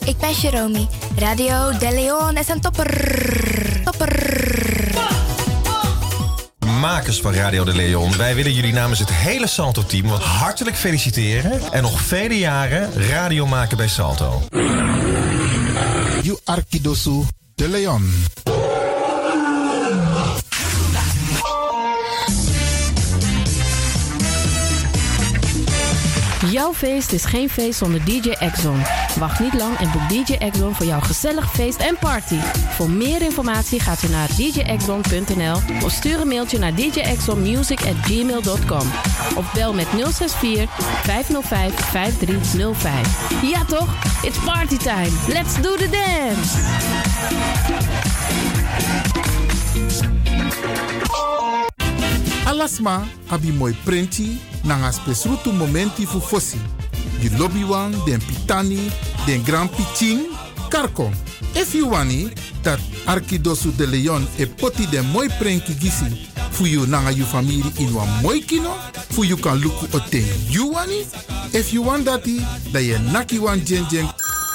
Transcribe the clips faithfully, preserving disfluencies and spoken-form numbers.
ik ben Jerome. Radio De Leon is een topper. Topper. Makers van Radio De Leon, wij willen jullie namens het hele Salto-team wat hartelijk feliciteren en nog vele jaren radio maken bij Salto. You Arkidosu De Leon. Jouw feest is geen feest zonder D J Exxon. Wacht niet lang en boek D J Exxon voor jouw gezellig feest en party. Voor meer informatie gaat u naar d j exxon punt n l of stuur een mailtje naar d j exxon music at gmail dot com. Of bel met nul zes vier, vijf nul vijf, vijf drie nul vijf. Ja toch? It's party time. Let's do the dance. Alasma abi moi prenti nanga spesrutu momenti fu fossi. You lobby wan, den pitani, den grand piching, karko. If you wani, dat Arkidosu De Leon e poti den moi prenki gisi. Fu you nanga you family in wan moi kino, fu you kan luku oten you wani. If you want dati, da ye naki wan jen jen.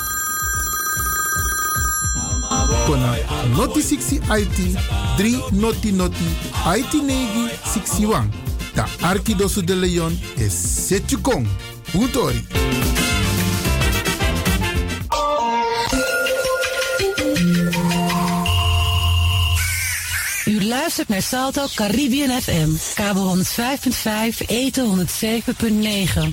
Kona noti sixty I T, three noti noti, I T negi sixty-one. Da Arkidosu De Leon is Setjukong. Puntori. U luistert naar Salto Caribbean F M. Kabel honderd vijf punt vijf, eten honderd zeven punt negen.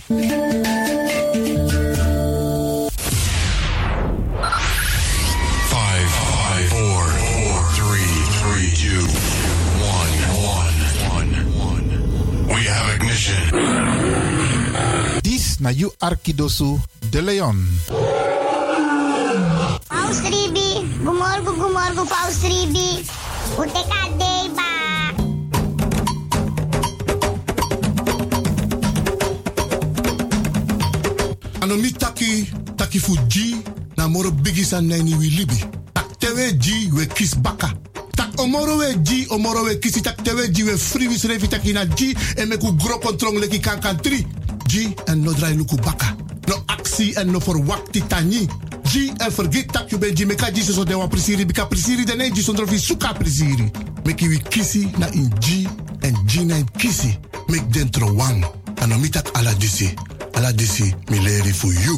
Dis na you Arkidosu De Leon. Paus Ribi, gumorgo gumorgo Paus Ribi. Uteka deba. Anomi taki taki fuji na moro bigisa neni wi libi. Tak tewe ji we kis baka. Tak omoro we ji omoro we kisi tak tewe ji we free wis revi taki na ji en meku gro kontrong leki kankan tri. Ji en no drai luku baka. No aksi en no forwakti tani. Ji en forget tak you ben ji meka ji so de wa prisiri bika prisiri de ne ji sondro fi suka prisiri. Meki wi kisi na in ji en ji na in kisi. Mek dentro wang. Anomi tak ala disi. Ala disi mi leri for you.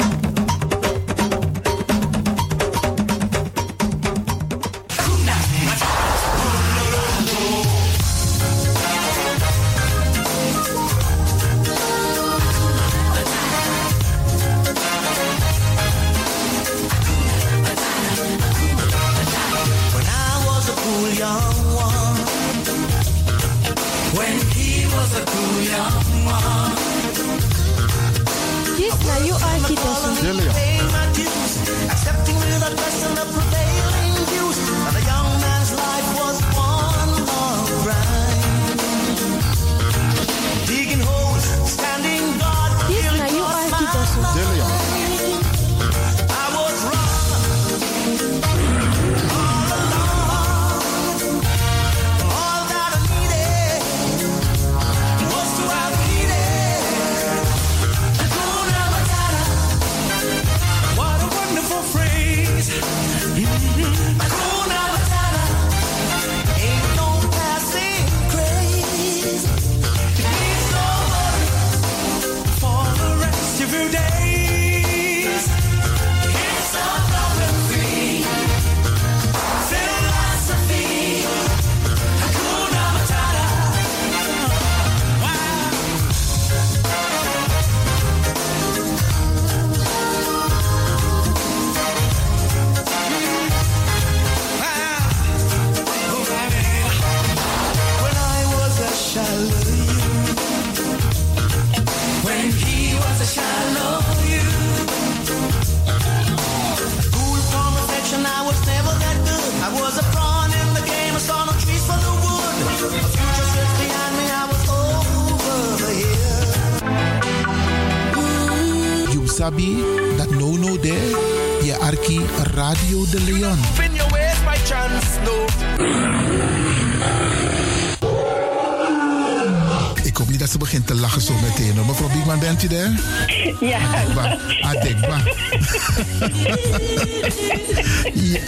Sabi dat no no there. Je arki Radio De Leon. Spin your ways by chance, no. Ik hoop niet dat ze begint te lachen zo meteen. Mevrouw Biekman, bent u daar? Ja. Adekba. Adekba. Ja.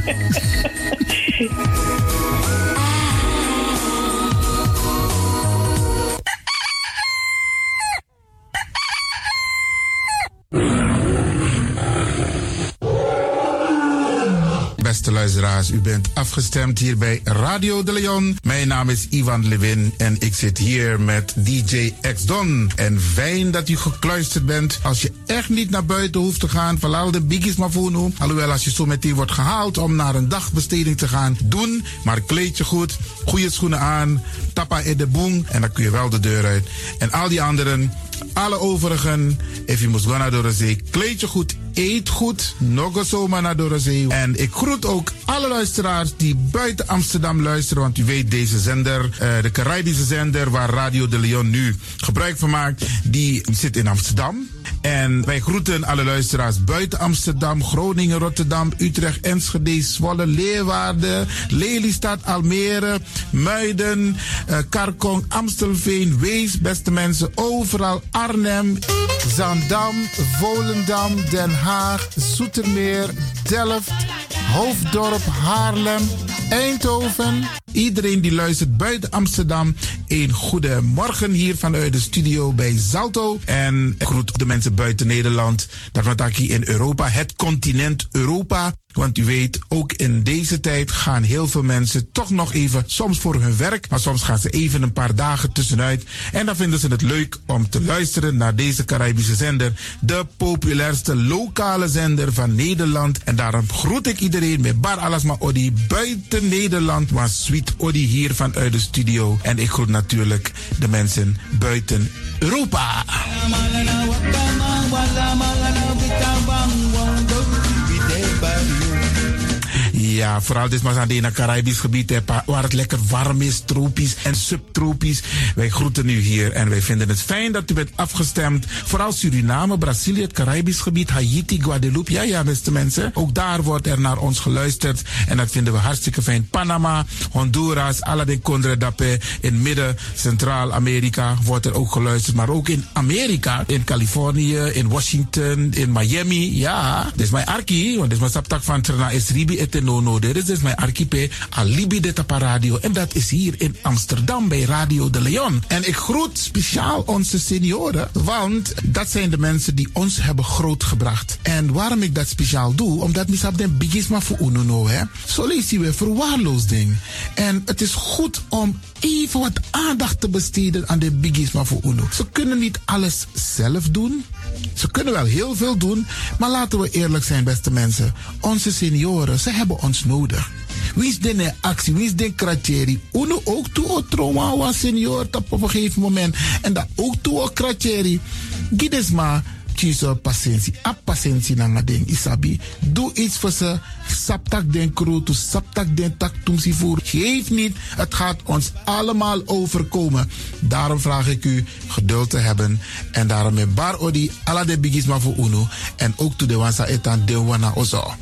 Beste luisteraars, u bent afgestemd hier bij Radio de Leon. Mijn naam is Ivan Levin en ik zit hier met D J X-Don. En fijn dat u gekluisterd bent. Als je echt niet naar buiten hoeft te gaan, verlaal de biggies maar voor nu. Alhoewel, als je zo meteen wordt gehaald om naar een dagbesteding te gaan, doen. Maar kleed je goed, goede schoenen aan, tappa in de boom en dan kun je wel de deur uit. En al die anderen, alle overigen, if you must go naar Dorozee, kleed je goed, eet goed, nog zomaar naar Dorozee. En ik groet ook alle luisteraars die buiten Amsterdam luisteren, want u weet, deze zender, uh, de Caribische zender waar Radio de Leon nu gebruik van maakt, die zit in Amsterdam. En wij groeten alle luisteraars buiten Amsterdam, Groningen, Rotterdam, Utrecht, Enschede, Zwolle, Leeuwarden, Lelystad, Almere, Muiden, uh, Karkong, Amstelveen, Wees, beste mensen, overal, Arnhem, Zaandam, Volendam, Den Haag, Zoetermeer, Delft, Hoofddorp, Haarlem, Eindhoven. Iedereen die luistert buiten Amsterdam, een goede morgen hier vanuit de studio bij Zalto. En ik groet de mensen buiten Nederland, daarvan hier in Europa, het continent Europa. Want u weet, ook in deze tijd gaan heel veel mensen toch nog even, soms voor hun werk, maar soms gaan ze even een paar dagen tussenuit. En dan vinden ze het leuk om te luisteren naar deze Caribische zender, de populairste lokale zender van Nederland. En daarom groet ik iedereen met Bar Alasma Odi buiten Nederland, maar Sweet Odi hier vanuit de studio. En ik groet natuurlijk de mensen buiten Europa. Ja, vooral dit maar aan het Caribisch gebied, hè, waar het lekker warm is, tropisch en subtropisch. Wij groeten u hier en wij vinden het fijn dat u bent afgestemd. Vooral Suriname, Brazilië, het Caribisch gebied, Haiti, Guadeloupe. Ja, ja, beste mensen. Ook daar wordt er naar ons geluisterd en dat vinden we hartstikke fijn. Panama, Honduras, Aladdin Condre Dapé, in midden, Centraal-Amerika wordt er ook geluisterd. Maar ook in Amerika, in Californië, in Washington, in Miami. Ja, dit is mijn arki, want dit is mijn saptak van Trana Esribi eteno. No, dit is dus mijn archipel Alibi de Tapa Radio. En dat is hier in Amsterdam bij Radio de Leon. En ik groet speciaal onze senioren, want dat zijn de mensen die ons hebben grootgebracht. En waarom ik dat speciaal doe, omdat misap den bigisma voor uno hè. Zo lees je weer verwaarloosding. En het is goed om even wat aandacht te besteden aan de bigisma voor uno. Ze kunnen niet alles zelf doen. Ze kunnen wel heel veel doen, maar laten we eerlijk zijn, beste mensen. Onze senioren, ze hebben ons nodig. Wie is de actie, wie is de kratjeri? Uno ook toe o trauma was senior op een gegeven moment. En dat ook toe o kratjeri. Gides maar, tjiso patiëntie. A patiëntie na nga ding, isabi. Doe iets voor ze. Saptak den kroto, saptak den tak tumsi voer. Geef niet, het gaat ons allemaal overkomen. Daarom vraag ik u geduld te hebben. En daarom met bar odi, ala de bigisma voor uno. En ook toe de wansa etan de wana ozo.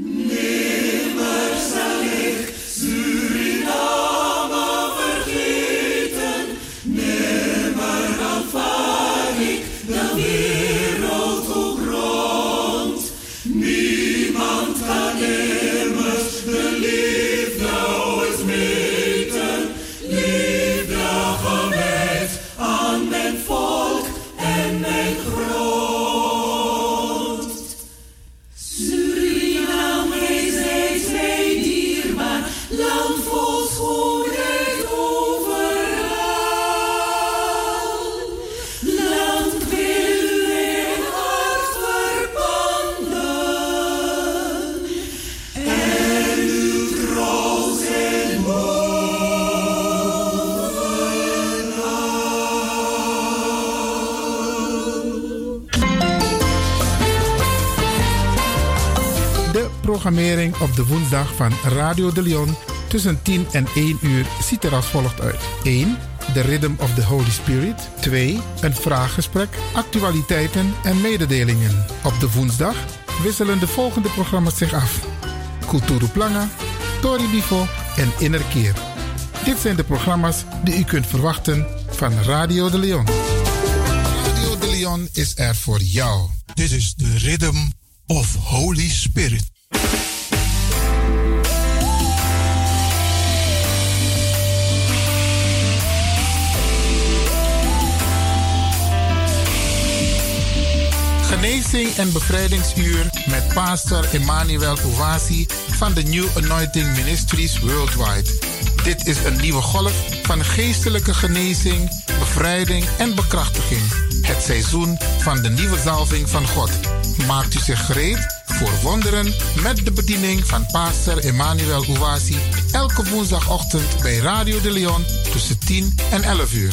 Programmering op de woensdag van Radio de Leon tussen tien en één uur ziet er als volgt uit. één. The Rhythm of the Holy Spirit. twee. Een vraaggesprek, actualiteiten en mededelingen. Op de woensdag wisselen de volgende programma's zich af. Kulturu Planga, Tori Bifo en Innerkeer. Dit zijn de programma's die u kunt verwachten van Radio de Leon. Radio de Leon is er voor jou. Dit is de Rhythm of Holy Spirit. Genezing en bevrijdingsuur met pastor Emmanuel Owasi van de New Anointing Ministries Worldwide. Dit is een nieuwe golf van geestelijke genezing, bevrijding en bekrachtiging. Het seizoen van de nieuwe zalving van God. Maakt u zich gereed voor wonderen met de bediening van pastor Emmanuel Owasi elke woensdagochtend bij Radio de Leon tussen tien en elf uur.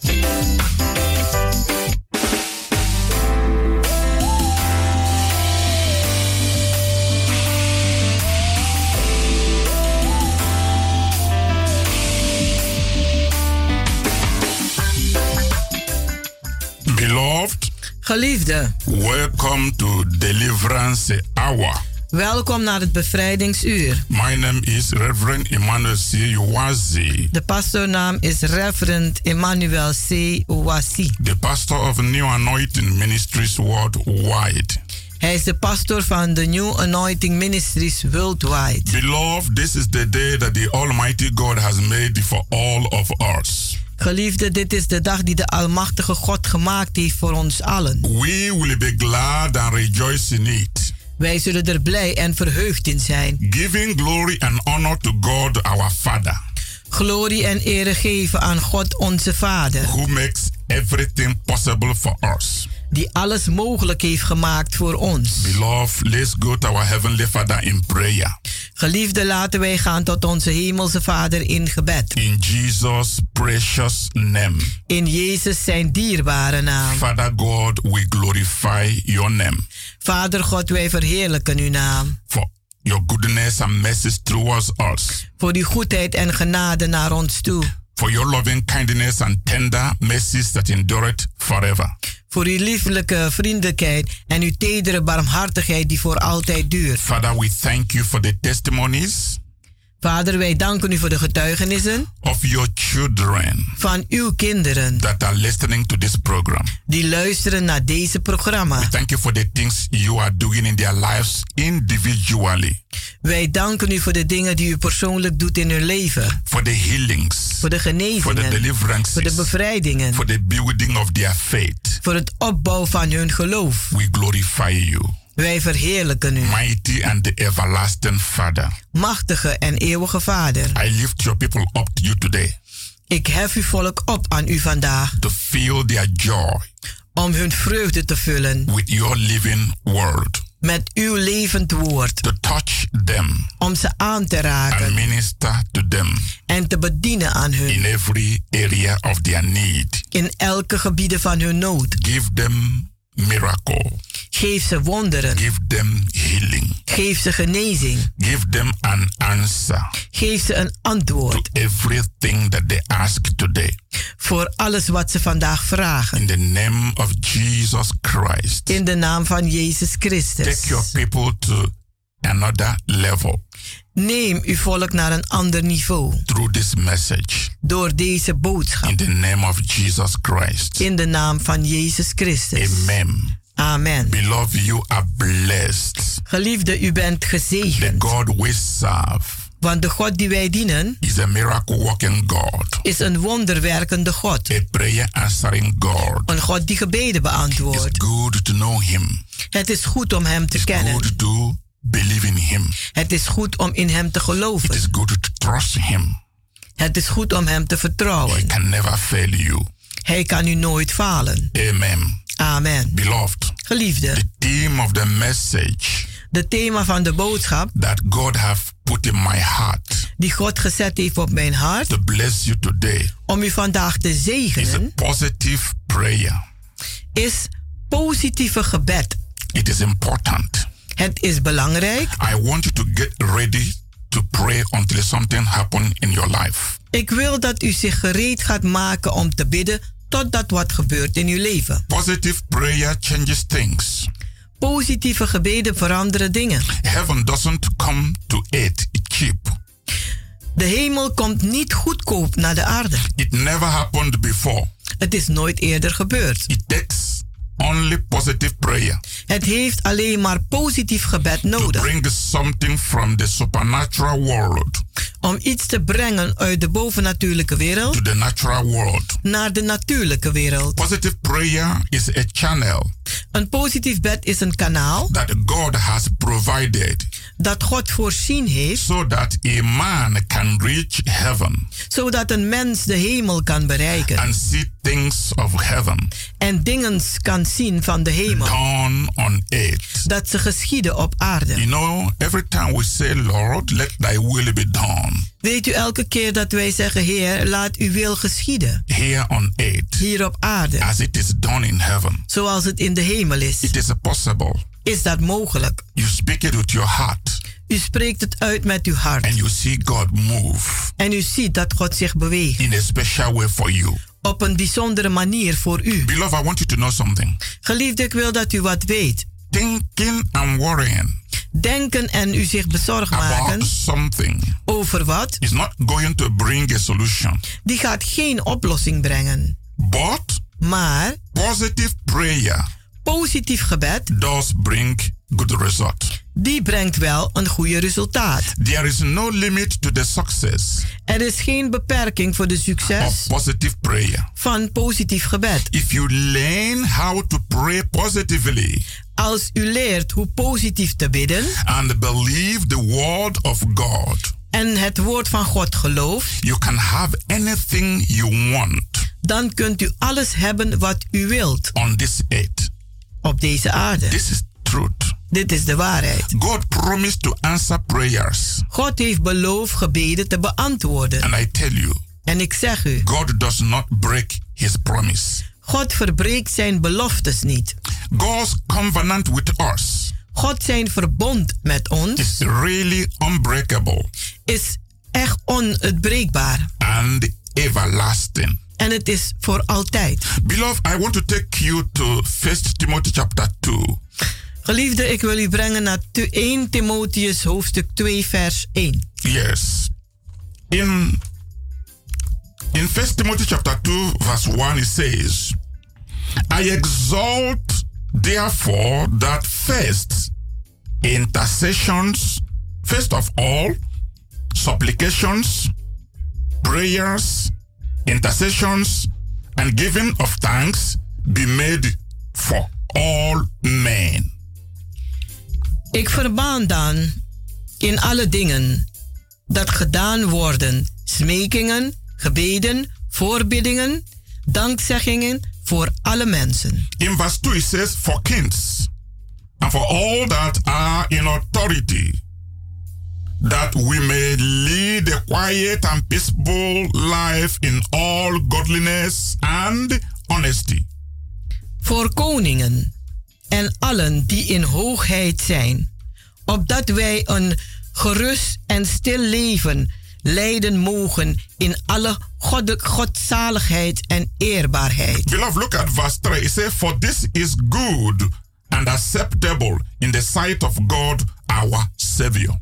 Beloved, geliefde, welcome to Deliverance Hour. Welkom naar het bevrijdingsuur. My name is Reverend Emmanuel C. Owasi. De pastoornaam is Reverend Emmanuel C. Owasi. The pastor of New Anointing Ministries Worldwide. Hij is de pastor van de New Anointing Ministries Worldwide. Beloved, this is the day that the Almighty God has made for all of us. Geliefde, dit is de dag die de Almachtige God gemaakt heeft voor ons allen. We will be glad and rejoice in it. Wij zullen er blij en verheugd in zijn. Giving glory and honor to God our Father. Glorie en ere geven aan God onze Vader. Who makes everything possible for us. Die alles mogelijk heeft gemaakt voor ons. Beloved, let's go to our Heavenly Father in prayer. Geliefde, laten wij gaan tot onze Hemelse Vader in gebed. In Jesus' precious name. In Jezus zijn dierbare naam. Father God, we glorify your name. Vader God, wij verheerlijken uw naam. For your goodness and mercy towards us. Voor uw goedheid en genade naar ons toe. For your loving kindness and tender mercies that endureth forever. Voor uw lieflijke vriendelijkheid en uw tedere barmhartigheid die voor altijd duurt. Father, we thank you for the testimonies. Vader, wij danken u voor de getuigenissen of your children van uw kinderen that are listening to this program. Die luisteren naar deze programma. We thank you for the things you are doing in their lives individually. Wij danken u voor de dingen die u persoonlijk doet in hun leven. For the healings. Voor de genezingen. For the deliverances. Voor de bevrijdingen. For the building of their faith. Voor het opbouwen van hun geloof. We glorify you. Wij verheerlijken u. Mighty and the everlasting Father. Machtige en eeuwige Vader. I lift your people up to you today. Ik hef uw volk op aan u vandaag. To feel their joy. Om hun vreugde te vullen. With your living word. Met uw levend woord. To touch them. Om ze aan te raken. And minister to them. En te bedienen aan hun. In every area of their need. In elke gebieden van hun nood. Give them miracle. Geef ze wonderen. Give them healing. Geef ze genezing. Give them an answer. Geef ze een antwoord. To everything that they ask today. Voor alles wat ze vandaag vragen. In the name of Jesus Christ. In de naam van Jezus Christus. Take your people to another level. Neem uw volk naar een ander niveau. Through this message. Door deze boodschap. In the name of Jesus Christ. In de naam van Jezus Christus. Amen. Amen. Beloved, you are blessed. Geliefde, u bent gezegend. The God we serve. Want de God die wij dienen is a miracle working God. Is een wonderwerkende God. A prayer answering God. Een God die gebeden beantwoordt. It's good to know him. Het is goed om hem te It's kennen. Good to believe in him. Het is goed om in hem te geloven. It is good to trust him. Het is goed om hem te vertrouwen. He can never fail you. Hij kan u nooit falen. Amen. Amen. Beloved. Geliefde. The theme of the message. De thema van de boodschap. That God have put in my heart. Die God gezet heeft op mijn hart. To bless you today. Om u vandaag te zegenen. Is a positive prayer. Is positieve gebed. It is important. Het is belangrijk. I want you to get ready to pray until something happens in your life. Ik wil dat u zich gereed gaat maken om te bidden totdat wat gebeurt in uw leven. Positive prayer changes things. Positieve gebeden veranderen dingen. Heaven doesn't come to earth cheap. De hemel komt niet goedkoop naar de aarde. It never happened before. Het is nooit eerder gebeurd. It takes only positive prayer. Het heeft alleen maar positief gebed nodig. To bring something from the supernatural world. Om iets te brengen uit de bovennatuurlijke wereld. To the natural world. Naar de natuurlijke wereld. Positive prayer is a channel. Een positief bed is een kanaal. That God has provided. Dat God voorzien heeft. So that a man can reach heaven. Zodat een mens de hemel kan bereiken. And see things of heaven. En dingen kan zien van de hemel. Done on earth. Dat ze geschieden op aarde. You know, every time we say, Lord, let thy will be done. Weet u, elke keer dat wij zeggen, Heer, laat uw wil geschieden. Here on earth. Hier op aarde. As it is done in heaven. Zoals het in de hemel is. It is possible. Is dat mogelijk? You speak it with your heart. U spreekt het uit met uw hart. And you see God move. En u ziet dat God zich beweegt. In a special way for you. Op een bijzondere manier voor u. Beloved, I want you to know something. Geliefde, ik wil dat u wat weet. Thinking and worrying. Denken en u zich bezorgd maken something over wat is not going to bring a solution. Die gaat geen oplossing brengen. But maar positive prayer positief gebed does bring good result. Die brengt wel een goede resultaat. There is no limit to the success. Er is geen beperking voor de succes of positive prayer. Van positief gebed. If you learn how to pray positively. Als u leert hoe positief te bidden. And believe the word of God. En het woord van God gelooft. You can have anything you want. Dan kunt u alles hebben wat u wilt. On this earth. Op deze aarde. This is truth. Dit is de waarheid. God promised to answer prayers. God heeft beloofd gebeden te beantwoorden. And I tell you. En ik zeg u. God does not break his promise. God verbreekt zijn beloftes niet. God's covenant with us. God zijn verbond met ons. Is really unbreakable. Is echt onuitbreekbaar. And everlasting. En het is voor altijd. Beloved, I want to take you to First Timothy chapter two. Geliefde, ik wil u brengen naar Eerste Timotheus hoofdstuk twee vers één. Yes. In in First Timothy chapter two verse one it says, I exalt therefore that first intercessions, first of all, supplications, prayers, intercessions, and giving of thanks be made for all men. Ik verbaan dan in alle dingen dat gedaan worden smekingen, gebeden, voorbiddingen, dankzeggingen voor alle mensen. In verse two it says, for kings and for all that are in authority, that we may lead a quiet and peaceful life in all godliness and honesty. Voor koningen en allen die in hoogheid zijn, opdat wij een gerust en stil leven leiden mogen in alle god godzaligheid en eerbaarheid. Beloved, look at verse three. It says, for this is good and acceptable in the sight of God our Savior.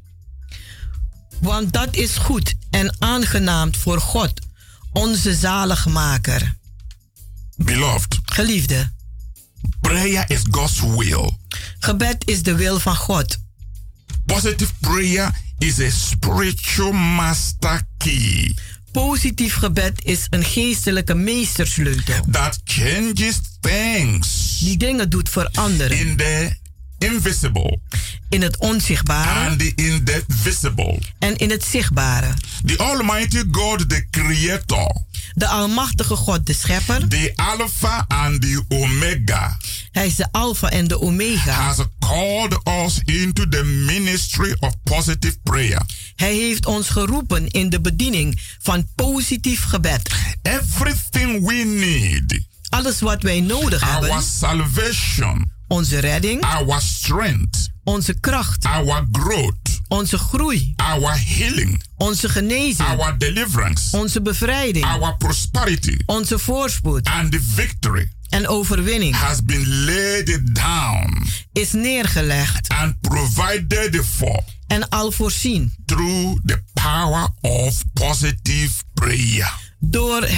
Want dat is goed en aangenaam voor God, onze zaligmaker. Beloved. Geliefde. Prayer is God's will. Gebed is de wil van God. Positive prayer is a spiritual master key. Positief gebed is een geestelijke meestersleutel. That changes things. Die dingen doet veranderen. In the invisible. In het onzichtbare. And in the visible. En in het zichtbare. The Almighty God, the Creator. De almachtige God, de schepper. The Alpha and the Omega. Hij is de Alpha en de Omega. Has called us into the ministry of positive prayer. Hij heeft ons geroepen in de bediening van positief gebed. Everything we need. Alles wat wij nodig our hebben. Our salvation. Onze redding. Our strength. Onze kracht. Our growth. Onze groei. Our healing. Onze genezing. Our deliverance. Onze bevrijding. Our prosperity. Onze voorspoed. And the victory. En overwinning. Has been laid down. Is neergelegd. And provided for. En al voorzien. Through the power of positive prayer. Door het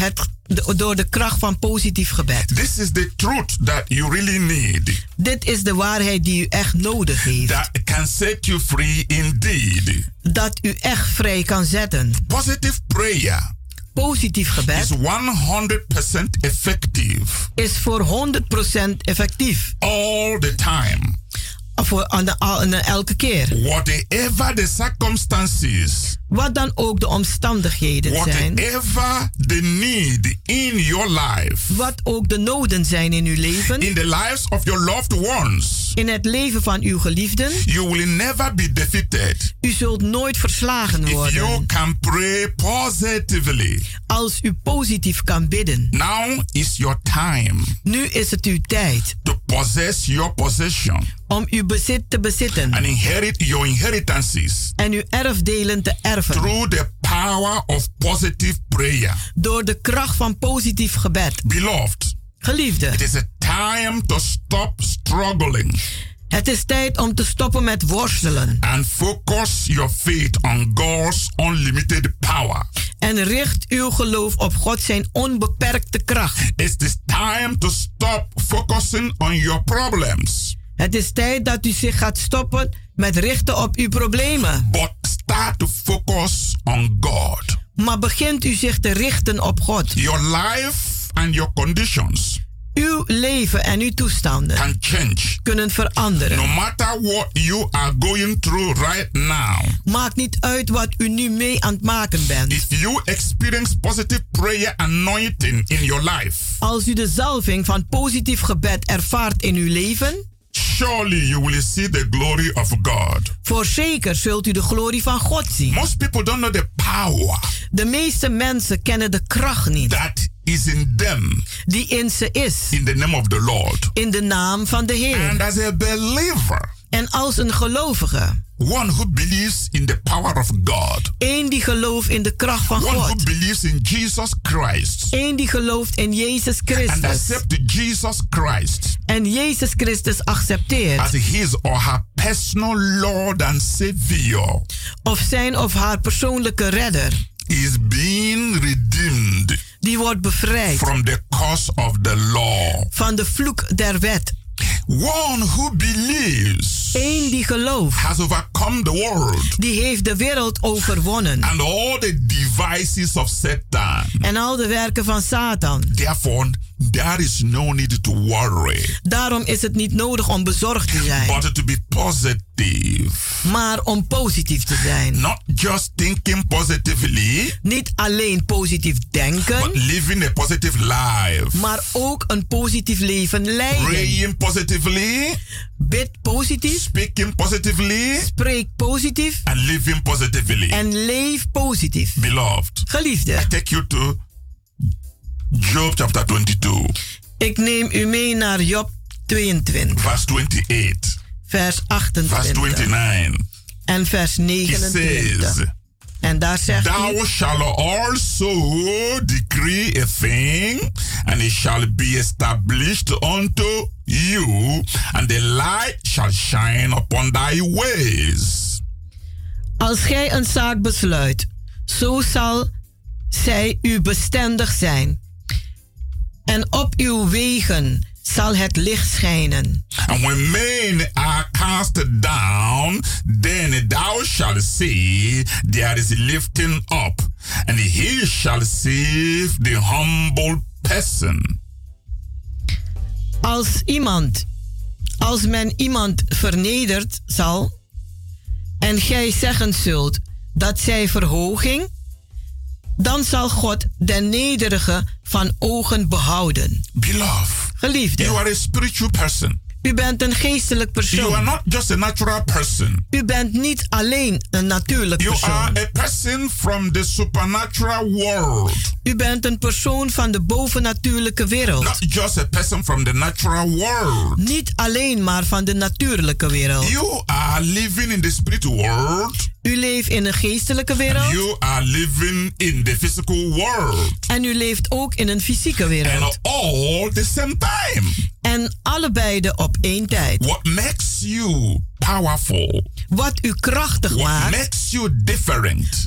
de, door de kracht van positief gebed. This is the truth that you really need. Dit is de waarheid die u echt nodig heeft. That can set you free indeed. Dat u echt vrij kan zetten. Positive prayer. Positief gebed is honderd procent effective. Is voor honderd procent effectief. All the time. Voor aan de, aan de, elke keer. Whatever the circumstances. Wat dan ook de omstandigheden Whatever zijn. Whatever the need in your life. Wat ook de noden zijn in uw leven. In the lives of your loved ones. In het leven van uw geliefden. You will never be defeated. U zult nooit verslagen worden. If you can pray positively. Als u positief kan bidden. Now is your time. Nu is het uw tijd. To possess your possession. Om uw bezit te bezitten. And inherit your inheritances. En uw erfdelen te erven. Through the power of positive prayer. Door de kracht van positief gebed. Beloved. Geliefde. It is a time to stop struggling. Het is tijd om te stoppen met worstelen. And focus your faith on God's unlimited power. En richt uw geloof op God zijn onbeperkte kracht. It is time to stop focusing on your problems. Het is tijd dat u zich gaat stoppen met richten op uw problemen. But start to focus on God. Maar begint u zich te richten op God. Your life and your conditions. Uw leven en uw toestanden can change. Kunnen veranderen. No matter what you are going through right now. Maakt niet uit wat u nu mee aan het maken bent. If you experience positive prayer anointing in your life. Als u de zalving van positief gebed ervaart in uw leven. Surely you will see the glory of God. Voorzeker zult u de glorie van God zien. Most people don't know the power. De meeste mensen kennen de kracht niet. That is in them. Die in ze is. In the name of the Lord. In de naam van de Heer. And as a believer. En als een gelovige. One who believes in the power of God. Eén die gelooft in de kracht van One God. One who believes in Jesus Christ. Eén die gelooft in Jezus Christus. And accept Jesus Christ. En Jezus Christus accepteert. As his or her personal Lord and Savior. Of zijn of haar persoonlijke redder. Is being redeemed. Die wordt bevrijd. From the curse of the law. Van de vloek der wet. One who believes. Eén die gelooft. Has overcome the world. Die heeft de wereld overwonnen. And all the devices of Satan. En al de werken van Satan. Therefore, there is no need to worry. Daarom is het niet nodig om bezorgd te zijn. But to be positive. Maar om positief te zijn. Not just thinking positively. Niet alleen positief denken. But living a positive life. Maar ook een positief leven leiden. Praying positively. Bid positief. Speaking positively. Spreek positief. And living positively. En leef positief. Beloved. Geliefde. I take you to Job chapter twenty-two. Ik neem u mee naar Job tweeëntwintig. Vers twenty-eight. Vers achtentwintig. Vers twenty-nine. En vers negenentwintig. Says, en daar zegt Thou hij, shall also decree a thing, and it shall be established unto you, and the light shall shine upon thy ways. Als gij een zaak besluit, zo zal zij u bestendig zijn. En op uw wegen zal het licht schijnen. And when men are cast down, then thou shalt say, there is lifting up, and he shall save the humble person. Als iemand, als men iemand vernedert zal, en gij zeggen zult dat zij verhoging, dan zal God de nederige van ogen behouden. Beloved, geliefde, you are a spiritual person. U bent een geestelijk persoon. You are not just a natural person. U bent niet alleen een natuurlijk you persoon. You are a person from the supernatural world. U bent een persoon van de bovennatuurlijke wereld. Not just a person from the natural world. Niet alleen maar van de natuurlijke wereld. You are living in the spiritual world. U leeft in een geestelijke wereld. And you are living in the physical world. En u leeft ook in een fysieke wereld. And all the same time. En allebei op één tijd. What makes you powerful? Wat u krachtig What maakt. makes you different? Wat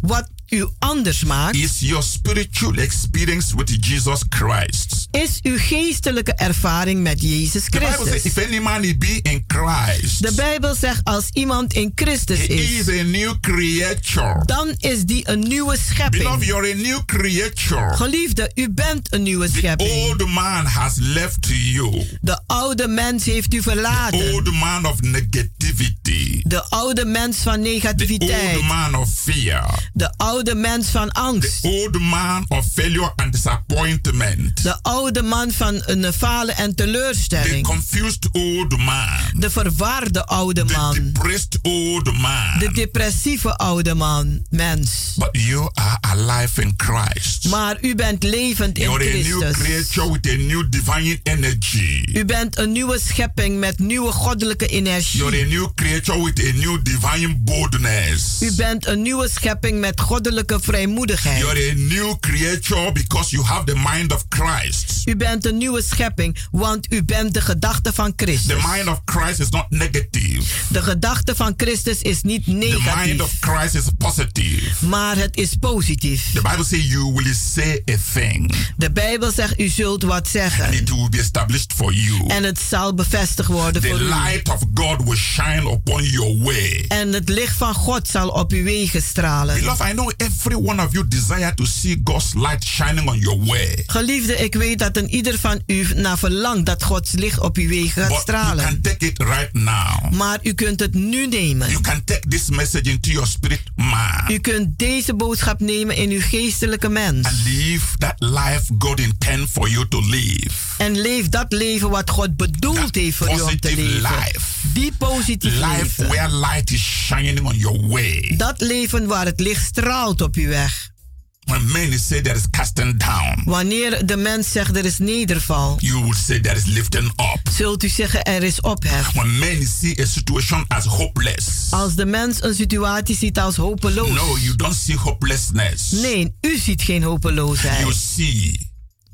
u anders maakt, is your spiritual experience with Jesus Christ. Is uw geestelijke ervaring met Jezus Christus. The Bible says, if any man be in Christ, de Bijbel zegt, als iemand in Christus he is, is a new creature. Dan is die een nieuwe schepping. Beloved, you're a new creature. Geliefde, u bent een nieuwe schepping. The old man has left you. De oude mens heeft u verlaten. The old man of negativity. De oude mens van negativiteit. The old man of fear. De oude mens van angst. The old man of failure and disappointment. De oude man van een falen en teleurstelling. The confused old man. De verwarde oude man. The depressed old man. De depressieve oude man, mens. But you are alive in Christ. Maar u bent levend in You're Christus. You're a new creature with a new divine energy. U bent een nieuwe schepping met nieuwe goddelijke energie. You're a new creature with a new divine boldness. U bent een nieuwe schepping met goddelijke vrijmoedigheid. You're a new creature because you have the mind of Christ. U bent een nieuwe schepping, want u bent de gedachte van Christus. The mind of Christ is not negative. De gedachte van Christus is niet negatief. The mind of Christ is positive. Maar het is positief. The Bible says you will say a thing. De Bijbel zegt u zult wat zeggen. And it will be established for you. En het zal bevestigd worden The voor u. The light of God will shine upon your way. En het licht van God zal op uw wegen stralen. Beloved, I know every one of you desire to see God's light shining on your way. Geliefde, ik weet dat een ieder van u naar verlangt dat Gods licht op uw wegen gaat But stralen. You can take it right now. Maar u kunt het nu nemen. You can take this message into your spirit man. U kunt deze boodschap nemen in uw geestelijke mens. And live that life God intend for you to live. En leef dat leven wat God bedoeld that heeft voor u om te leven. Life. Die positieve life leven. Where light is shining on your way. Dat leven waar het licht straalt op uw weg. When men say there is casting down. Wanneer de mens zegt er is nederval. You would say there is lifting up. Zult u zeggen er is ophef. When men see a situation as hopeless. Als de mens een situatie ziet als hopeloos. No, you don't see hopelessness. Nee, u ziet geen hopeloosheid. You see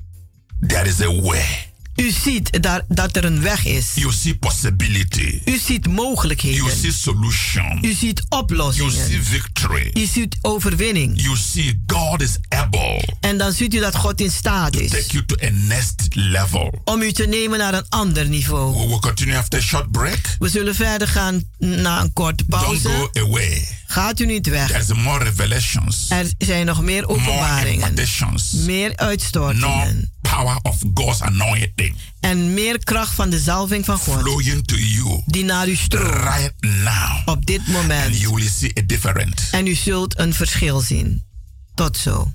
there is a way. U ziet daar, dat er een weg is. You see possibility. U ziet mogelijkheden. You see solution. U ziet oplossingen. You see victory. U ziet overwinning. You see God is able. En dan ziet u dat God in staat is. To take you to a next level. Om u te nemen naar een ander niveau. We will continue after a short break. We zullen verder gaan na een korte pauze. Don't go away. Gaat u niet weg. There's more revelations. Er zijn nog meer openbaringen. More meer uitstortingen. No power of God's anointing. En meer kracht van de zalving van God. Flowing to you. Die naar u stroomt. Right now. Op dit moment. And you will see a difference. En u zult een verschil zien. Tot zo.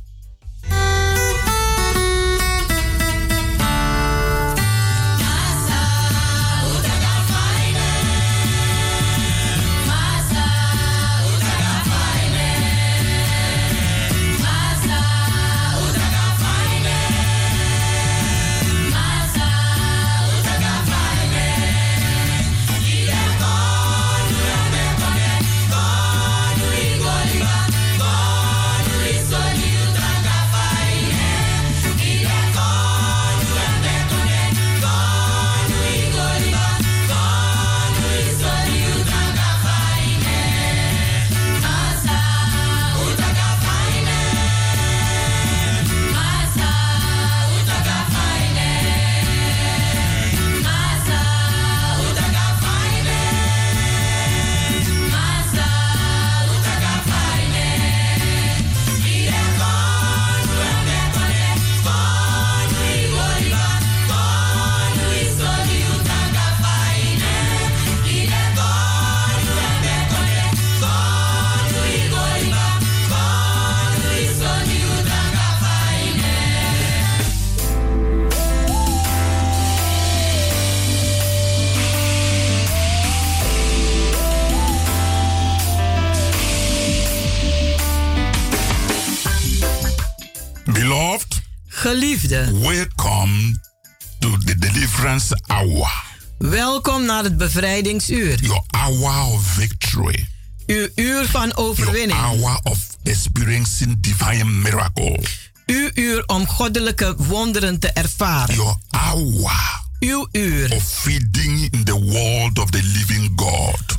Geliefde, welcome to the deliverance hour. Welkom naar het bevrijdingsuur. Your hour of victory. Uw uur van overwinning. Your hour of experiencing divine miracle. Uw uur om goddelijke wonderen te ervaren. Your hour. Uw uur. Of feeding in the world of the living God.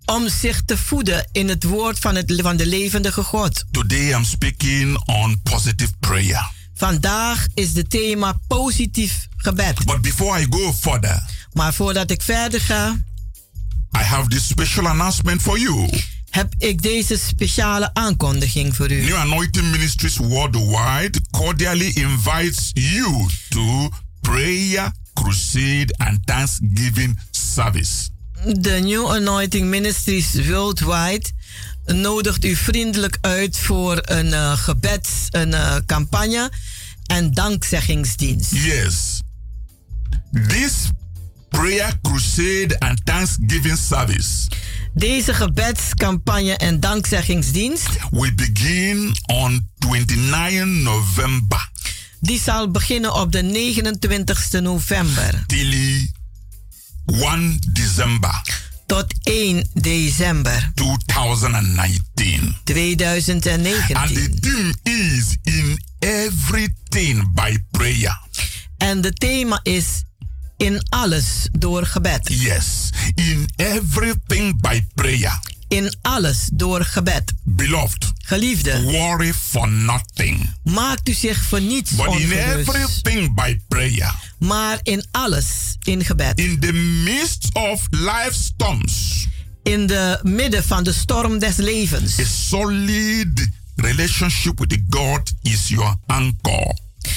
om zich te voeden in het woord van, het, van de levendige God. Today I'm speaking on positive prayer. Vandaag is het thema positief gebed. But before I go further, maar voordat ik verder ga, I have this special announcement for you. Heb ik deze speciale aankondiging voor u. New Anointing Ministries Worldwide cordially invites you to prayer, crusade and thanksgiving service. De New Anointing Ministries Worldwide nodigt u vriendelijk uit voor een uh, gebeds, een uh, campagne en dankzeggingsdienst. Yes. This prayer, crusade and thanksgiving service. Deze gebedscampagne en dankzeggingsdienst will begin on twenty-ninth November. Die zal beginnen op de negenentwintigste november. Till first December. Tot één december. twenty nineteen. twintig negentien. And the theme is in everything by prayer. En de thema is in alles door gebed. Yes, in everything by prayer. In alles door gebed. Beloved, geliefde, worry for nothing. Maakt u zich voor niets But ongerust. in everything by prayer. Maar in alles in gebed. In the midst of life storms. In de midden van de storm des levens. A solid relationship with God is your anchor.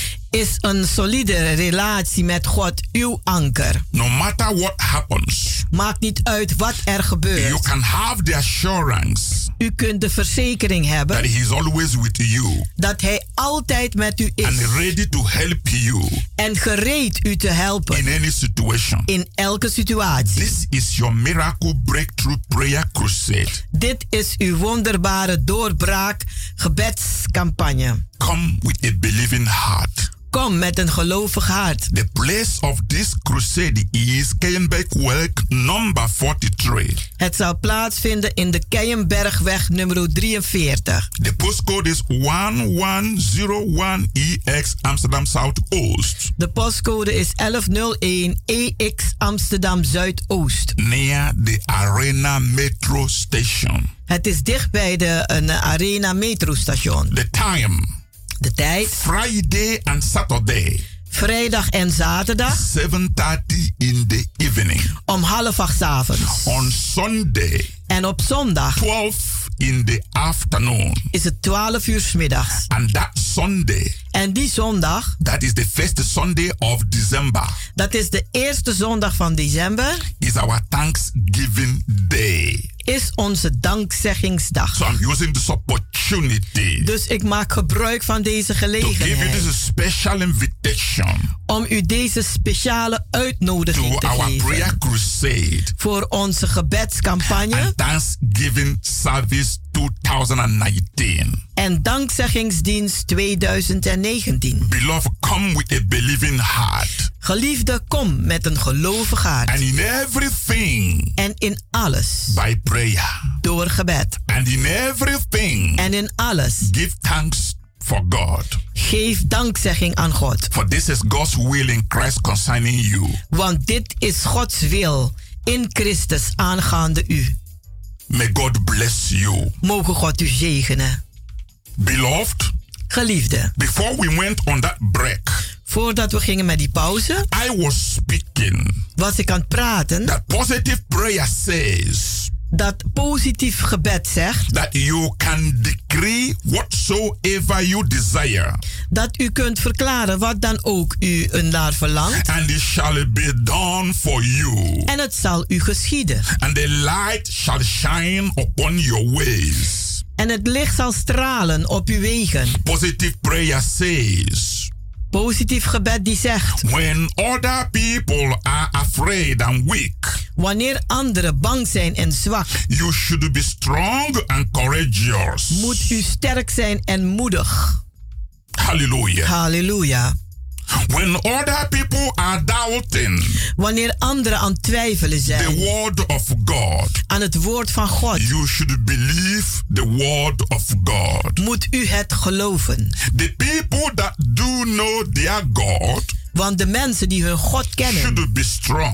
Is een solide relatie met God uw anker. No matter what happens. Maakt niet uit wat er gebeurt. You can have the assurance. U kunt de verzekering hebben. That he is always with you. Dat hij altijd met u is. And ready to help you. En gereed u te helpen. In any situation. In elke situatie. This is your miracle breakthrough prayer crusade. Dit is uw wonderbare doorbraak gebedscampagne. Come with a believing heart. Kom met een gelovig hart. The place of this crusade is Keienbergweg number forty-three. Het zal plaatsvinden in de Keienbergweg nummer drieënveertig. The postcode is one one zero one E X Amsterdam Zuidoost. De postcode is elf nul één E X Amsterdam Zuidoost. Near the Arena Metro Station. Het is dicht bij de uh, Arena metrostation. The time. De tijd. Friday and Saturday. Vrijdag en zaterdag. seven thirty in the evening. Om half acht 's avonds. On Sunday. En op zondag. twelve in the afternoon. Is het twaalf uur 's middags. And that Sunday. En die zondag. That is the first Sunday of December. Dat is de eerste zondag van december. Is our Thanksgiving Day. Is onze dankzeggingsdag. So I'm using this opportunity. Dus ik maak gebruik van deze gelegenheid. To give you this special invitation. Om u deze speciale uitnodiging to te our geven. Prayer crusade. Voor onze gebedscampagne. And Thanksgiving Service twenty nineteen. En dankzeggingsdienst twintig negentien. Beloved, come with a believing heart. Geliefde, kom met een gelovig hart. And in everything. En in alles. By prayer. Door gebed. And in everything. En in alles. Give thanks for God. Geef dankzegging aan God. For this is God's will in Christ concerning you. Want dit is Gods wil in Christus aangaande u. May God bless you. Mogen God u zegenen. Beloved. Geliefde. Before we went on that break. Voordat we gingen met die pauze. I was speaking. Was ik aan het praten. That positive prayer says. Dat positief gebed zegt. That you can decree whatsoever you desire. Dat u kunt verklaren wat dan ook u naar verlangt. And it shall be done for you. En het zal u geschieden. And the light shall shine upon your ways. En het licht zal stralen op uw wegen. Positive prayer says. Positief gebed die zegt. When other people are afraid and weak. Wanneer anderen bang zijn en zwak. You should be strong and courageous. Moet u sterk zijn en moedig. Hallelujah. Halleluja. When other people are doubting. Wanneer anderen aan het twijfelen zijn. The word of God. Aan het woord van God. You should believe the word of God. Moet u het geloven. The people that do know their God. Want de mensen die hun God kennen. Should be strong.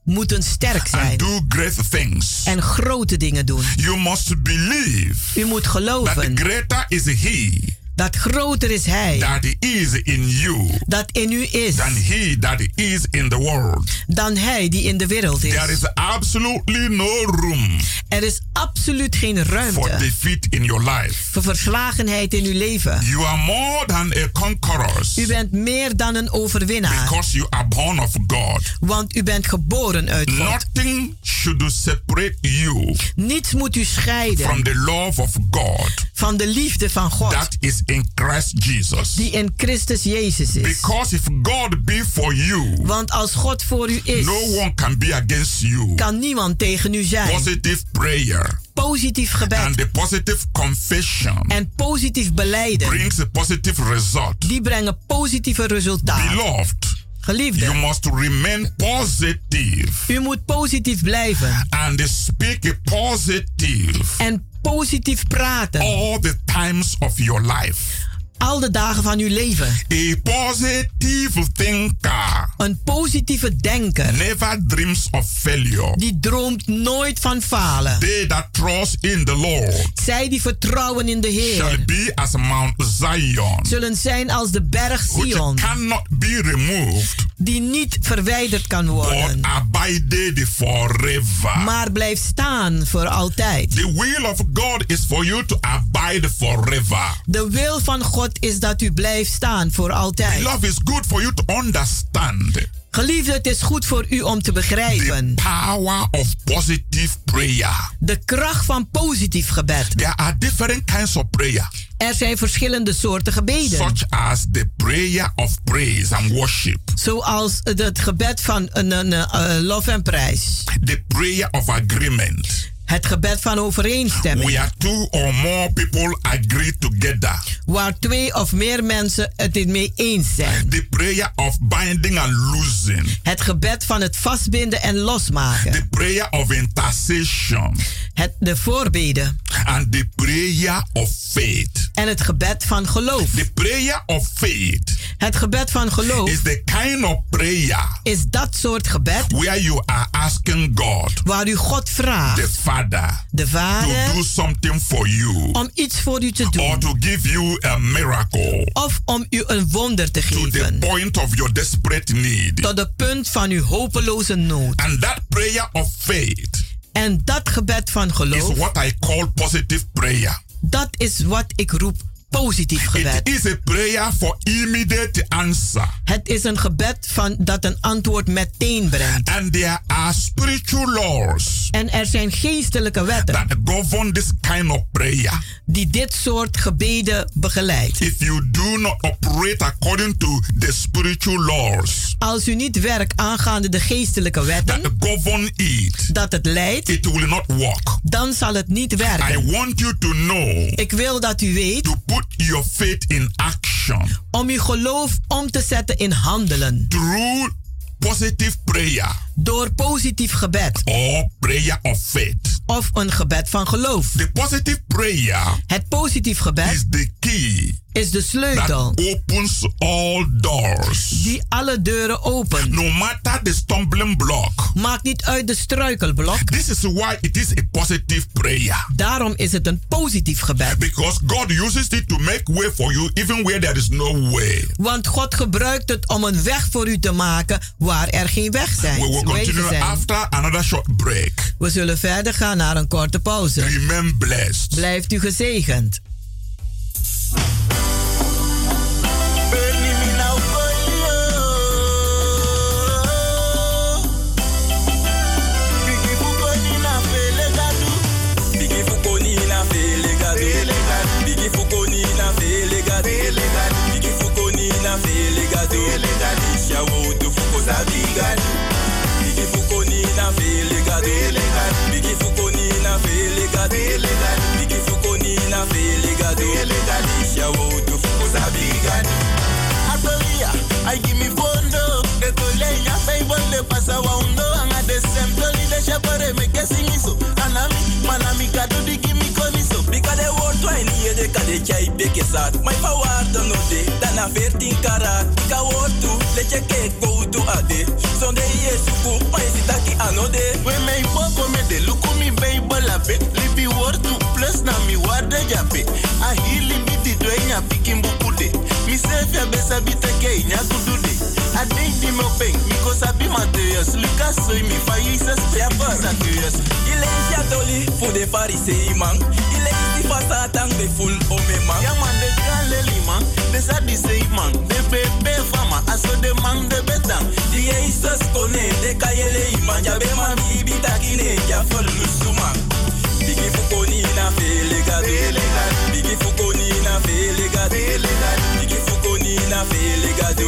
moeten sterk zijn. And do great things. En grote dingen doen. You must believe. U moet geloven. That greater is he. Dat groter is hij. That is in you. Dat in u is. Than he that is in the world. Dan hij die in de wereld is. There is absolutely no room. Er is absoluut geen ruimte. For defeat in your life. Voor verslagenheid in uw leven. You are more than a conqueror. U bent meer dan een overwinnaar. Because you are born of God. Want u bent geboren uit God. Nothing should separate you. Niets moet u scheiden. From the love of God. Van de liefde van God. That is in Christ Jesus. Die in Christus Jezus is. Because if God be for you. Want als God voor u is. No one can be against you. Kan niemand tegen u zijn. Positive prayer. Positief gebed. And the positive confession. En positief belijden. Brings a positive result. Die brengen positieve resultaten. Beloved. Geliefde. You must remain positive. U moet positief blijven. And speak positive. En positief praten. All the times of your life. Al de dagen van uw leven. A positive thinker. Een positieve denker. Never dreams of failure. Die droomt nooit van falen. They that trust in the Lord. Zij die vertrouwen in de Heer. Shall be as Mount Zion. Zullen zijn als de berg Sion. Which cannot be removed. Die niet verwijderd kan worden. But abide forever. Maar blijft staan voor altijd. The will of God is for you to abide forever. De wil van God is dat u blijft staan voor altijd. Love is good for you to understand. Geliefde, het is goed voor u om te begrijpen. The power of positive prayer. De kracht van positief gebed. There are different kinds of prayer. Er zijn verschillende soorten gebeden. Such as the prayer of praise and worship. Zoals het gebed van een, een, een lof en prijs. The prayer of agreement. Het gebed van overeenstemming. Where two or more people agree together. Waar twee of meer mensen het mee eens zijn. The prayer of binding and loosing. Het gebed van het vastbinden en losmaken. The prayer of intercession. Het, de voorbeden. And the prayer of faith. En het gebed van geloof. The prayer of faith. Het gebed van geloof. Is the kind of prayer. Is dat soort gebed. Where you are asking God. Waar u God vraagt. The Father. De Vader. To do something for you. Om iets voor u te doen. Or to give you a miracle. Of om u een wonder te geven. To the point of your desperate need. Tot de punt van uw hopeloze nood. And that prayer of faith. En dat gebed van geloof. Is what I call positive prayer. Dat is wat ik roep positief gebed. It is a prayer for immediate answer. Het is een gebed van dat een antwoord meteen brengt. And there are spiritual laws. En er zijn geestelijke wetten. That govern this kind of prayer. Die dit soort gebeden begeleidt. If you do not operate according to the spiritual laws. Als u niet werkt aangaande de geestelijke wetten. That govern it. Dat het leidt. It will not work. Dan zal het niet werken. I want you to know. Ik wil dat u weet. To put your faith in action. Om uw geloof om te zetten in handelen. Through positive prayer. Door positief gebed. Or prayer of faith. Of een gebed van geloof. The positive prayer. Het positief gebed. Is the key. Is de sleutel. That opens all doors. Die alle deuren opent. No matter the stumbling block. Maakt niet uit de struikelblok. This is why it is a positive prayer. Daarom is het een positief gebed. Because God uses it to make way for you even where there is no way. Want God gebruikt het om een weg voor u te maken waar er geen weg zijn. We will continue after another short break. We zullen verder gaan naar een korte pauze. Remain blessed. Blijft u gezegend. I give me bondo, the colena, favor the pasa waundo, and at the same time the shepherd make a sing so. Anami, manami kadu di give me koniso. Because the word twine here the kade chai beke sat. My power don't know de, dan a veertien karat. Ika word to, let je cake go to ade. Sunday yes you go, my sitaki soy mi faisas. Ja, sakues. Je leest ja toli voor de farisei man. Je leest die fasatang de full ome man. Ja man, de galeli man. De sadisei man. De bebe fama. Aso de man de betang. Die Jesus kone. De kayele man. Ja be man bibi takine. Ja verlusu man. Bigi fukoni na vele gado. Bigi fukoni na vele gado. Bigi fukoni na vele gado.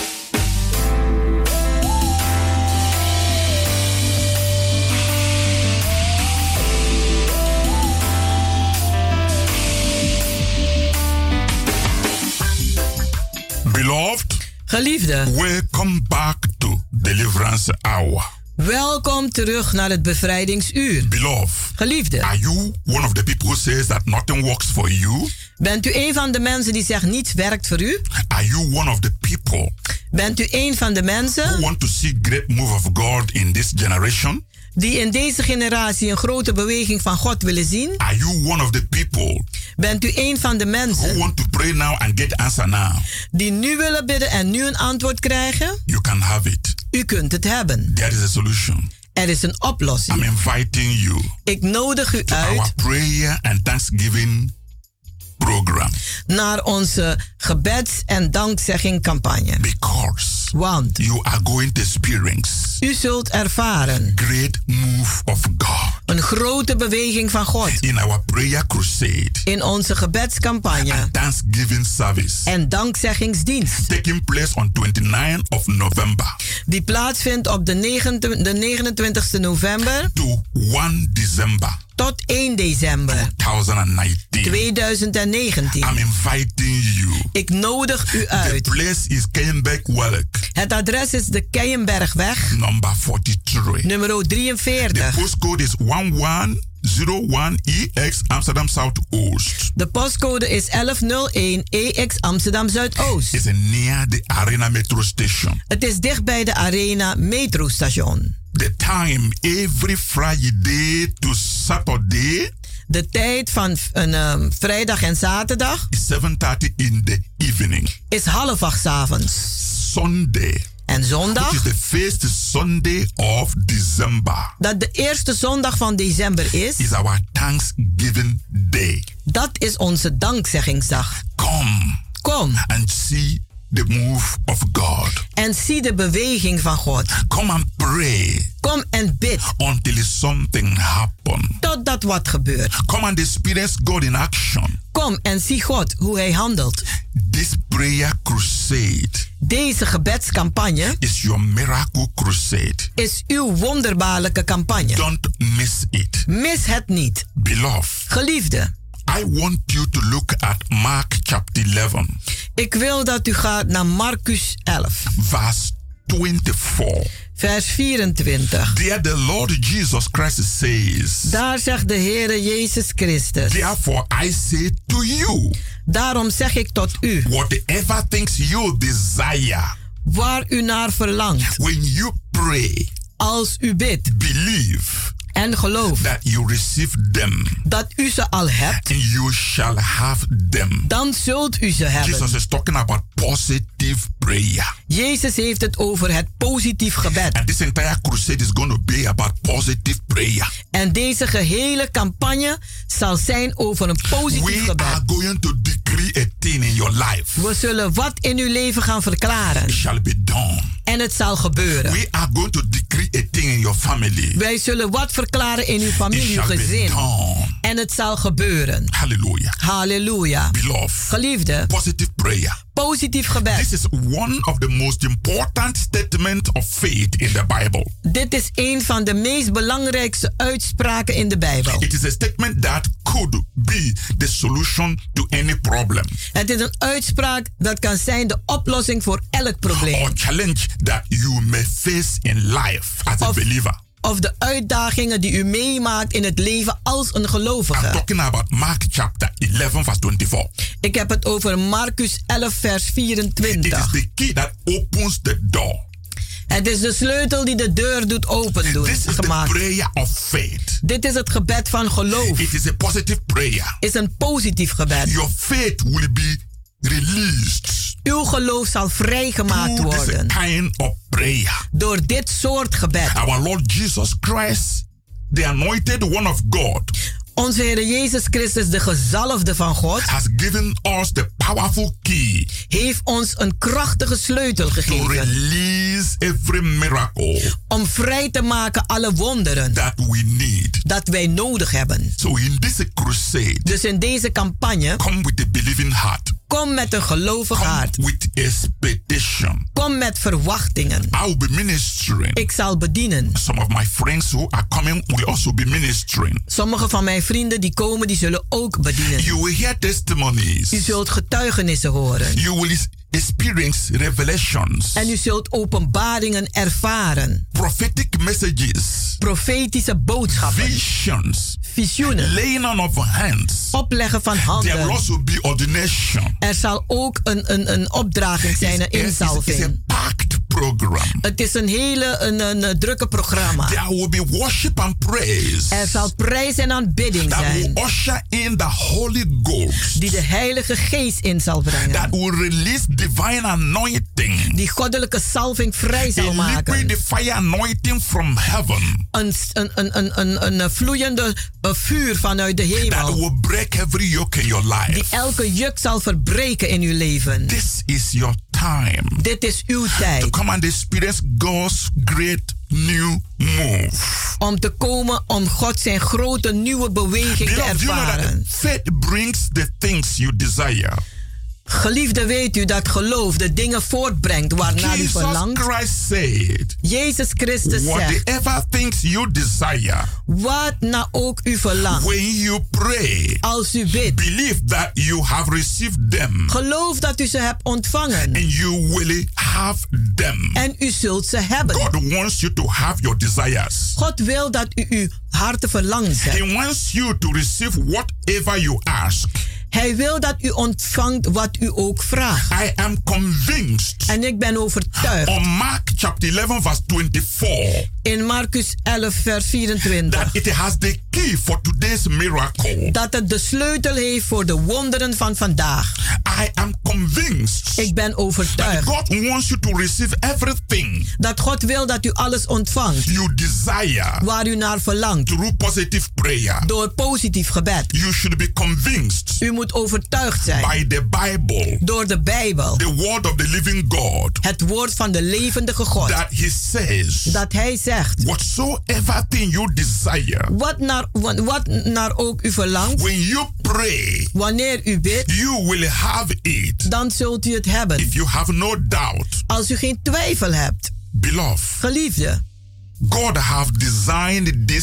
Beloved, geliefde, welcome back to Deliverance Hour. Welkom terug naar het bevrijdingsuur. Beloved, geliefde, are you one of the people who says that nothing works for you? Bent u een van de mensen die zegt niets werkt voor u? Are you one of the people? Bent u een van de mensen who want to see great move of God in this generation? Die in deze generatie een grote beweging van God willen zien? Are you one of the people? Bent u een van de mensen who want to pray now and get answer now? Die nu willen bidden en nu een antwoord krijgen? You can have it. U kunt het hebben. There is a solution. Er is een oplossing. I'm inviting you. Ik nodig u to uit. Our prayer and Thanksgiving program. Naar onze gebeds- en dankzegging campagne. Because Want you are going to experience u zult ervaren great move of God. Een grote beweging van God. In our prayer crusade. In onze gebedscampagne. And Thanksgiving service. En dankzeggingsdienst. Taking place on twenty-ninth of November. Die plaatsvindt op de, negenentwintigste november. To one December. Tot één december twenty nineteen. I'm inviting you. Ik nodig u uit. The place is Keienbergweg. Het adres is de Keienbergweg. Number forty-three. Nummer drieënveertig. The postcode is one one zero one E X Amsterdam Zuidoost. De postcode is elf nul één E X Amsterdam Zuidoost. It's near the Arena Metro Station. Het is dicht bij de Arena Metro Station. The time every Friday to Saturday. De tijd van een um, vrijdag en zaterdag is seven thirty in the evening. Is half acht 's avonds. Sunday. En zondag, which is the first Sunday of December, dat de eerste zondag van december is, is our Thanksgiving Day. Dat is onze dankzeggingsdag. Come, kom and see the move of God. En zie de beweging van God. Come and pray. Kom en bid. Until something happens. Totdat wat gebeurt. Come and experience God in action. Kom en zie God hoe hij handelt. This prayer crusade. Deze gebedscampagne is your miracle crusade. Is uw wonderbaarlijke campagne. Don't miss it. Mis het niet. Beloved. Geliefde. I want you to look at Mark chapter eleven. Ik wil dat u gaat naar Marcus elf. Vers twenty-four. Vers vierentwintig. There the Lord Jesus Christ says. Daar zegt de Heere Jezus Christus. Therefore I say to you. Daarom zeg ik tot u. Whatever things you desire. Waar u naar verlangt. When you pray. Als u bidt. Believe. En geloof that you receive them. Dat u ze al hebt. And you shall have them. Dan zult u ze hebben. Jesus is talking about positive prayer. Jezus heeft het over het positief gebed. And this entire crusade is going to be about positive prayer. En deze gehele campagne zal zijn over een positief We gebed. Are going to decree a thing in your life. We zullen wat in uw leven gaan verklaren. It shall be done. En het zal gebeuren. We are going to decree a thing in your family. Wij zullen wat verklaren in uw familie, uw gezin. En het zal gebeuren. Halleluja. Halleluja. Beloved. Geliefde. Positive prayer. Positief gebed. This is one of the most important statements of faith in the Bible. Dit is een van de meest belangrijkste uitspraken in de Bijbel. It is a statement that could be the solution to any problem. Het is een uitspraak dat kan zijn de oplossing voor elk probleem. Or challenge that you may face in life as a of, believer. Of de uitdagingen die u meemaakt in het leven als een gelovige. I'm talking about Mark chapter eleven verse twenty-four. Ik heb het over Marcus elf vers vierentwintig. It is the key that opens the door. Het is de sleutel die de deur doet open doen. This is gemaakt. the prayer of faith. Dit is het gebed van geloof. It is a positive prayer. Is een positief gebed. Your faith will be released. Uw geloof zal vrijgemaakt worden. Kind of prayer. Door dit soort gebed. Our Lord Jesus Christ, the anointed one of God, onze Heer Jezus Christus, de gezalfde van God, has given us the powerful key, heeft ons een krachtige sleutel gegeven, to release every miracle, om vrij te maken alle wonderen, that we need, dat wij nodig hebben. So in this crusade, dus in deze campagne, come with a believing heart. Kom met een gelovig hart. With expectation. Kom met verwachtingen. I will be ministering. Ik zal bedienen. Some of my friends who are coming will also be ministering. Sommige van mijn vrienden die komen, die zullen ook bedienen. You will hear testimonies. U zult getuigenissen horen. You will experience revelations. En u zult openbaringen ervaren. Prophetic messages. Profetische boodschappen. Visions. Visioenen. Laying on of hands. Opleggen van handen. There will also be ordination. Er zal ook een, een, een opdraging zijn, een inzalving. It's a packed program. Het is een hele een, een, een drukke programma. There will be worship and praise. Er zal prijs en aanbidding that zijn. Will usher in the Holy Ghost. Die de Heilige Geest in zal brengen. That will release divine anointing. Die goddelijke salving vrij zal a maken. Liquid fire anointing from heaven. Een, een, een, een, een, een vloeiende een vuur vanuit de hemel. That will break every yoke in your life. Die elke juk zal verbreken in uw leven. This is your time. Dit is uw tijd. To come and experience God's great new move. Om te komen om God zijn grote nieuwe beweging te ervaren. Faith brings the things you desire. Geliefde, weet u dat geloof de dingen voortbrengt waarnaar u verlangt? Christ said, Jezus Christus zegt, whatever things you desire, wat nou ook u verlangt, when you pray, als u bidt, believe that you have received them, geloof dat u ze hebt ontvangen, and you will have them. En u zult ze hebben. God wants you to have your desires. God wil dat u uw harte verlangt zet. He wants you to receive whatever you ask. Hij wil dat u ontvangt wat u ook vraagt. I am convinced. En ik ben overtuigd. On Mark chapter eleven verse twenty-four. In Marcus elf vers vierentwintig. That it has the key for today's miracle. Dat het de sleutel heeft voor de wonderen van vandaag. I am convinced. Ik ben overtuigd. That God wants you to receive everything. Dat God wil dat u alles ontvangt. You desire. Waar u naar verlangt. Through positive prayer. Door positief gebed. You should be convinced. U moet overtuigd zijn. By the Bible. Door de Bijbel. The word of the living God. Het woord van de levendige God. That he says. Dat hij zegt. Whatsoever thing you desire. Wat naar, wat naar ook u verlangt. When you pray. Wanneer u bidt. You will have it. Dan zult u het hebben. If you have no doubt. Als u geen twijfel hebt. Beloved. Geliefde. God have designed this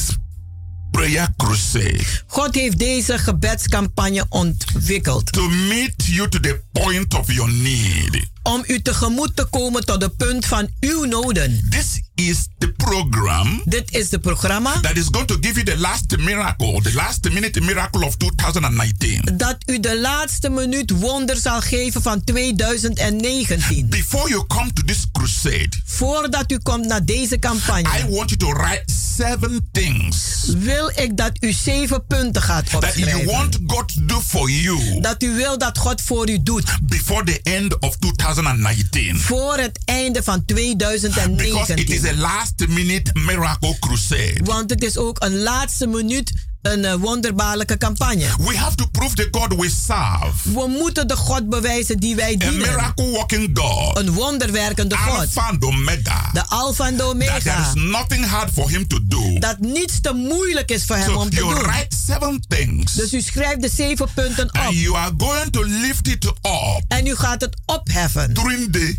prayer crusade. God heeft deze gebedscampagne ontwikkeld. To meet you to the point of your need. Om u tegemoet te komen tot het punt van uw noden. This is the program. Dit is het programma. That is going to give you the last miracle, the last minute miracle of twenty nineteen. Dat u de laatste minuut wonder zal geven van twintig negentien. Before you come to this crusade. Voordat u komt naar deze campagne. I want you to write seven things. Wil ik dat u zeven punten gaat opschrijven. That you want God to do for you. Dat u wil dat God voor u doet. Before the end of twenty nineteen. Voor het einde van twintig negentien. Because it is a last minute miracle crusade. Want het is ook een laatste minuut een uh, wonderbaarlijke campagne. We have to prove the God we serve. We moeten de God bewijzen die wij dienen. A miracle working God. Een wonderwerkende God. Alpha and Omega. De Alpha en de Omega. That there is nothing hard for him to do. Dat niets te moeilijk is voor hem so om te you doen. Write seven things. Dus u schrijft de zeven punten op. And you are going to lift it up. En u gaat het opheffen. During the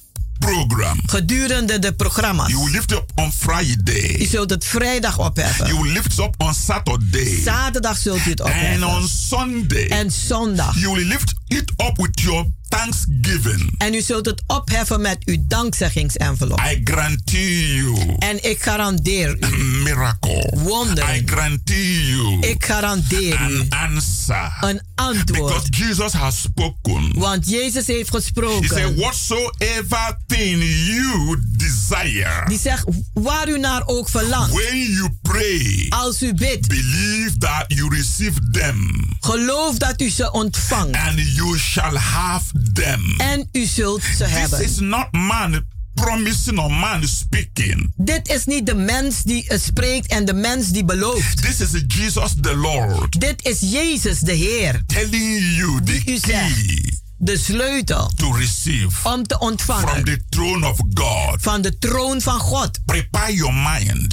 program. Gedurende de programma's. You will lift it up on Friday. U zult het vrijdag opheffen. You will lift it up on Saturday. Zaterdag zult u het opheffen. And on Sunday. En zondag. You will lift it up with your thanksgiving. En u zult het opheffen met uw dankzeggingsenvelop. I guarantee you. En ik garandeer u. A miracle. Wonderen. I guarantee you. Ik garandeer an u. answer. Een antwoord. Because Jesus has spoken. Want Jezus heeft gesproken. He said, whatsoever thing you desire. Die zegt, waar u naar ook verlangt. When you pray. Als u bidt. Believe that you receive them. Geloof dat u ze ontvangt. And you shall have them. En u zult ze This hebben. is not man promising or man speaking. Dit is niet de mens die uh, spreekt en de mens die belooft. This is Jesus the Lord. Dit is Jezus de Heer. Telling you the die u key. Zegt, de sleutel to receive om te ontvangen from the throne of God. Van de troon van God. Prepare your mind.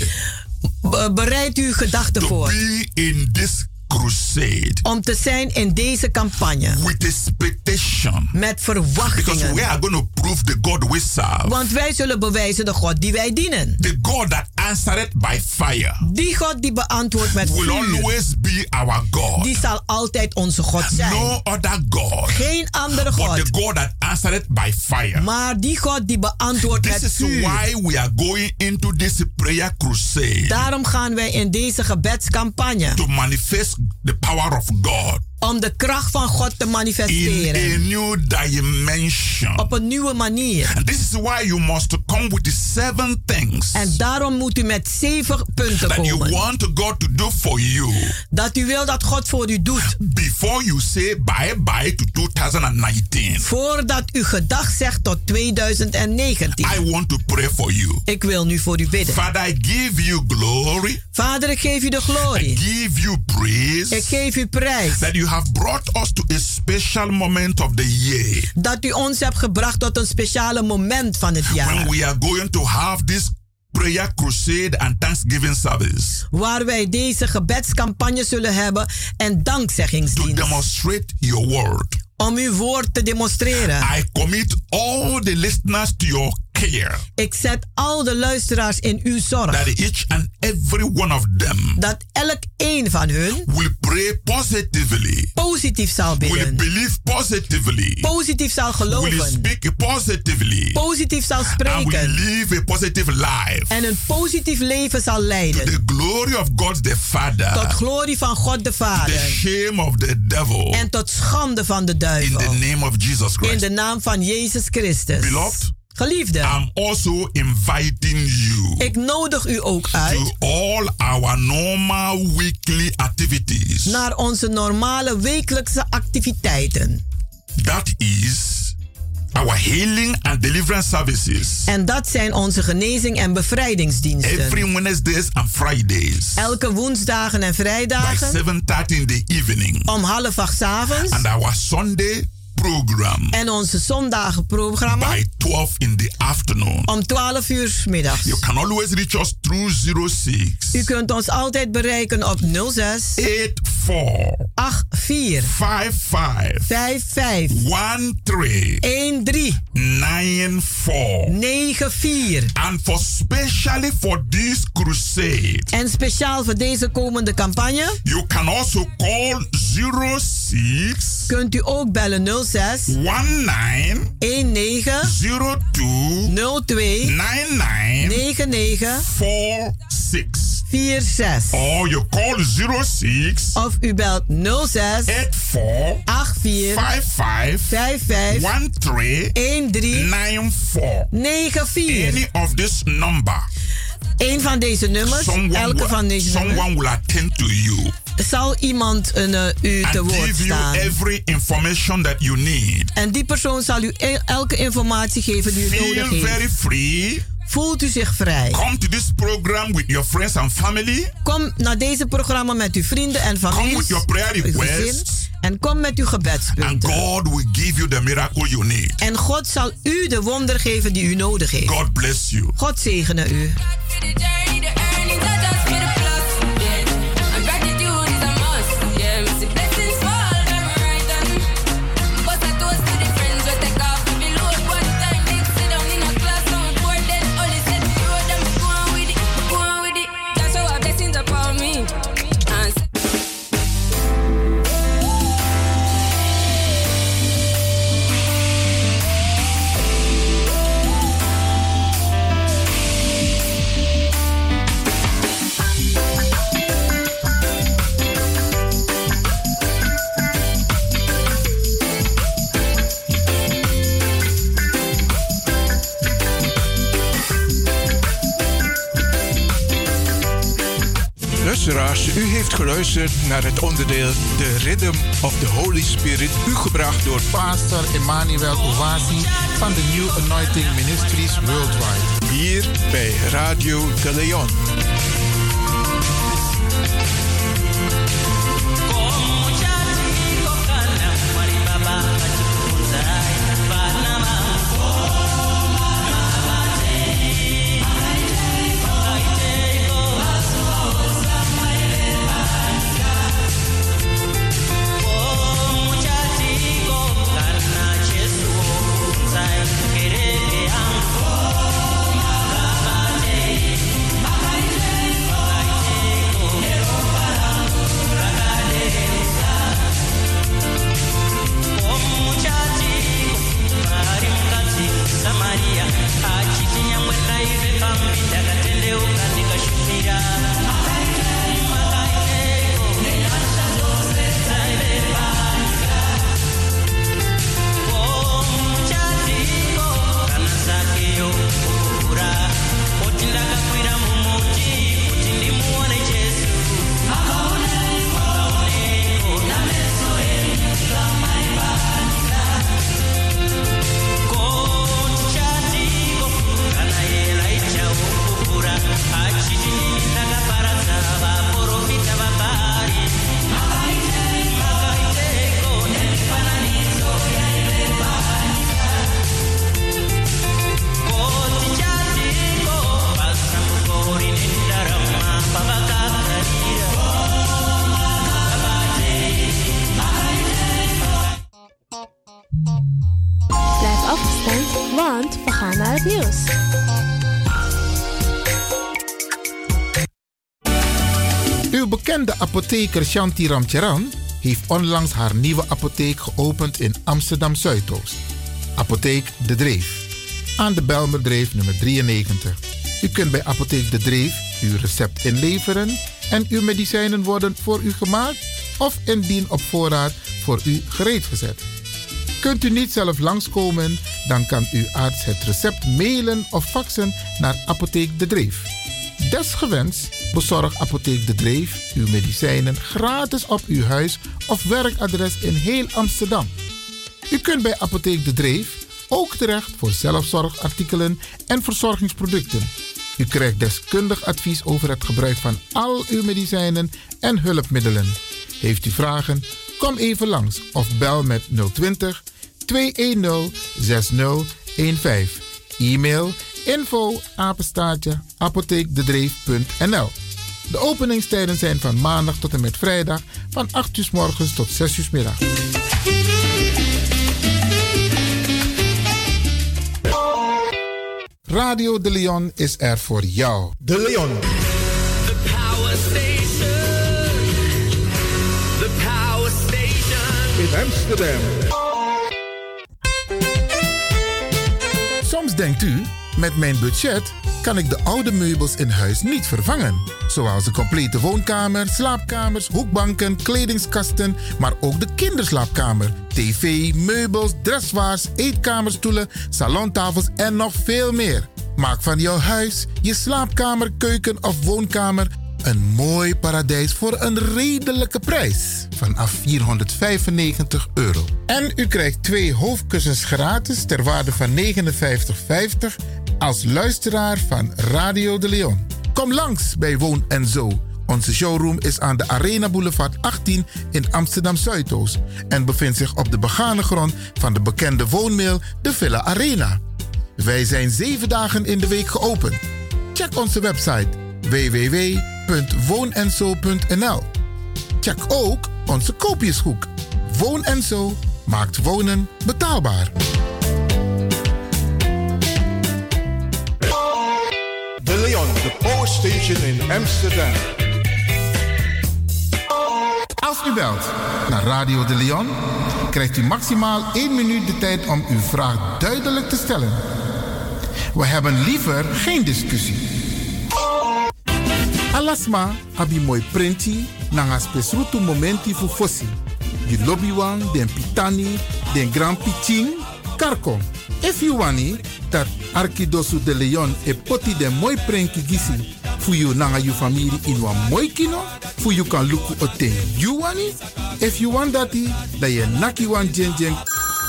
Be- bereid uw gedachten to voor. Be in this crusade. Om te zijn in deze campagne. With expectation. Met verwachtingen. Because we are going to prove the God we serve. Want wij zullen bewijzen de God die wij dienen. The God that answered by fire. Die God die beantwoordt met will vuur. Always be our God. Die zal altijd onze God zijn. No other God. Geen andere God. But the God that answered by fire. Maar die God die beantwoordt this met vuur. This is why we are going into this prayer crusade. Daarom gaan wij in deze gebedscampagne. To manifest the power of God. Om de kracht van God te manifesteren. In a new dimension. Op een nieuwe manier. And this is why you must come with the seven things. En daarom moet u met zeven punten that komen. You want God to do for you. Dat u wil dat God voor u doet. Before you say bye bye to twenty nineteen. Voordat u gedag zegt tot twintig negentien. I want to pray for you. Ik wil nu voor u bidden. Father, I give you glory. Vader, ik geef u de glorie. I give you praise. Ik geef u prijs. That you have brought us to a special moment of the year. Dat u ons hebt gebracht tot een speciale moment van het jaar. When we are going to have this prayer crusade and thanksgiving service. Waar wij deze gebedscampagne zullen hebben en dankzeggingsdienst. To demonstrate your word. Om uw woord te demonstreren. I commit all the listeners to your care. Ik zet al de luisteraars in uw zorg. That each and every one of them. Dat elk een van hun. Will pray positively. Positief zal bidden. Will believe positively. Positief zal geloven. Will speak positively. Positief zal spreken. And will live a positive life. En een positief leven zal leiden. To the glory of God the Father. Tot glorie van God de Vader. To the shame of the devil. En tot schande van de duivel. In the name of Jesus Christ. In de naam van Jezus Christus. Beloved. Geliefde, I'm also inviting you. Ik nodig u ook uit. To all our normal weekly activities. Naar onze normale wekelijkse activiteiten. That is our healing and deliverance services. En dat zijn onze genezing en bevrijdingsdiensten. Every Wednesdays and Fridays. Elke woensdagen en vrijdagen. By seven thirty in the evening. Om half acht 's avonds. And our Sunday program. En onze zondagenprogramma. By twelve in the afternoon. Om twaalf uur 's middags. You can always reach us through zero six. U kunt ons altijd bereiken op nul zes acht vier vijf vijf vijf vijf one three een drie nine four negen vier. And for specially for this crusade. En speciaal voor deze komende campagne. You can also call zero six. Kunt u ook bellen nul zes nine negen zero two nul twee nine nine negen negen four six vier zes. Or you call zero six Of u belt nul zes acht vier vijf vijf vijf vijf one three een drie nine four negen vier. Any of this number. Een van deze nummers, someone elke will, van deze someone nummers, will attend to you. Zal iemand een, uh, u and te woord give staan. You every information that you need. En die persoon zal u e- elke informatie geven die u Feel nodig heeft. very free. Voelt u zich vrij. Come to this program with your friends and family. Kom naar deze programma met uw vrienden en familie. Come with your prayer requests. En kom met uw gebedspunten. And God will give you the miracle you need. En God zal u de wonder geven die u nodig heeft. God bless you. God zegene u. U heeft geluisterd naar het onderdeel The Rhythm of the Holy Spirit, u gebracht door Pastor Emmanuel Owasi van de New Anointing Ministries Worldwide. Hier bij Radio De Leon. De apotheker Shanti Ramcharan heeft onlangs haar nieuwe apotheek geopend in Amsterdam Zuidoost. Apotheek De Dreef. Aan de Bijlmerdreef nummer drieënnegentig. U kunt bij Apotheek De Dreef uw recept inleveren en uw medicijnen worden voor u gemaakt of indien op voorraad voor u gereed gezet. Kunt u niet zelf langskomen, dan kan uw arts het recept mailen of faxen naar Apotheek De Dreef. Desgewenst bezorgt Apotheek De Dreef uw medicijnen gratis op uw huis of werkadres in heel Amsterdam. U kunt bij Apotheek De Dreef ook terecht voor zelfzorgartikelen en verzorgingsproducten. U krijgt deskundig advies over het gebruik van al uw medicijnen en hulpmiddelen. Heeft u vragen? Kom even langs of bel met nul twintig, tweehonderd, zestig vijftien. E-mail info apenstaartje apotheekdedreef punt n l. De openingstijden zijn van maandag tot en met vrijdag van acht uur 's morgens tot zes uur 's middag. Radio De Leon is er voor jou. De Leon. The Power Station. The Power Station. In Amsterdam. Soms denkt u, met mijn budget kan ik de oude meubels in huis niet vervangen. Zoals de complete woonkamer, slaapkamers, hoekbanken, kledingskasten, maar ook de kinderslaapkamer, tv, meubels, dressoirs, eetkamerstoelen, salontafels en nog veel meer. Maak van jouw huis, je slaapkamer, keuken of woonkamer een mooi paradijs voor een redelijke prijs. Vanaf vierhonderdvijfennegentig euro. En u krijgt twee hoofdkussens gratis ter waarde van negenenvijftig vijftig als luisteraar van Radio De Leon. Kom langs bij Woon en Zo. Onze showroom is aan de Arena Boulevard achttien in Amsterdam Zuidoost en bevindt zich op de begane grond van de bekende woonmail de Villa Arena. Wij zijn zeven dagen in de week geopend. Check onze website w w w punt woon en zo punt n l. Check ook onze koopjeshoek. Woon en Zo maakt wonen betaalbaar. De Leon, de Power Station in Amsterdam. Als u belt naar Radio De Leon, krijgt u maximaal één minuut de tijd om uw vraag duidelijk te stellen. We hebben liever geen discussie. Alasma abi mooi printi nanga spesrutu momenti fu fossi. Di lobbywan, den pitani, den grand piching, karko. If you wani dat Arkidosu de Leon e poti den mooi prenki gisi Voor je nanga je familie in een mooi kino. Voor je kan luku oten you wani. If you want dat, dan je naki wan jen jen.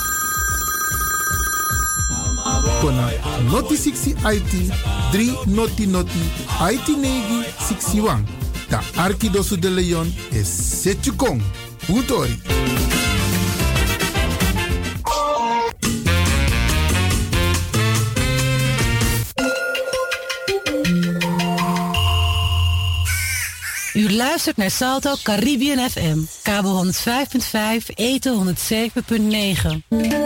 Kona noti sixty I T three noti noti I T negen sixty-one. Da Arkidosu de Leon is Setjukong. Utori. U luistert naar Salto Caribbean F M. Kabel honderdvijf komma vijf, eten honderdzeven komma negen.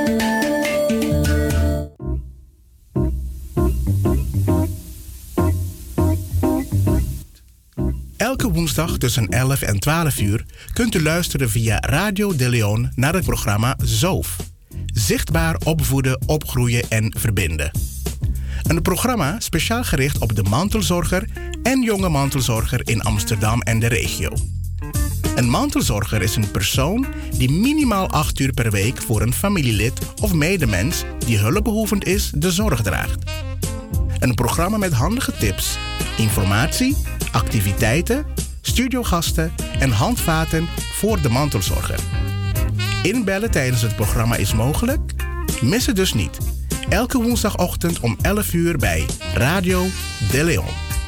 Elke woensdag tussen elf en twaalf uur kunt u luisteren via Radio de Leon naar het programma Zoof. Zichtbaar opvoeden, opgroeien en verbinden. Een programma speciaal gericht op de mantelzorger en jonge mantelzorger in Amsterdam en de regio. Een mantelzorger is een persoon die minimaal acht uur per week voor een familielid of medemens die hulpbehoevend is de zorg draagt. Een programma met handige tips, informatie, activiteiten, studiogasten en handvaten voor de mantelzorger. Inbellen tijdens het programma is mogelijk? Mis het dus niet. Elke woensdagochtend om elf uur bij Radio de Leon.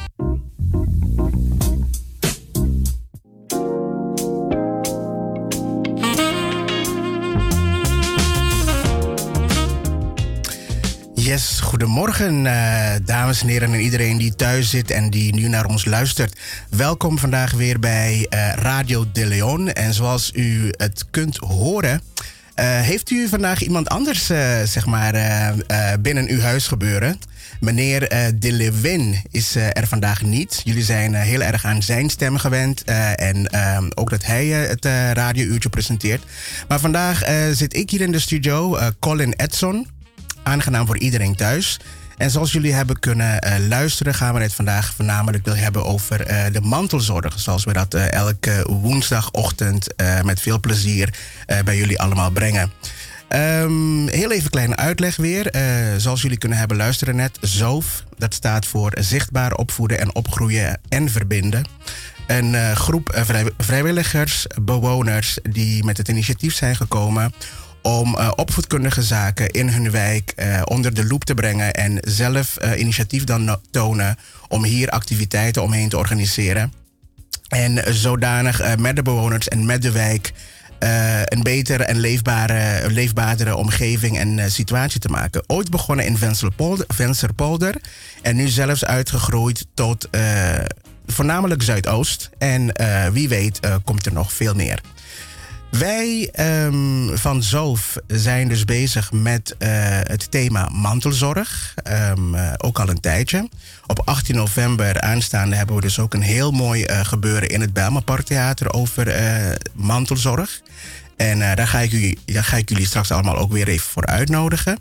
Yes, goedemorgen uh, dames en heren en iedereen die thuis zit en die nu naar ons luistert. Welkom vandaag weer bij uh, Radio de Leon. En zoals u het kunt horen, uh, heeft u vandaag iemand anders uh, zeg maar, uh, uh, binnen uw huis gebeuren. Meneer uh, De Lewin is uh, er vandaag niet. Jullie zijn uh, heel erg aan zijn stem gewend. Uh, en uh, ook dat hij uh, het uh, radiouurtje presenteert. Maar vandaag uh, zit ik hier in de studio, uh, Colin Edson. Aangenaam voor iedereen thuis. En zoals jullie hebben kunnen uh, luisteren, gaan we het vandaag voornamelijk wil hebben over uh, de mantelzorg. Zoals we dat uh, elke woensdagochtend uh, met veel plezier uh, bij jullie allemaal brengen. Um, heel even kleine uitleg weer. Uh, zoals jullie kunnen hebben luisteren net. Zoof, dat staat voor zichtbaar opvoeden en opgroeien en verbinden. Een uh, groep uh, vrij, vrijwilligers, bewoners die met het initiatief zijn gekomen om uh, opvoedkundige zaken in hun wijk uh, onder de loep te brengen en zelf uh, initiatief dan no- tonen om hier activiteiten omheen te organiseren. En zodanig uh, met de bewoners en met de wijk uh, een betere en leefbare, leefbaardere omgeving en uh, situatie te maken. Ooit begonnen in Vensterpolder, Vensterpolder en nu zelfs uitgegroeid tot uh, voornamelijk Zuidoost. En uh, wie weet uh, komt er nog veel meer. Wij um, van Zoof zijn dus bezig met uh, het thema mantelzorg. Um, uh, ook al een tijdje. Op achttien november aanstaande hebben we dus ook een heel mooi uh, gebeuren in het Bijlmerparktheater over uh, mantelzorg. En uh, daar, ga ik u, daar ga ik jullie straks allemaal ook weer even voor uitnodigen.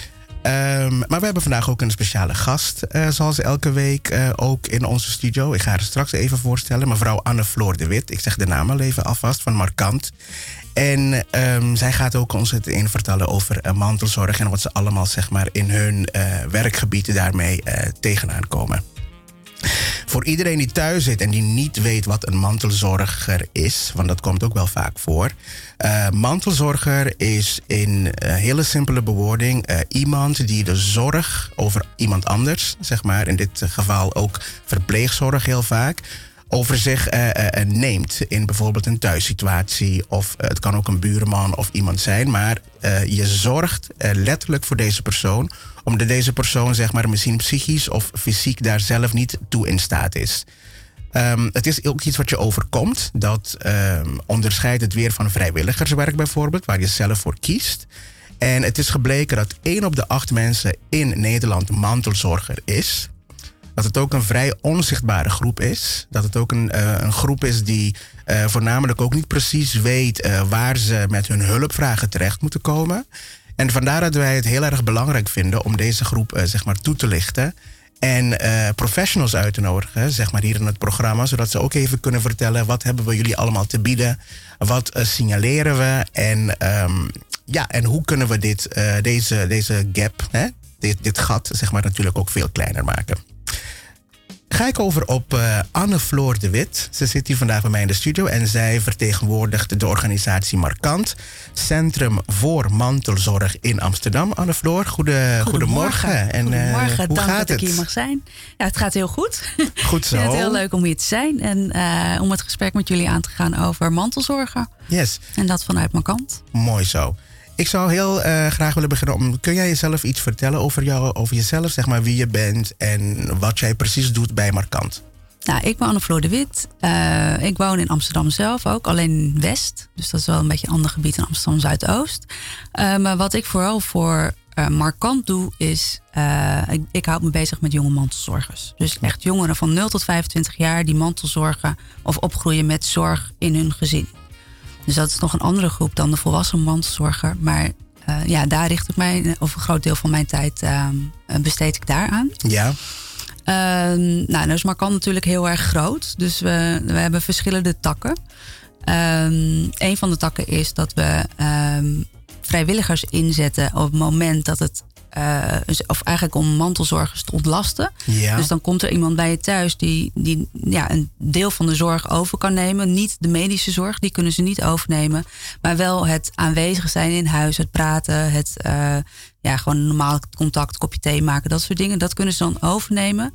Um, maar we hebben vandaag ook een speciale gast, uh, zoals elke week uh, ook in onze studio. Ik ga haar straks even voorstellen, mevrouw Anne-Floor de Wit. Ik zeg de naam al even alvast, van Markant. En um, zij gaat ook ons het in vertellen over uh, mantelzorg en wat ze allemaal zeg maar, in hun uh, werkgebieden daarmee uh, tegenaan komen. Voor iedereen die thuis zit en die niet weet wat een mantelzorger is, want dat komt ook wel vaak voor. Uh, mantelzorger is in uh, hele simpele bewoording uh, iemand die de zorg over iemand anders, zeg maar, in dit geval ook verpleegzorg heel vaak, over zich uh, uh, neemt in bijvoorbeeld een thuissituatie of uh, het kan ook een buurman of iemand zijn, maar uh, je zorgt uh, letterlijk voor deze persoon omdat deze persoon zeg maar misschien psychisch of fysiek daar zelf niet toe in staat is. Um, het is ook iets wat je overkomt. Dat um, onderscheidt het weer van vrijwilligerswerk bijvoorbeeld, waar je zelf voor kiest. En het is gebleken dat één op de acht mensen in Nederland mantelzorger is. Dat het ook een vrij onzichtbare groep is. Dat het ook een, uh, een groep is die uh, voornamelijk ook niet precies weet uh, waar ze met hun hulpvragen terecht moeten komen. En vandaar dat wij het heel erg belangrijk vinden om deze groep uh, zeg maar toe te lichten. En uh, professionals uit te nodigen, zeg maar hier in het programma, zodat ze ook even kunnen vertellen wat hebben we jullie allemaal te bieden, wat uh, signaleren we en, um, ja, en hoe kunnen we dit, uh, deze, deze gap, hè, dit, dit gat, zeg maar natuurlijk ook veel kleiner maken. ga ik over op uh, Anne-Floor de Wit. Ze zit hier vandaag bij mij in de studio en zij vertegenwoordigt de organisatie Markant, Centrum voor Mantelzorg in Amsterdam. Anne-Floor, goede, goedemorgen. Goedemorgen. En, uh, Goedemorgen, hoe dank gaat dat het? ik hier mag zijn. Ja, het gaat heel goed. Goed zo. Ik vind het heel leuk om hier te zijn en uh, om het gesprek met jullie aan te gaan over mantelzorgen. Yes. En dat vanuit Markant. Mooi zo. Ik zou heel uh, graag willen beginnen om... Kun jij jezelf iets vertellen over, jou, over jezelf? Zeg maar wie je bent en wat jij precies doet bij Markant. Nou, ik ben Anne-Floor de Wit. Uh, ik woon in Amsterdam zelf ook, alleen in West. Dus dat is wel een beetje een ander gebied in Amsterdam Zuidoost. Uh, maar wat ik vooral voor uh, Markant doe, is... Uh, ik, ik houd me bezig met jonge mantelzorgers. Dus echt jongeren van nul tot vijfentwintig jaar... die mantelzorgen of opgroeien met zorg in hun gezin. Dus dat is nog een andere groep dan de volwassen mantelzorger. Maar uh, ja, daar richt ik mij, of een groot deel van mijn tijd uh, besteed ik daaraan. Ja. Uh, nou, dus Markant natuurlijk heel erg groot. Dus we, we hebben verschillende takken. Um, een van de takken is dat we um, vrijwilligers inzetten op het moment dat het... Uh, of eigenlijk om mantelzorgers te ontlasten. Ja. Dus dan komt er iemand bij je thuis die, die ja, een deel van de zorg over kan nemen. Niet de medische zorg, die kunnen ze niet overnemen. Maar wel het aanwezig zijn in huis, het praten, het uh, ja, gewoon normaal contact, kopje thee maken, dat soort dingen. Dat kunnen ze dan overnemen.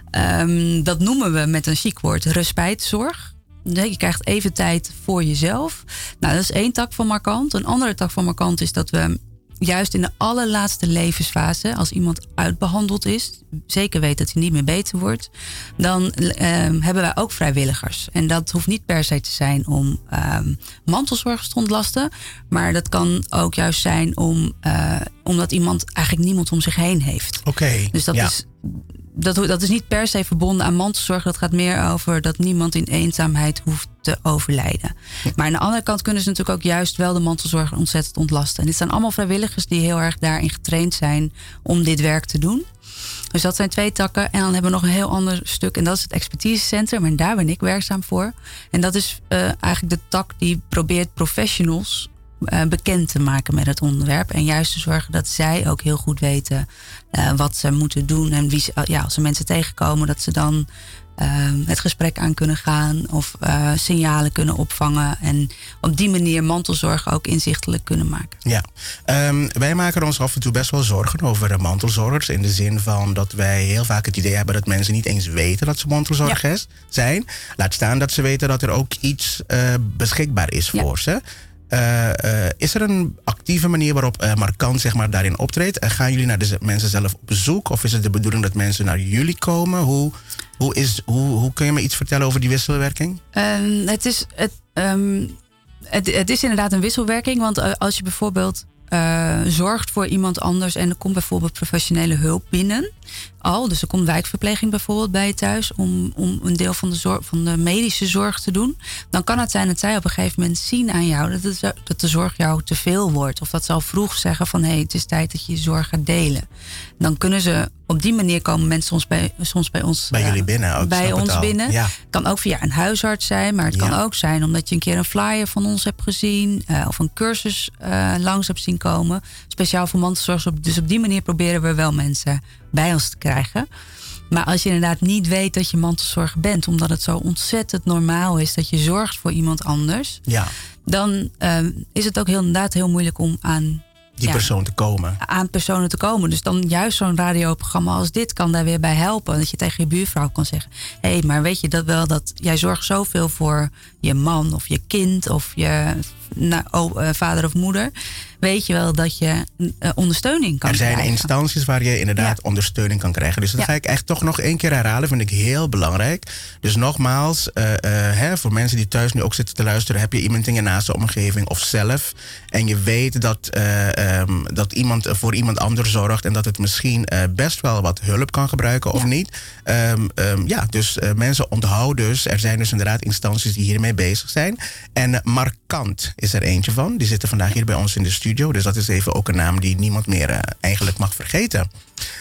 Um, dat noemen we met een chic woord respijtzorg. Je krijgt even tijd voor jezelf. Nou, dat is één tak van Markant. Een andere tak van Markant is dat we juist in de allerlaatste levensfase, als iemand uitbehandeld is, zeker weet dat hij niet meer beter wordt, dan uh, hebben wij ook vrijwilligers. En dat hoeft niet per se te zijn om uh, mantelzorgers te ontlasten, maar dat kan ook juist zijn om, uh, omdat iemand eigenlijk niemand om zich heen heeft. Oké. Okay, dus dat ja. is... Dat, dat is niet per se verbonden aan mantelzorg. Dat gaat meer over dat niemand in eenzaamheid hoeft te overlijden. Maar aan de andere kant kunnen ze natuurlijk ook juist wel de mantelzorg ontzettend ontlasten. En dit zijn allemaal vrijwilligers die heel erg daarin getraind zijn om dit werk te doen. Dus dat zijn twee takken. En dan hebben we nog een heel ander stuk. En dat is het expertisecentrum. En daar ben ik werkzaam voor. En dat is uh, eigenlijk de tak die probeert professionals Uh, bekend te maken met het onderwerp. En juist te zorgen dat zij ook heel goed weten uh, wat ze moeten doen. En wie ze, uh, ja, als ze mensen tegenkomen, dat ze dan uh, het gesprek aan kunnen gaan. Of uh, signalen kunnen opvangen. En op die manier mantelzorg ook inzichtelijk kunnen maken. Ja, um, wij maken ons af en toe best wel zorgen over de mantelzorgers. In de zin van dat wij heel vaak het idee hebben dat mensen niet eens weten dat ze mantelzorgers ja. zijn. Laat staan dat ze weten dat er ook iets uh, beschikbaar is voor ja. ze. Uh, uh, is er een actieve manier waarop uh, Markant zeg maar, daarin optreedt? Uh, gaan jullie naar de mensen zelf op bezoek? Of is het de bedoeling dat mensen naar jullie komen? Hoe, hoe, is, hoe, hoe kun je me iets vertellen over die wisselwerking? Um, het, is, het, um, het, het is inderdaad een wisselwerking. Want uh, als je bijvoorbeeld uh, zorgt voor iemand anders en er komt bijvoorbeeld professionele hulp binnen. Al, dus er komt wijkverpleging bijvoorbeeld bij je thuis om, om een deel van de, zorg, van de medische zorg te doen. Dan kan het zijn dat zij op een gegeven moment zien aan jou dat, het, dat de zorg jou te veel wordt. Of dat ze al vroeg zeggen van hé, hey, het is tijd dat je je zorg gaat delen. Dan kunnen ze op die manier komen mensen soms bij, soms bij ons bij jullie binnen. Ook, bij ons binnen. Ja. Kan ook via een huisarts zijn, maar het ja. kan ook zijn omdat je een keer een flyer van ons hebt gezien uh, of een cursus uh, langs hebt zien komen. Speciaal voor mantelzorgers. Dus op die manier proberen we wel mensen bij ons te krijgen. Maar als je inderdaad niet weet dat je mantelzorger bent, omdat het zo ontzettend normaal is dat je zorgt voor iemand anders, ja. dan uh, is het ook heel, inderdaad heel moeilijk om aan die ja, persoon te komen. Aan personen te komen. Dus dan juist zo'n radioprogramma als dit kan daar weer bij helpen. Dat je tegen je buurvrouw kan zeggen, hé, hey, maar weet je dat wel dat jij zorgt zoveel voor je man of je kind of je nou, oh, uh, vader of moeder. Weet je wel dat je uh, ondersteuning kan krijgen. Er zijn krijgen. instanties waar je inderdaad ja. ondersteuning kan krijgen. Dus dat ja. ga ik echt toch nog één keer herhalen. Vind ik heel belangrijk. Dus nogmaals, uh, uh, hè, voor mensen die thuis nu ook zitten te luisteren, heb je iemand in je naaste omgeving of zelf. En je weet dat, uh, um, dat iemand voor iemand anders zorgt. En dat het misschien uh, best wel wat hulp kan gebruiken of ja. niet. Um, um, ja, dus uh, mensen onthouden dus. Er zijn dus inderdaad instanties die hiermee bezig zijn. En uh, Markant is er eentje van. Die zitten vandaag hier bij ons in de studio. Dus dat is even ook een naam die niemand meer uh, eigenlijk mag vergeten.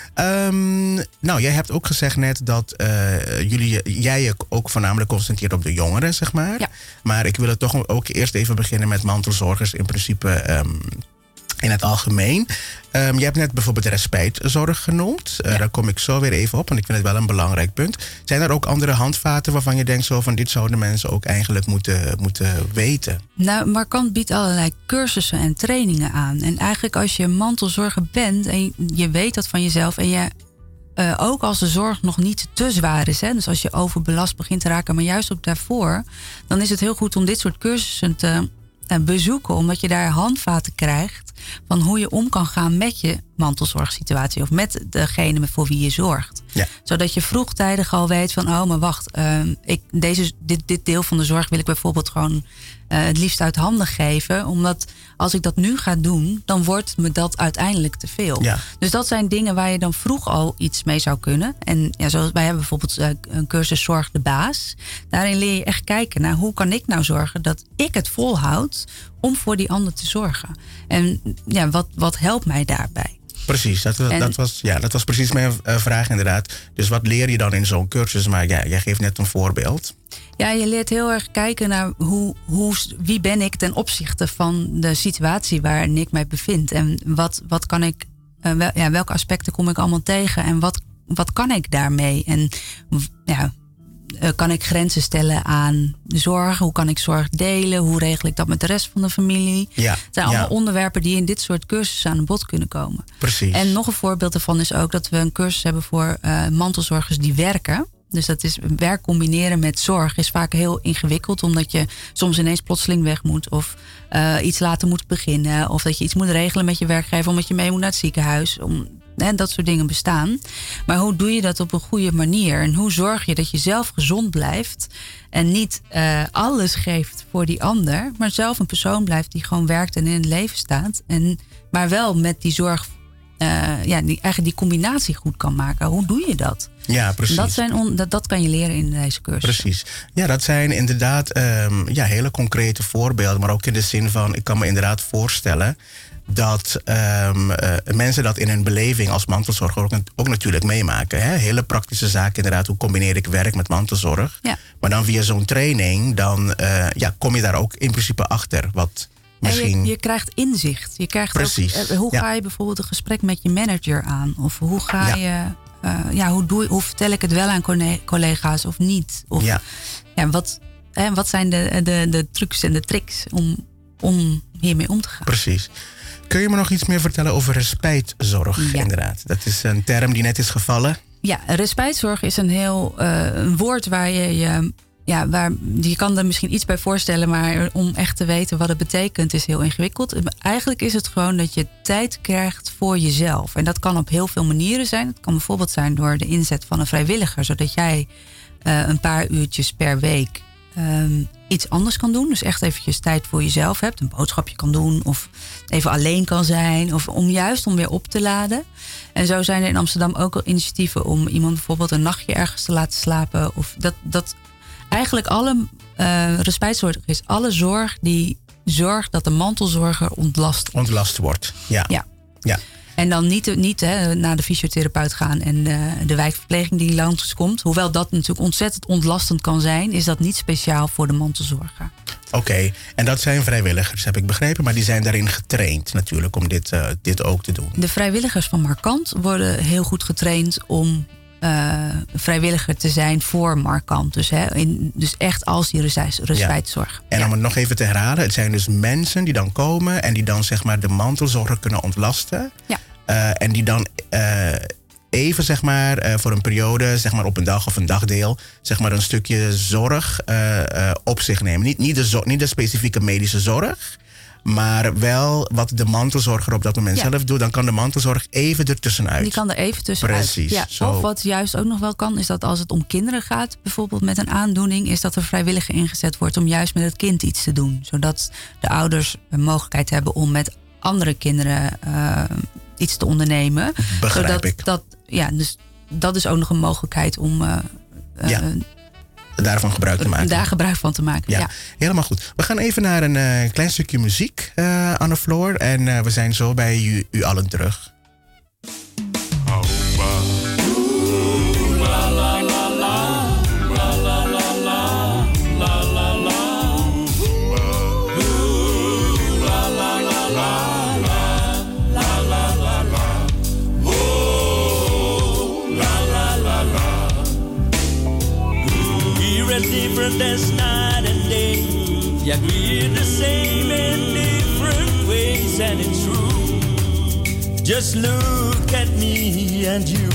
Um, nou, jij hebt ook gezegd net dat uh, jullie, jij je ook voornamelijk concentreert op de jongeren, zeg maar. Ja. Maar ik wil het toch ook eerst even beginnen met mantelzorgers. In principe um, in het algemeen. Um, je hebt net bijvoorbeeld respijtzorg genoemd. Uh, ja. Daar kom ik zo weer even op, want ik vind het wel een belangrijk punt. Zijn er ook andere handvaten waarvan je denkt zo van dit zouden mensen ook eigenlijk moeten, moeten weten? Nou, Markant biedt allerlei cursussen en trainingen aan. En eigenlijk als je mantelzorger bent en je, je weet dat van jezelf en je uh, ook als de zorg nog niet te zwaar is, hè, dus als je overbelast begint te raken, maar juist ook daarvoor, dan is het heel goed om dit soort cursussen te bezoeken, omdat je daar handvaten krijgt van hoe je om kan gaan met je mantelzorgsituatie of met degene voor wie je zorgt. Ja. Zodat je vroegtijdig al weet van, oh, maar wacht, uh, ik, deze, dit, dit deel van de zorg wil ik bijvoorbeeld gewoon uh, het liefst uit handen geven, omdat als ik dat nu ga doen, dan wordt me dat uiteindelijk te veel. Ja. Dus dat zijn dingen waar je dan vroeg al iets mee zou kunnen. En ja, zoals wij hebben bijvoorbeeld uh, een cursus Zorg de Baas. Daarin leer je echt kijken naar hoe kan ik nou zorgen dat ik het volhoud om voor die ander te zorgen. En ja, wat, wat helpt mij daarbij? Precies, dat, en, dat, was, ja, dat was precies mijn uh, vraag inderdaad. Dus wat leer je dan in zo'n cursus? Maar ja, jij geeft net een voorbeeld. Ja, je leert heel erg kijken naar hoe, hoe, wie ben ik ten opzichte van de situatie waarin ik mij bevind. En wat, wat kan ik, uh, wel, ja, welke aspecten kom ik allemaal tegen en wat, wat kan ik daarmee? En ja, uh, kan ik grenzen stellen aan zorg? Hoe kan ik zorg delen? Hoe regel ik dat met de rest van de familie? Ja, het zijn allemaal ja. onderwerpen die in dit soort cursussen aan de bod kunnen komen. Precies. En nog een voorbeeld daarvan is ook dat we een cursus hebben voor uh, mantelzorgers die werken. Dus dat is werk combineren met zorg is vaak heel ingewikkeld, omdat je soms ineens plotseling weg moet of uh, iets later moet beginnen, of dat je iets moet regelen met je werkgever omdat je mee moet naar het ziekenhuis. Om, hè, dat soort dingen bestaan. Maar hoe doe je dat op een goede manier? En hoe zorg je dat je zelf gezond blijft en niet uh, alles geeft voor die ander, maar zelf een persoon blijft die gewoon werkt en in het leven staat, en, maar wel met die zorg Uh, ja, die, eigenlijk die combinatie goed kan maken. Hoe doe je dat? Ja, precies. Dat, zijn on, dat, dat kan je leren in deze cursus. Precies. Ja, dat zijn inderdaad um, ja, hele concrete voorbeelden. Maar ook in de zin van, ik kan me inderdaad voorstellen dat um, uh, mensen dat in hun beleving als mantelzorger ook, ook natuurlijk meemaken. Hè? Hele praktische zaken inderdaad. Hoe combineer ik werk met mantelzorg? Ja. Maar dan via zo'n training, dan uh, ja, kom je daar ook in principe achter. Wat misschien... je, je krijgt inzicht. Je krijgt Precies. Ook, uh, hoe ja. ga je bijvoorbeeld een gesprek met je manager aan? Of hoe ga ja. je... Uh, ja, hoe, doe, hoe vertel ik het wel aan collega's of niet? Of, ja. Ja, wat, hè, wat zijn de, de, de trucs en de tricks om, om hiermee om te gaan? Precies. Kun je me nog iets meer vertellen over respijtzorg? Ja. Inderdaad. Dat is een term die net is gevallen. Ja, respijtzorg is een heel uh, een woord waar je je... Ja, waar, je kan er misschien iets bij voorstellen, maar om echt te weten wat het betekent is heel ingewikkeld. Eigenlijk is het gewoon dat je tijd krijgt voor jezelf. En dat kan op heel veel manieren zijn. Het kan bijvoorbeeld zijn door de inzet van een vrijwilliger, zodat jij uh, een paar uurtjes per week um, iets anders kan doen. Dus echt eventjes tijd voor jezelf hebt. Een boodschapje kan doen of even alleen kan zijn. Of om juist om weer op te laden. En zo zijn er in Amsterdam ook al initiatieven om iemand bijvoorbeeld een nachtje ergens te laten slapen. Of dat... dat Eigenlijk alle uh, respijtzorg is alle zorg die zorgt dat de mantelzorger ontlast wordt. Ontlast wordt, ja. ja. ja. En dan niet, niet hè, naar de fysiotherapeut gaan en de, de wijkverpleging die langskomt. Hoewel dat natuurlijk ontzettend ontlastend kan zijn, is dat niet speciaal voor de mantelzorger. Oké, okay. En dat zijn vrijwilligers, heb ik begrepen. Maar die zijn daarin getraind natuurlijk om dit, uh, dit ook te doen. De vrijwilligers van Markant worden heel goed getraind om... Uh, vrijwilliger te zijn voor Markant. Dus, hè, in, dus echt als die respijtzorg. Ja. En ja. om het nog even te herhalen, het zijn dus mensen die dan komen en die dan zeg maar de mantelzorger kunnen ontlasten. Ja. Uh, en die dan uh, even zeg maar uh, voor een periode, zeg maar op een dag of een dagdeel, zeg maar een stukje zorg uh, uh, op zich nemen. Niet, niet, de zo- niet de specifieke medische zorg, maar wel wat de mantelzorger op dat moment ja. zelf doet. Dan kan de mantelzorg even ertussenuit. Die kan er even tussenuit. Precies. Ja, zo. Of wat juist ook nog wel kan, is dat als het om kinderen gaat, bijvoorbeeld met een aandoening, is dat er vrijwilliger ingezet wordt om juist met het kind iets te doen. Zodat de ouders een mogelijkheid hebben om met andere kinderen uh, iets te ondernemen. Begrijp Zodat ik. Dat, ja, dus dat is ook nog een mogelijkheid om... Uh, ja. Uh, daarvan gebruik te maken. Daar gebruik van te maken, ja. ja. Helemaal goed. We gaan even naar een uh, klein stukje muziek, uh, Anne Floor. En uh, we zijn zo bij u, u allen terug. different as night and day. Yet we're the same in different ways, and it's true. Just look at me and you.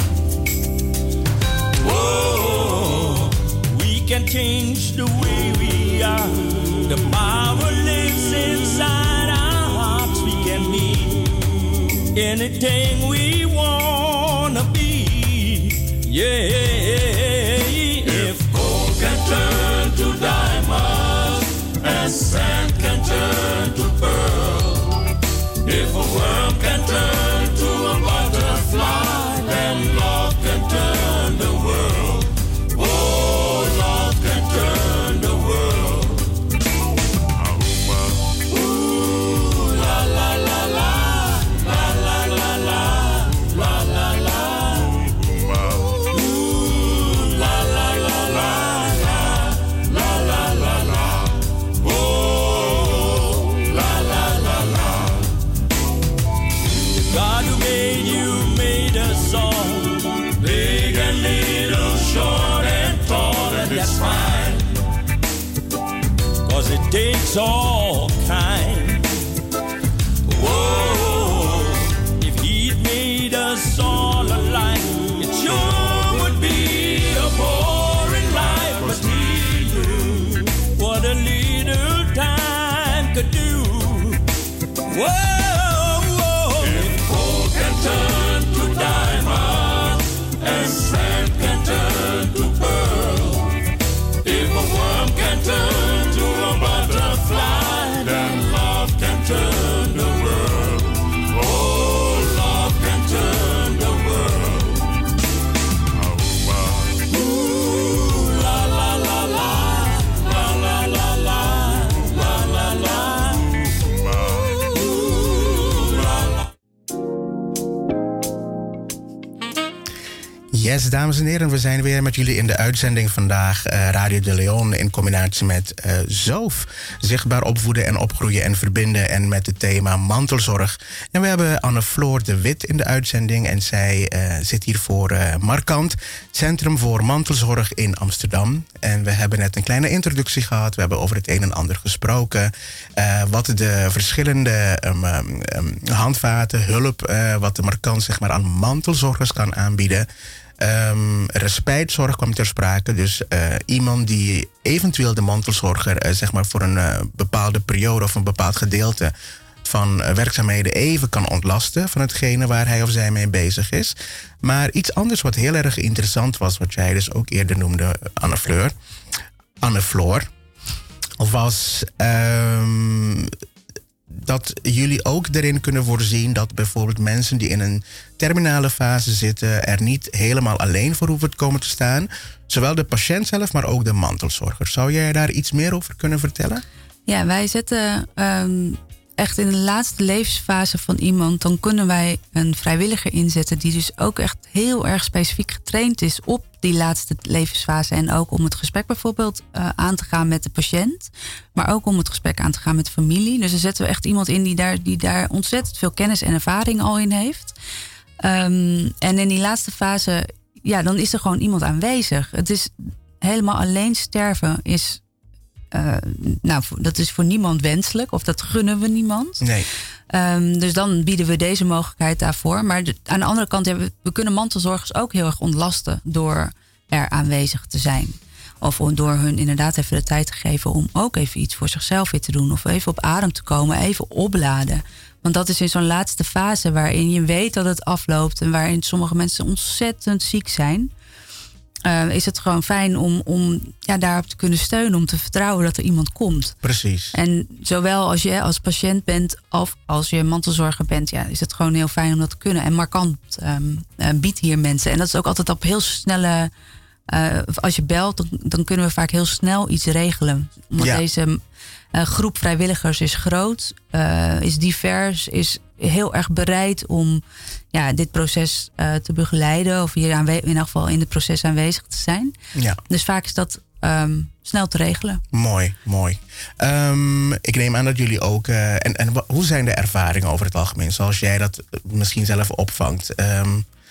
Whoa, we can change the way we are. The power lives inside our hearts. We can be anything we wanna be. Yeah. If gold can turn to diamonds and sand can turn to pearl, if a worm can turn to a butterfly, then love can turn the world. Oh, love can turn the world. Ooh, la la la la, la la la la, la la la. Ooh, la la la la, la la la la. Oh, la la la la. God who made you made us all, big and little, short and tall, and that's fine, 'cause it takes all kind. Whoa, if he'd made us all alike, it sure would be a boring life, but he knew what a little time could do. Whoa. Turn to diamond and sand can turn to pearl. If a worm can turn to a butterfly, then love can turn the world. Oh, love can turn the world. Ooh, la la la la, la la la la, la la la. Ooh, la la. Yes, dames en heren, we zijn weer met jullie in de uitzending vandaag. Uh, Radio de Leon in combinatie met uh, Zoof. Zichtbaar opvoeden en opgroeien en verbinden. En met het thema mantelzorg. En we hebben Anne-Floor de Wit in de uitzending. En zij uh, zit hier voor uh, Markant, Centrum voor Mantelzorg in Amsterdam. En we hebben net een kleine introductie gehad. We hebben over het een en ander gesproken. Uh, wat de verschillende um, um, handvaten, hulp, uh, wat de Markant zeg maar, aan mantelzorgers kan aanbieden. Um, respijtzorg kwam ter sprake. Dus uh, iemand die eventueel de mantelzorger uh, zeg maar voor een uh, bepaalde periode of een bepaald gedeelte van uh, werkzaamheden even kan ontlasten van hetgene waar hij of zij mee bezig is. Maar iets anders wat heel erg interessant was, wat jij dus ook eerder noemde, Anne-Fleur. Anne-Floor. Was um, dat jullie ook erin kunnen voorzien dat bijvoorbeeld mensen die in een terminale fase zitten er niet helemaal alleen voor hoeven te komen te staan. Zowel de patiënt zelf, maar ook de mantelzorger. Zou jij daar iets meer over kunnen vertellen? Ja, wij zetten um, echt in de laatste levensfase van iemand, dan kunnen wij een vrijwilliger inzetten die dus ook echt heel erg specifiek getraind is op die laatste levensfase. En ook om het gesprek bijvoorbeeld uh, aan te gaan met de patiënt, maar ook om het gesprek aan te gaan met de familie. Dus dan zetten we echt iemand in die daar, die daar ontzettend veel kennis en ervaring al in heeft. Um, en in die laatste fase, ja, dan is er gewoon iemand aanwezig. Het is helemaal alleen sterven is, uh, nou, dat is voor niemand wenselijk, of dat gunnen we niemand. Nee. Um, dus dan bieden we deze mogelijkheid daarvoor. Maar de, aan de andere kant hebben we, we kunnen mantelzorgers ook heel erg ontlasten door er aanwezig te zijn. Of door hun inderdaad even de tijd te geven om ook even iets voor zichzelf weer te doen. Of even op adem te komen, even opladen. Want dat is in zo'n laatste fase waarin je weet dat het afloopt en waarin sommige mensen ontzettend ziek zijn. Uh, is het gewoon fijn om, om ja, daarop te kunnen steunen, om te vertrouwen dat er iemand komt. Precies. En zowel als je als patiënt bent of als je mantelzorger bent, ja, is het gewoon heel fijn om dat te kunnen. En Markant um, uh, biedt hier mensen. En dat is ook altijd op heel snelle. Uh, als je belt, dan, dan kunnen we vaak heel snel iets regelen. Omdat ja. deze uh, groep vrijwilligers is groot, uh, is divers, is heel erg bereid om ja, dit proces uh, te begeleiden. Of hier aanwe- in elk geval in het proces aanwezig te zijn. Ja. Dus vaak is dat um, snel te regelen. Mooi, mooi. Um, ik neem aan dat jullie ook... Uh, en, en hoe zijn de ervaringen over het algemeen? Zoals jij dat misschien zelf opvangt. Um,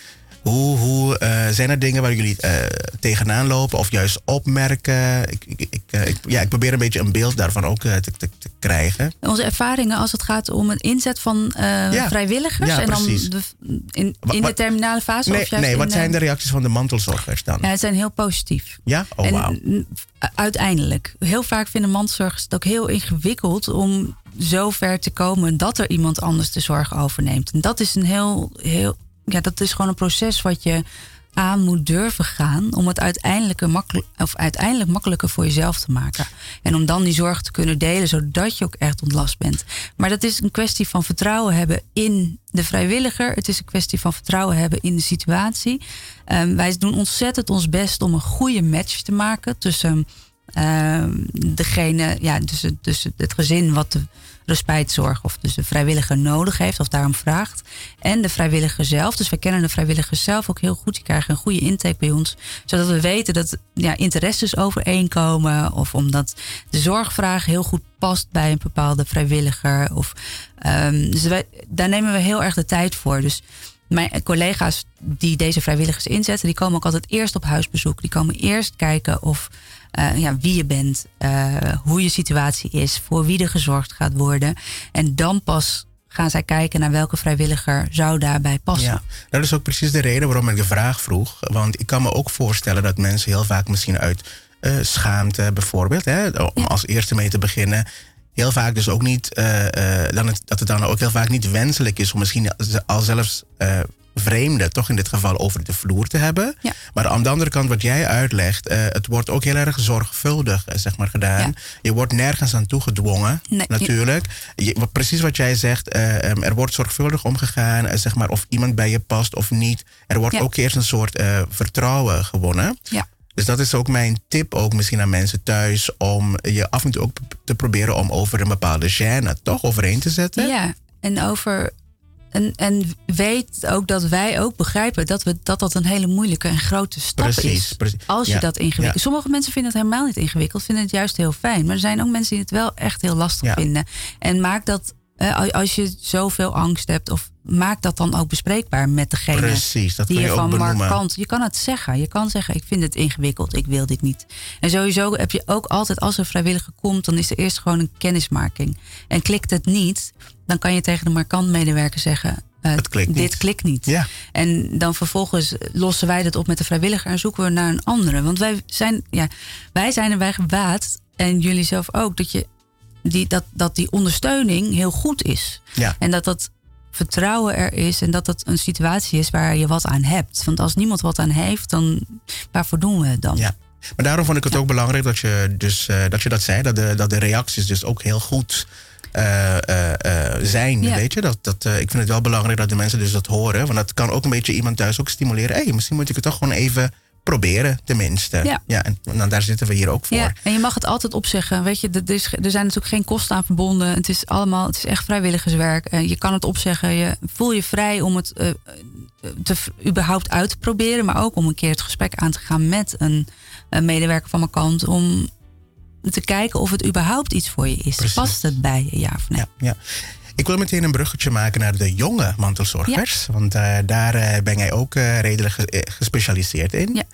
Hoe, hoe uh, zijn er dingen waar jullie uh, tegenaan lopen of juist opmerken? Ik, ik, ik, uh, ik, ja, ik probeer een beetje een beeld daarvan ook uh, te, te, te krijgen. Onze ervaringen als het gaat om het inzet van uh, ja. vrijwilligers. Ja, en dan de, in, in de terminale fase? Nee, of juist nee wat in, zijn de reacties van de mantelzorgers dan? Ja, het zijn heel positief. Ja? Oh, wauw. Uiteindelijk. Heel vaak vinden mantelzorgers het ook heel ingewikkeld om zo ver te komen dat er iemand anders de zorg overneemt. En dat is een heel, heel ja, dat is gewoon een proces wat je aan moet durven gaan om het uiteindelijk, makkelijk, of uiteindelijk makkelijker voor jezelf te maken. En om dan die zorg te kunnen delen, zodat je ook echt ontlast bent. Maar dat is een kwestie van vertrouwen hebben in de vrijwilliger. Het is een kwestie van vertrouwen hebben in de situatie. Um, wij doen ontzettend ons best om een goede match te maken tussen uh, degene, ja, tussen, tussen het gezin wat de respijtzorg of dus de vrijwilliger nodig heeft of daarom vraagt. En de vrijwilliger zelf. Dus we kennen de vrijwilligers zelf ook heel goed. Die krijgen een goede intake bij ons. Zodat we weten dat ja, interesses overeenkomen. Of omdat de zorgvraag heel goed past bij een bepaalde vrijwilliger. Of, um, dus wij, daar nemen we heel erg de tijd voor. Dus mijn collega's die deze vrijwilligers inzetten, die komen ook altijd eerst op huisbezoek. Die komen eerst kijken of Uh, ja, wie je bent, uh, hoe je situatie is, voor wie er gezorgd gaat worden. En dan pas gaan zij kijken naar welke vrijwilliger zou daarbij passen. Ja, dat is ook precies de reden waarom ik de vraag vroeg. Want ik kan me ook voorstellen dat mensen heel vaak misschien uit uh, schaamte bijvoorbeeld, hè, om ja. als eerste mee te beginnen, heel vaak dus ook niet, uh, uh, dan het, dat het dan ook heel vaak niet wenselijk is om misschien al zelfs Uh, vreemden toch in dit geval over de vloer te hebben. Ja. Maar aan de andere kant wat jij uitlegt, uh, het wordt ook heel erg zorgvuldig uh, zeg maar gedaan. Ja. Je wordt nergens aan toegedwongen, nee, natuurlijk. Je, wat, precies wat jij zegt, uh, um, er wordt zorgvuldig omgegaan, uh, zeg maar of iemand bij je past of niet. Er wordt ja. ook eerst een soort uh, vertrouwen gewonnen. Ja. Dus dat is ook mijn tip ook misschien aan mensen thuis, om je af en toe ook te proberen om over een bepaalde gêne toch overheen te zetten. Ja, en over En, en weet ook dat wij ook begrijpen dat, we, dat dat een hele moeilijke en grote stap precies, is. Precies. Als je ja, dat ingewikkeld... Ja. Sommige mensen vinden het helemaal niet ingewikkeld. Vinden het juist heel fijn. Maar er zijn ook mensen die het wel echt heel lastig ja. vinden. En maak dat, uh, als je zoveel angst hebt, of maak dat dan ook bespreekbaar met degene precies, dat die je je van benoemen. markant... Je kan het zeggen. Je kan zeggen, ik vind het ingewikkeld. Ik wil dit niet. En sowieso heb je ook altijd, als er vrijwilliger komt, dan is er eerst gewoon een kennismaking. En klikt het niet, dan kan je tegen de markant medewerker zeggen, Uh, klikt dit niet. klikt niet. Ja. En dan vervolgens lossen wij dat op met de vrijwilliger en zoeken we naar een andere. Want wij zijn, ja, wij zijn erbij gebaat, en jullie zelf ook, dat, je die, dat, dat die ondersteuning heel goed is. Ja. En dat dat vertrouwen er is en dat dat een situatie is waar je wat aan hebt. Want als niemand wat aan heeft, dan waarvoor doen we het dan? Ja. Maar daarom vond ik het ja. ook belangrijk dat je, dus, uh, dat je dat zei, dat de, dat de reacties dus ook heel goed Uh, uh, uh, zijn, ja. weet je. Dat, dat, uh, ik vind het wel belangrijk dat de mensen dus dat horen. Want dat kan ook een beetje iemand thuis ook stimuleren. Hé, hey, misschien moet ik het toch gewoon even proberen, tenminste. Ja. Ja, en nou, daar zitten we hier ook voor. Ja, en je mag het altijd opzeggen. Weet je, er, is, er zijn natuurlijk geen kosten aan verbonden. Het is allemaal, het is echt vrijwilligerswerk. Uh, je kan het opzeggen. Je voel je vrij om het uh, te, überhaupt uit te proberen. Maar ook om een keer het gesprek aan te gaan met een, een medewerker van mijn kant. Om te kijken of het überhaupt iets voor je is. Precies. Past het bij je, ja of nee? Ja, ja. Ik wil meteen een bruggetje maken naar de jonge mantelzorgers. Ja. Want uh, daar uh, ben jij ook uh, redelijk ge- gespecialiseerd in. Ja.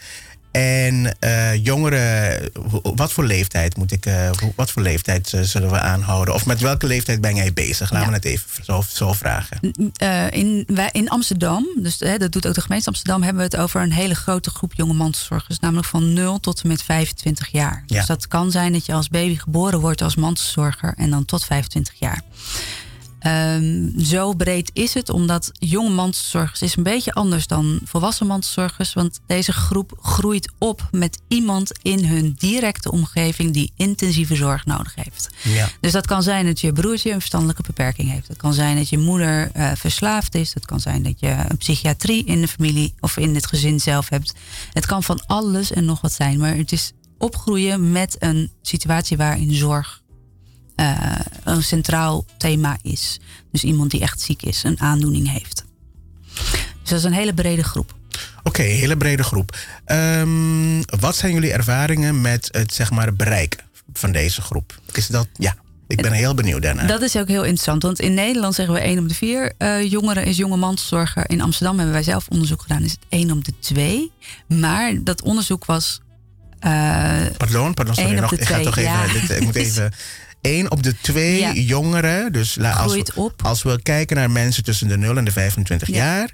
En uh, jongeren, wat voor leeftijd moet ik, uh, wat voor leeftijd uh, zullen we aanhouden? Of met welke leeftijd ben jij bezig? Laten ja. we het even zo, zo vragen. Uh, in, wij, in Amsterdam, dus hè, dat doet ook de gemeente Amsterdam, hebben we het over een hele grote groep jonge mantelzorgers. Namelijk van nul tot en met vijfentwintig jaar. Ja. Dus dat kan zijn dat je als baby geboren wordt als mantelzorger en dan tot vijfentwintig jaar. Um, zo breed is het, omdat jonge mantelzorgers is een beetje anders dan volwassen mantelzorgers. Want deze groep groeit op met iemand in hun directe omgeving die intensieve zorg nodig heeft. Ja. Dus dat kan zijn dat je broertje een verstandelijke beperking heeft. Het kan zijn dat je moeder uh, verslaafd is. Het kan zijn dat je een psychiatrie in de familie of in het gezin zelf hebt. Het kan van alles en nog wat zijn. Maar het is opgroeien met een situatie waarin zorg Uh, een centraal thema is. Dus iemand die echt ziek is, een aandoening heeft. Dus dat is een hele brede groep. Oké, okay, hele brede groep. Um, wat zijn jullie ervaringen met het zeg maar bereiken van deze groep? Is dat, ja. Ik ben heel benieuwd daarna. Dat is ook heel interessant. Want in Nederland zeggen we één op de vier uh, jongeren is jonge mantelzorger. In Amsterdam hebben wij zelf onderzoek gedaan. Is het één op de twee. Maar dat onderzoek was... Uh, pardon, pardon. Sorry, nog, ik ga toch even... Ja. Dit, ik moet even... één op de twee ja. jongeren... Dus als we, op. als we kijken naar mensen tussen de nul en de vijfentwintig ja. jaar...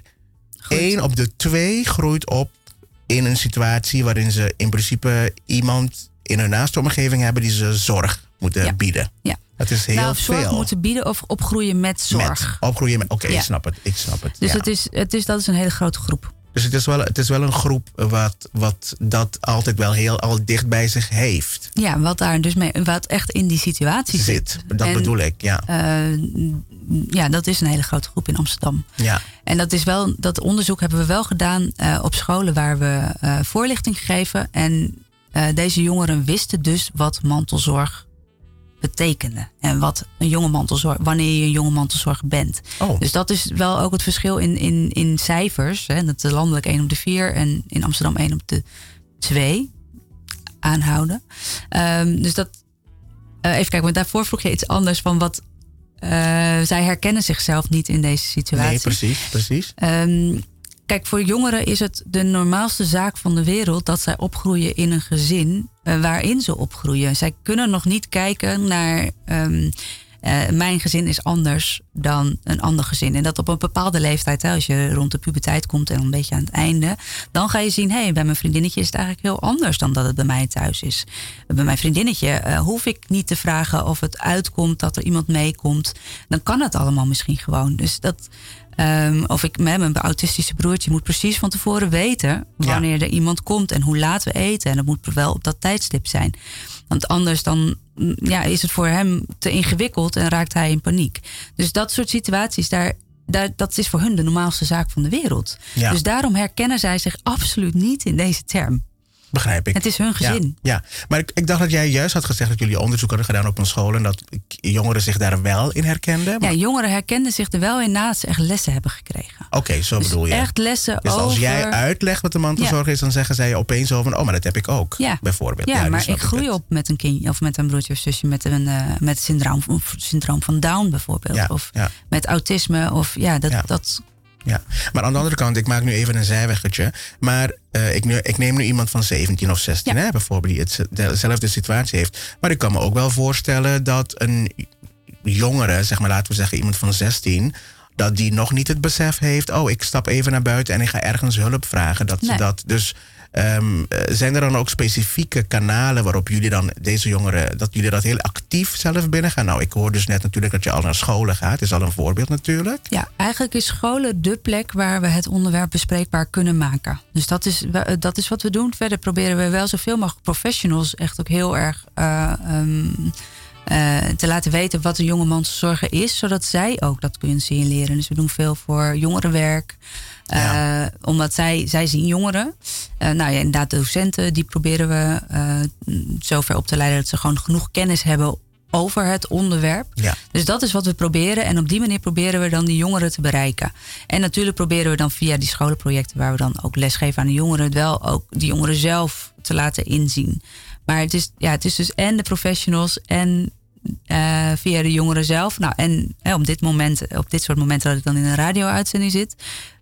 één op de twee groeit op in een situatie... waarin ze in principe iemand in hun naaste omgeving hebben... die ze zorg moeten ja. bieden. Ja. Dat is heel nou, zorg veel. moeten bieden of opgroeien met zorg. Met, opgroeien met, oké, okay, ja. ik snap het. Ik snap het. Dus ja. het is, het is, dat is een hele grote groep. Dus het is wel, het is wel een groep wat, wat dat altijd wel heel al dicht bij zich heeft. Ja, wat daar dus mee, wat echt in die situatie zit. zit. Dat en, bedoel ik, ja. Uh, ja, dat is een hele grote groep in Amsterdam. Ja. En dat is wel, dat onderzoek hebben we wel gedaan uh, op scholen waar we uh, voorlichting geven. En uh, deze jongeren wisten dus wat mantelzorg betekende. En wat een jonge mantelzorg, wanneer je een jonge mantelzorger bent. Oh. Dus dat is wel ook het verschil in, in, in cijfers. Hè, dat de landelijk één op de vier en in Amsterdam één op de twee aanhouden. Um, dus dat. Uh, even kijken, want daarvoor vroeg je iets anders van wat. Uh, zij herkennen zichzelf niet in deze situatie. Nee, precies, precies. Um, Kijk, voor jongeren is het de normaalste zaak van de wereld dat zij opgroeien in een gezin uh, waarin ze opgroeien. Zij kunnen nog niet kijken naar um, uh, mijn gezin is anders dan een ander gezin. En dat op een bepaalde leeftijd, hè, als je rond de puberteit komt en een beetje aan het einde, dan ga je zien, hé, hey, bij mijn vriendinnetje is het eigenlijk heel anders dan dat het bij mij thuis is. Bij mijn vriendinnetje uh, hoef ik niet te vragen of het uitkomt dat er iemand meekomt. Dan kan het allemaal misschien gewoon. Dus dat... Um, of ik met mijn autistische broertje moet precies van tevoren weten wanneer ja. er iemand komt en hoe laat we eten. En dat moet wel op dat tijdstip zijn. Want anders dan ja, is het voor hem te ingewikkeld en raakt hij in paniek. Dus dat soort situaties, daar, daar, dat is voor hun de normaalste zaak van de wereld. Ja. Dus daarom herkennen zij zich absoluut niet in deze term. Begrijp ik. Het is hun gezin. Ja, ja. Maar ik, ik dacht dat jij juist had gezegd dat jullie onderzoek hadden gedaan op een school en dat jongeren zich daar wel in herkenden. Maar... Ja, jongeren herkenden zich er wel in nadat ze echt lessen hebben gekregen. Oké, okay, zo dus bedoel je. Echt lessen dus over... als jij uitlegt wat de mantelzorg ja. is, dan zeggen zij opeens over, oh, maar dat heb ik ook. Ja. Bijvoorbeeld. Ja, ja maar ik groei het. op met een kindje of met een broertje of zusje met een uh, met syndroom, syndroom van Down bijvoorbeeld. Ja. Of ja. met autisme. Of ja, dat. Ja. dat Ja, maar aan de andere kant, ik maak nu even een zijweggetje. Maar uh, ik, nu, ik neem nu iemand van zeventien of zestien, ja. hè, bijvoorbeeld, die het, dezelfde situatie heeft. Maar ik kan me ook wel voorstellen dat een jongere, zeg maar, laten we zeggen iemand van zestien... dat die nog niet het besef heeft, oh, ik stap even naar buiten en ik ga ergens hulp vragen. Dat nee. ze dat dus... Um, zijn er dan ook specifieke kanalen waarop jullie dan deze jongeren, dat jullie dat heel actief zelf binnen gaan? Nou, ik hoor dus net natuurlijk dat je al naar scholen gaat. Is al een voorbeeld natuurlijk. Ja, eigenlijk is scholen de plek waar we het onderwerp bespreekbaar kunnen maken. Dus dat is, dat is wat we doen. Verder proberen we wel zoveel mogelijk professionals echt ook heel erg uh, um, uh, te laten weten wat een jonge mantelzorger is, zodat zij ook dat kunnen signaleren. Dus we doen veel voor jongerenwerk. Ja. Uh, omdat zij, zij zien jongeren. Uh, nou ja, inderdaad, docenten, die proberen we uh, zover op te leiden dat ze gewoon genoeg kennis hebben over het onderwerp. Ja. Dus dat is wat we proberen. En op die manier proberen we dan die jongeren te bereiken. En natuurlijk proberen we dan via die scholenprojecten, waar we dan ook lesgeven aan de jongeren, het wel ook die jongeren zelf te laten inzien. Maar het is, ja, het is dus en de professionals en Uh, via de jongeren zelf. Nou, en eh, op dit moment, op dit soort momenten dat ik dan in een radio-uitzending zit,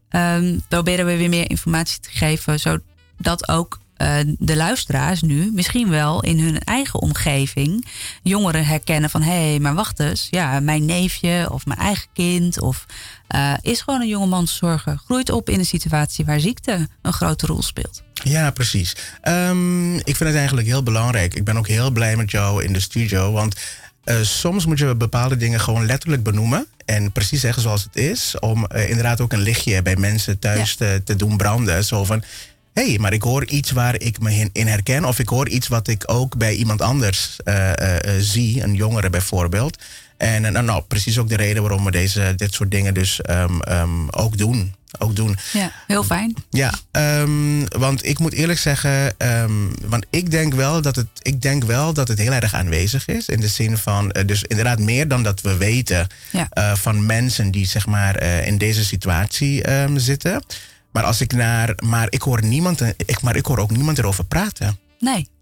um, proberen we weer meer informatie te geven, zodat ook uh, de luisteraars nu misschien wel in hun eigen omgeving jongeren herkennen van, hé, hey, maar wacht eens, ja, mijn neefje of mijn eigen kind of uh, is gewoon een jonge mantelzorger, groeit op in een situatie waar ziekte een grote rol speelt. Ja, precies. Um, ik vind het eigenlijk heel belangrijk. Ik ben ook heel blij met jou in de studio, want Uh, soms moet je bepaalde dingen gewoon letterlijk benoemen en precies zeggen zoals het is, om uh, inderdaad ook een lichtje bij mensen thuis ja. te, te doen branden. Zo van, hé, hey, maar ik hoor iets waar ik me in herken, of ik hoor iets wat ik ook bij iemand anders uh, uh, uh, zie, een jongere bijvoorbeeld. En uh, nou, nou, precies ook de reden waarom we deze, dit soort dingen dus um, um, ook doen. Ook doen. Ja, heel fijn. Ja, um, want ik moet eerlijk zeggen, um, want ik denk wel dat het, ik denk wel dat het heel erg aanwezig is. In de zin van, uh, dus inderdaad meer dan dat we weten ja. uh, van mensen die zeg maar uh, in deze situatie um, zitten. Maar als ik naar, maar ik hoor niemand, ik, maar ik hoor ook niemand erover praten. Nee.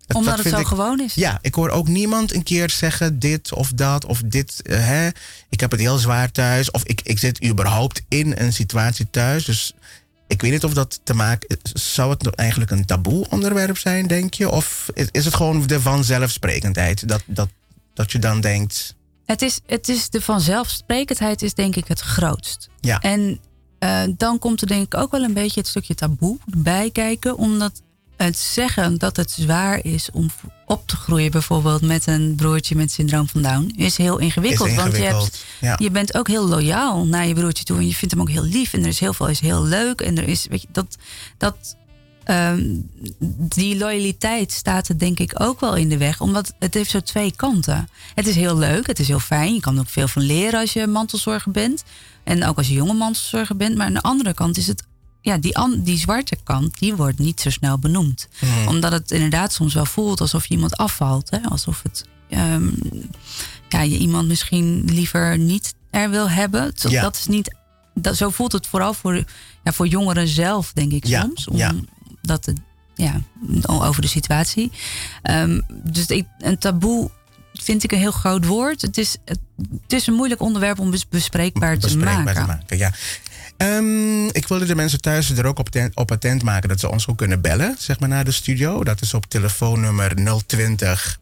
Dat, Omdat dat het zo ik, gewoon is. Ja, ik hoor ook niemand een keer zeggen dit of dat of dit. Uh, hè, ik heb het heel zwaar thuis. Of ik, ik zit überhaupt in een situatie thuis. Dus ik weet niet of dat te maken... Zou het eigenlijk een taboe onderwerp zijn, denk je? Of is het gewoon de vanzelfsprekendheid? Dat, dat, dat je dan denkt... Het is, het is de vanzelfsprekendheid is denk ik het grootst. Ja. En uh, dan komt er denk ik ook wel een beetje het stukje taboe bij kijken. Omdat het zeggen dat het zwaar is om op te groeien... bijvoorbeeld met een broertje met syndroom van Down... is heel ingewikkeld. Is ingewikkeld. Want je, hebt, ja. je bent ook heel loyaal naar je broertje toe... en je vindt hem ook heel lief. En er is heel veel is heel leuk. En er is, weet je, dat... dat um, die loyaliteit staat er denk ik ook wel in de weg. Omdat het heeft zo twee kanten. Het is heel leuk, het is heel fijn. Je kan er ook veel van leren als je mantelzorger bent. En ook als je jonge mantelzorger bent. Maar aan de andere kant is het... Ja, die, an, die zwarte kant, die wordt niet zo snel benoemd. Mm. Omdat het inderdaad soms wel voelt alsof je iemand afvalt. Hè? Alsof het, um, ja, je iemand misschien liever niet er wil hebben. Dat, ja. dat is niet, dat, zo voelt het vooral voor, ja, voor jongeren zelf, denk ik ja. soms. Om, ja. dat het, ja, over de situatie. Um, dus ik, een taboe vind ik een heel groot woord. Het is, het, het is een moeilijk onderwerp om bespreekbaar, bespreekbaar te maken. Te maken ja. Um, ik wilde de mensen thuis er ook op, ten, op attent maken dat ze ons ook kunnen bellen, zeg maar, naar de studio. Dat is op telefoonnummer nul twintig,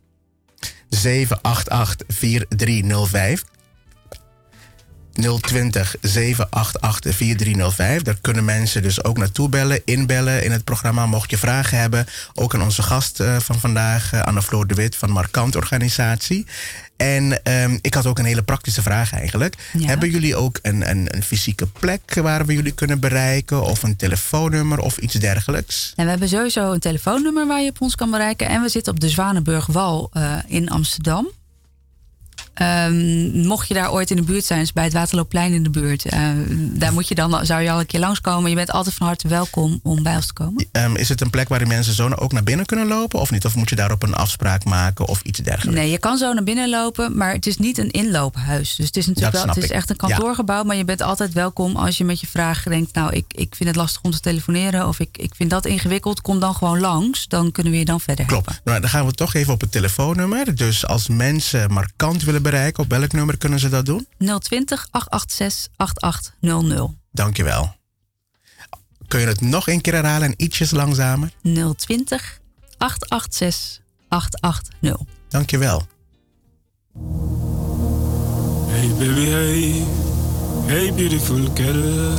zeven acht acht, vier drie nul vijf. nul twintig, zeven acht acht, vier drie nul vijf. Daar kunnen mensen dus ook naartoe bellen, inbellen in het programma. Mocht je vragen hebben, ook aan onze gast uh, van vandaag, uh, Anne-Floor de Wit van Markant Organisatie. En um, ik had ook een hele praktische vraag eigenlijk. Ja. Hebben jullie ook een, een, een fysieke plek waar we jullie kunnen bereiken? Of een telefoonnummer of iets dergelijks? En we hebben sowieso een telefoonnummer waar je op ons kan bereiken. En we zitten op de Zwanenburgwal uh, in Amsterdam. Um, mocht je daar ooit in de buurt zijn, is bij het Waterloopplein in de buurt. Uh, daar moet je dan, zou je al een keer langskomen. Je bent altijd van harte welkom om bij ons te komen. Um, is het een plek waar de mensen zo ook naar binnen kunnen lopen of niet? Of moet je daarop een afspraak maken of iets dergelijks? Nee, je kan zo naar binnen lopen, maar het is niet een inloophuis. Dus het is natuurlijk wel, het is echt een kantoorgebouw. Ja. Maar je bent altijd welkom als je met je vraag denkt, nou, ik, ik vind het lastig om te telefoneren of ik, ik vind dat ingewikkeld. Kom dan gewoon langs, dan kunnen we je dan verder helpen. Klopt. Nou, dan gaan we toch even op het telefoonnummer. Dus als mensen Markant willen bereiken, op welk nummer kunnen ze dat doen? nul twintig, acht acht zes, acht acht nul nul. Dankjewel. Kun je het nog een keer herhalen en ietsjes langzamer? nul twintig, acht acht zes, acht acht nul. Dankjewel. Hey baby, hey. Hey beautiful girl.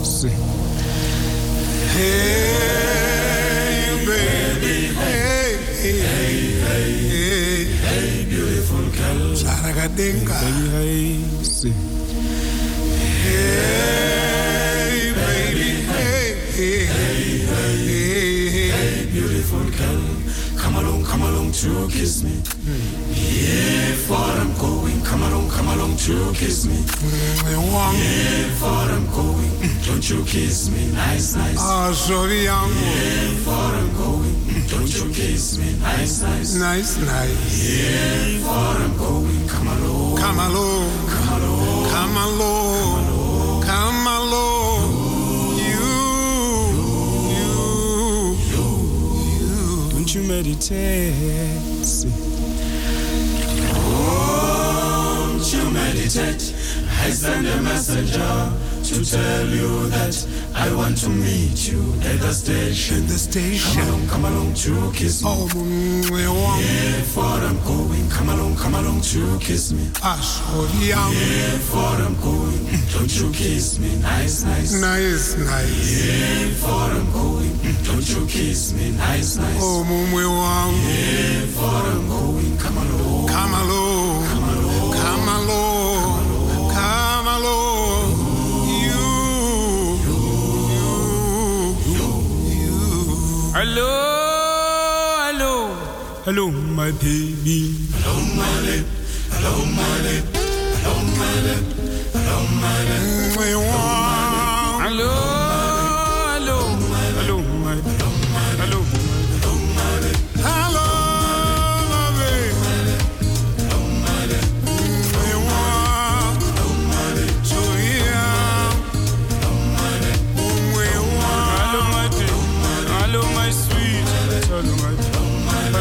Hey baby, hey, hey, hey, hey, hey beautiful girl. Saragadinga. Baby, hey, hey baby, hey, hey, hey, hey, hey beautiful girl. Come along, come along to kiss me. Yeah, far I'm going. Come along, come along to kiss me. Yeah, far I'm going. Don't you kiss me, nice, nice. Ah, sorry, I'm yeah, far I'm going. Don't you kiss me, nice, nice. Nice, nice. Yeah, far I'm going. Come along, come along, come along, come along, come along. You, you, you. Don't you meditate? See. Won't you meditate? I send a messenger to tell you that I want to meet you at the station. At the station. Come along, come along to kiss me. Oh, yeah, far I'm going. Come along, come along to kiss me. Ah, sorry, I'm yeah, far I'm going. Don't you kiss me, nice, nice. Nice, nice. Yeah, far I'm going. Don't you kiss me, nice, nice. Oh, mumwe wangu. Yeah, far I'm going. Come along, come along, come along, come along, come along. You, you, you, you. Hello, hello, hello, my baby. Hello, my lip. Hello, my lip. Hello, my lip. Hello, my lip. Hello, hello, hello, hello, my, hello, my, hello, hello, my lip. Hello, my baby. Hello, my lip. Hello, my lip. So yeah. Hello, my lip. Hello, my dear. Hello, my sweet. Hello, my.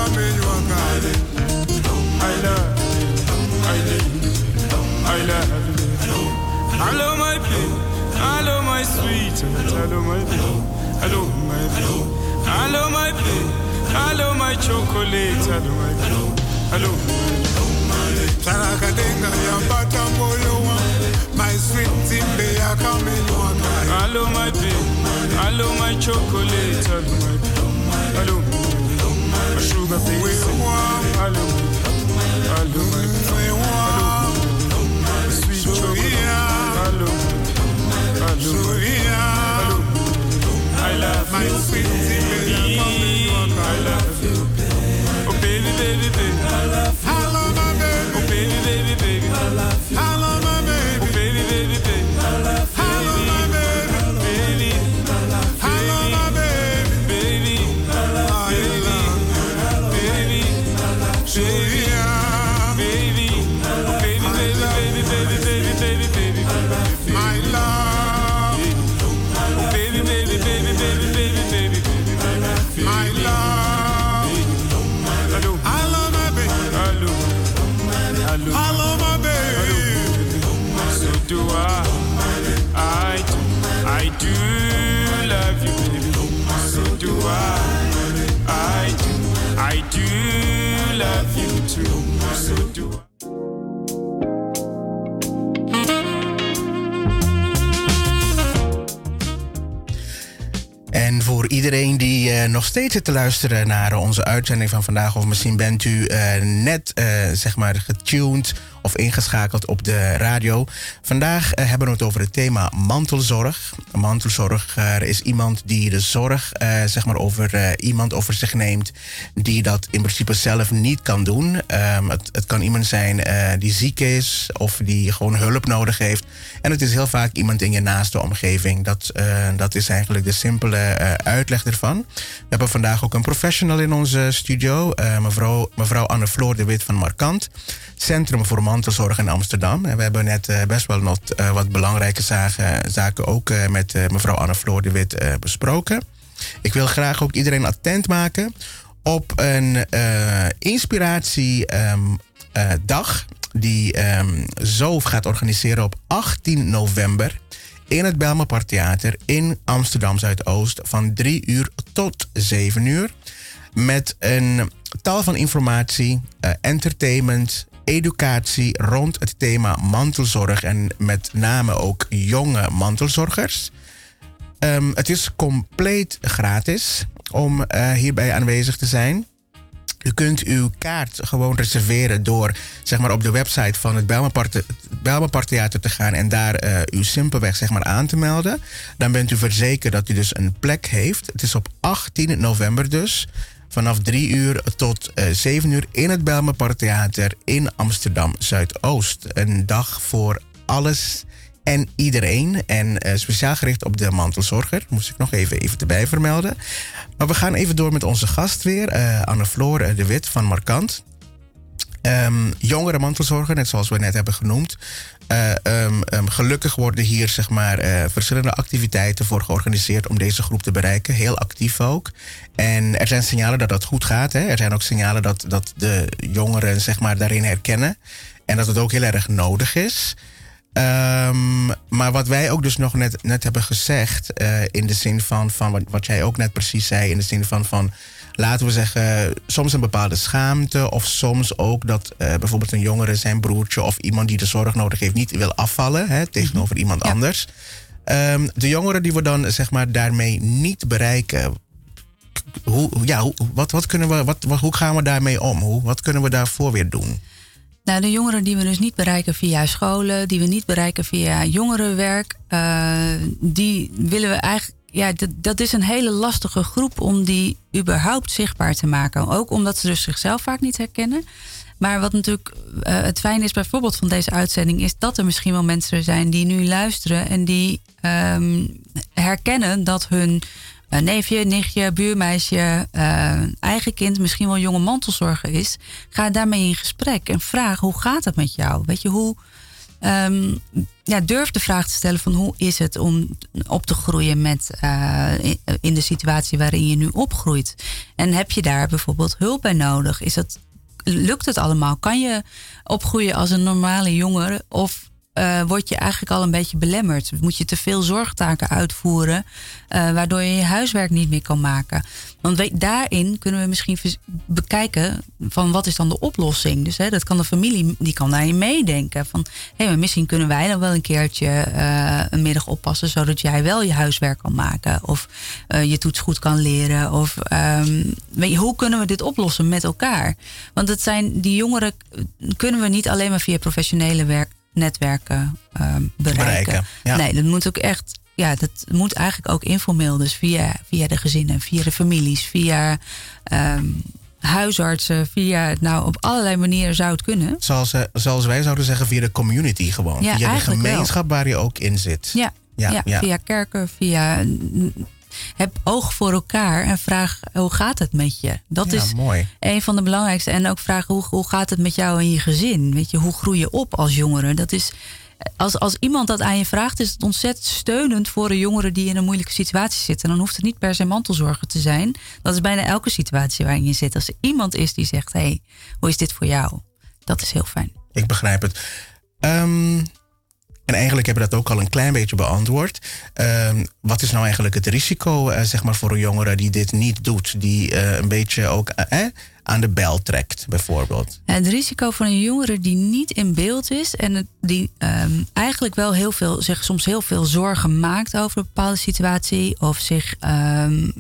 come in your garden. I love you, I need you, I love you. Hello my baby, hello my sweet, hello my baby, hello my baby, hello my baby, hello my chocolate, hello my baby, hello my baby. Sarakadenga ya batambo yo my sweet timbe ya come in your garden. Hello my baby, hello my chocolate, hello my baby, hello my sugar baby, hello hello my hello sweet chocolate, hello hello hello I love my sweet baby, I love you, oh baby baby baby, hello my baby, oh baby baby baby, hello my baby, oh baby baby baby, hello my baby, baby, hello my baby, baby, baby, baby, baby, baby, baby, baby, baby, baby, baby, my love, baby, baby, baby, baby, baby, baby, my love, hello, hello, my baby, hello, hello, hello, my baby, so do I, I do, I do love you, baby, so do I, I do, I do love you too, so do I. En voor iedereen die uh, nog steeds zit te luisteren naar onze uitzending van vandaag, of misschien bent u uh, net uh, zeg maar getuned of ingeschakeld op de radio. Vandaag uh, hebben we het over het thema mantelzorg. Mantelzorg uh, er is iemand die de zorg uh, zeg maar over uh, iemand over zich neemt die dat in principe zelf niet kan doen. Um, het, het kan iemand zijn uh, die ziek is of die gewoon hulp nodig heeft. En het is heel vaak iemand in je naaste omgeving. Dat, uh, dat is eigenlijk de simpele uh, uitleg ervan. We hebben vandaag ook een professional in onze studio. Uh, mevrouw, mevrouw Anne-Floor de Wit van Markant. Centrum voor Mantelzorg in Amsterdam. En we hebben net uh, best wel nog uh, wat belangrijke zaken, zaken ook uh, met uh, mevrouw Anne-Floor de Wit uh, besproken. Ik wil graag ook iedereen attent maken op een uh, inspiratiedag um, uh, die um, Zo gaat organiseren op achttien november in het Bijlmerpark Theater in Amsterdam Zuidoost van drie uur tot zeven uur. Met een tal van informatie, uh, entertainment, educatie rond het thema mantelzorg en met name ook jonge mantelzorgers. Um, het is compleet gratis om uh, hierbij aanwezig te zijn. U kunt uw kaart gewoon reserveren door zeg maar, op de website van het Bijlmerpark Theater te gaan en daar uh, u simpelweg zeg maar, aan te melden. Dan bent u verzekerd dat u dus een plek heeft. Het is op achttien november dus. Vanaf drie uur tot uh, zeven uur in het Bijlmerpark Theater in Amsterdam Zuidoost. Een dag voor alles en iedereen. En uh, speciaal gericht op de mantelzorger. Moest ik nog even, even erbij vermelden. Maar we gaan even door met onze gast weer. Uh, Anne-Floor de Wit van Markant. Um, jongere mantelzorger, net zoals we net hebben genoemd. Uh, um, um, gelukkig worden hier zeg maar, uh, verschillende activiteiten voor georganiseerd om deze groep te bereiken. Heel actief ook. En er zijn signalen dat dat goed gaat. Hè. Er zijn ook signalen dat, dat de jongeren zeg maar, daarin herkennen. En dat het ook heel erg nodig is. Um, maar wat wij ook dus nog net, net hebben gezegd, uh, in de zin van, van wat, wat jij ook net precies zei, in de zin van, van laten we zeggen, soms een bepaalde schaamte of soms ook dat uh, bijvoorbeeld een jongere zijn broertje of iemand die de zorg nodig heeft niet wil afvallen hè, tegenover mm-hmm. iemand ja. anders. Um, de jongeren die we dan zeg maar daarmee niet bereiken, hoe, ja, hoe, wat, wat kunnen we, wat, wat, hoe gaan we daarmee om? Hoe, wat kunnen we daarvoor weer doen? Nou, de jongeren die we dus niet bereiken via scholen, die we niet bereiken via jongerenwerk, uh, die willen we eigenlijk. Ja, dat, dat is een hele lastige groep om die überhaupt zichtbaar te maken. Ook omdat ze dus zichzelf vaak niet herkennen. Maar wat natuurlijk uh, het fijne is bijvoorbeeld van deze uitzending, is dat er misschien wel mensen zijn die nu luisteren en die um, herkennen dat hun uh, neefje, nichtje, buurmeisje, uh, eigen kind misschien wel jonge mantelzorger is. Ga daarmee in gesprek en vraag: hoe gaat het met jou? Weet je, hoe, um, ja, durf de vraag te stellen van hoe is het om op te groeien met, uh, in, in de situatie waarin je nu opgroeit. En heb je daar bijvoorbeeld hulp bij nodig? Is dat, lukt het allemaal? Kan je opgroeien als een normale jongen of uh, word je eigenlijk al een beetje belemmerd? Moet je te veel zorgtaken uitvoeren, uh, waardoor je je huiswerk niet meer kan maken? Want we, daarin kunnen we misschien bekijken van wat is dan de oplossing. Dus hè, dat kan de familie, die kan daarin meedenken. Van, hé, maar misschien kunnen wij dan wel een keertje uh, een middag oppassen, zodat jij wel je huiswerk kan maken. Of uh, je toets goed kan leren. Of um, weet je, hoe kunnen we dit oplossen met elkaar? Want het zijn, die jongeren kunnen we niet alleen maar via professionele werk, netwerken uh, bereiken. bereiken ja. Nee, dat moet ook echt... Ja, dat moet eigenlijk ook informeel. Dus via, via de gezinnen, via de families, via um, huisartsen, via... Nou, op allerlei manieren zou het kunnen. Zoals, uh, zoals wij zouden zeggen, via de community gewoon. Ja, via de gemeenschap wel. Waar je ook in zit. Ja, ja, ja, ja. Via kerken, via... Heb oog voor elkaar en vraag hoe gaat het met je? Dat ja, is mooi. Een van de belangrijkste. En ook vragen hoe, hoe gaat het met jou en je gezin? Weet je, hoe groei je op als jongere? Dat is... Als, als iemand dat aan je vraagt, is het ontzettend steunend voor een jongere die in een moeilijke situatie zit. En dan hoeft het niet per se mantelzorger te zijn. Dat is bijna elke situatie waarin je zit. Als er iemand is die zegt, hé, hey, hoe is dit voor jou? Dat is heel fijn. Ik begrijp het. Um, en eigenlijk hebben we dat ook al een klein beetje beantwoord. Um, wat is nou eigenlijk het risico uh, zeg maar voor een jongere die dit niet doet? Die uh, een beetje ook... Uh, eh? aan de bel trekt, bijvoorbeeld. Het risico van een jongere die niet in beeld is en die um, eigenlijk wel heel veel, zich soms heel veel zorgen maakt over een bepaalde situatie of zich um,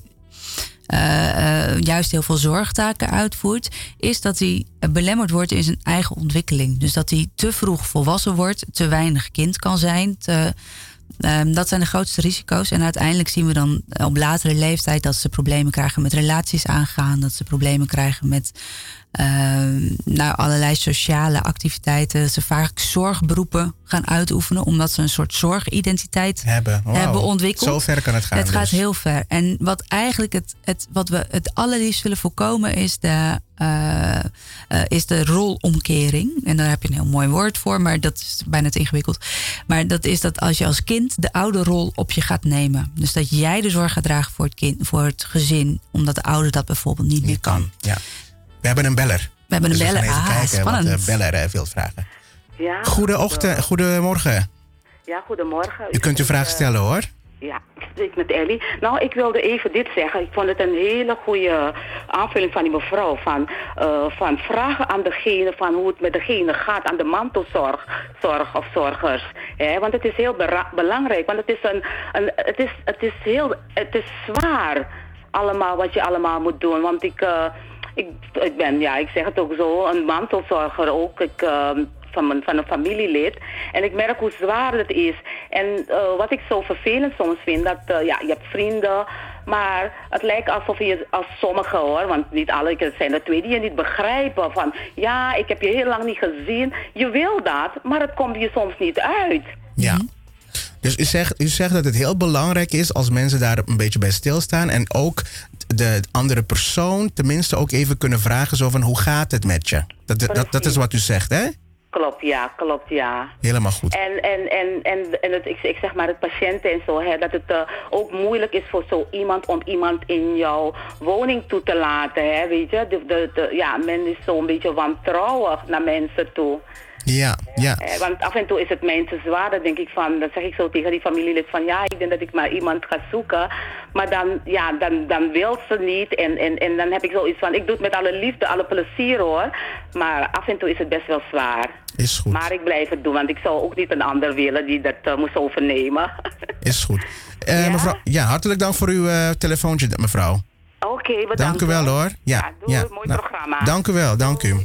uh, uh, juist heel veel zorgtaken uitvoert, is dat hij belemmerd wordt in zijn eigen ontwikkeling. Dus dat hij te vroeg volwassen wordt, te weinig kind kan zijn, te... Um, dat zijn de grootste risico's. En uiteindelijk zien we dan op latere leeftijd dat ze problemen krijgen met relaties aangaan. Dat ze problemen krijgen met uh, nou, allerlei sociale activiteiten. Dat ze vaak zorgberoepen gaan uitoefenen. Omdat ze een soort zorgidentiteit hebben, wow. hebben ontwikkeld. Zo ver kan het gaan. Het dus. gaat heel ver. En wat eigenlijk het, het, wat we het allerliefst willen voorkomen is de... Uh, uh, is de rolomkering. En daar heb je een heel mooi woord voor, maar dat is bijna te ingewikkeld. Maar dat is dat als je als kind de ouderrol op je gaat nemen. Dus dat jij de zorg gaat dragen voor het kind, voor het gezin, omdat de ouder dat bijvoorbeeld niet, niet meer kan. Ja. We hebben een beller. We hebben een dus beller. We gaan even ah, kijken spannend. wat de beller uh, wil vragen. Ja, Goedeochtend, goedemorgen. Ja, goedemorgen. U kunt uw vraag stellen hoor. Ja, ik spreek met Ellie. Nou, ik wilde even dit zeggen. Ik vond het een hele goede aanvulling van die mevrouw. Van, uh, van vragen aan degene van hoe het met degene gaat. Aan de mantelzorg zorg of zorgers. Hè? Want het is heel belangrijk. Want het is, een, een, het, is, het, is heel, het is zwaar allemaal wat je allemaal moet doen. Want ik, uh, ik, ik ben, ja, ik zeg het ook zo, een mantelzorger ook. Ik... Uh, Van, mijn, van een familielid. En ik merk hoe zwaar het is. En uh, wat ik zo vervelend soms vind, dat uh, ja, je hebt vrienden, maar het lijkt alsof je, als sommigen hoor, want niet alle, het zijn er twee die je niet begrijpen van, ja, ik heb je heel lang niet gezien. Je wil dat, maar het komt je soms niet uit. Ja. Dus u zegt, u zegt dat het heel belangrijk is als mensen daar een beetje bij stilstaan en ook de andere persoon tenminste ook even kunnen vragen zo van, hoe gaat het met je? Dat, dat, dat is wat u zegt, hè? Klopt, ja, klopt, ja. Helemaal goed. En, en, en, en, en het, ik, ik zeg maar het patiënten en zo, hè, dat het uh, ook moeilijk is voor zo iemand om iemand in jouw woning toe te laten, hè, weet je. De, de, de, ja, men is zo een beetje wantrouwig naar mensen toe. Ja, ja. Eh, want af en toe is het mij te zwaar, dan denk ik van, dan zeg ik zo tegen die familielid van, ja, ik denk dat ik maar iemand ga zoeken. Maar dan, ja, dan, dan wil ze niet en, en, en dan heb ik zoiets van, ik doe het met alle liefde, alle plezier hoor. Maar af en toe is het best wel zwaar. Is goed. Maar ik blijf het doen, want ik zou ook niet een ander willen die dat uh, moest overnemen. Is goed. Uh, ja? Mevrouw, ja, hartelijk dank voor uw uh, telefoontje, mevrouw. Oké, okay, bedankt. Dank u wel hoor. Ja, ja doei, ja. mooi nou, programma. Dank u wel, dank u.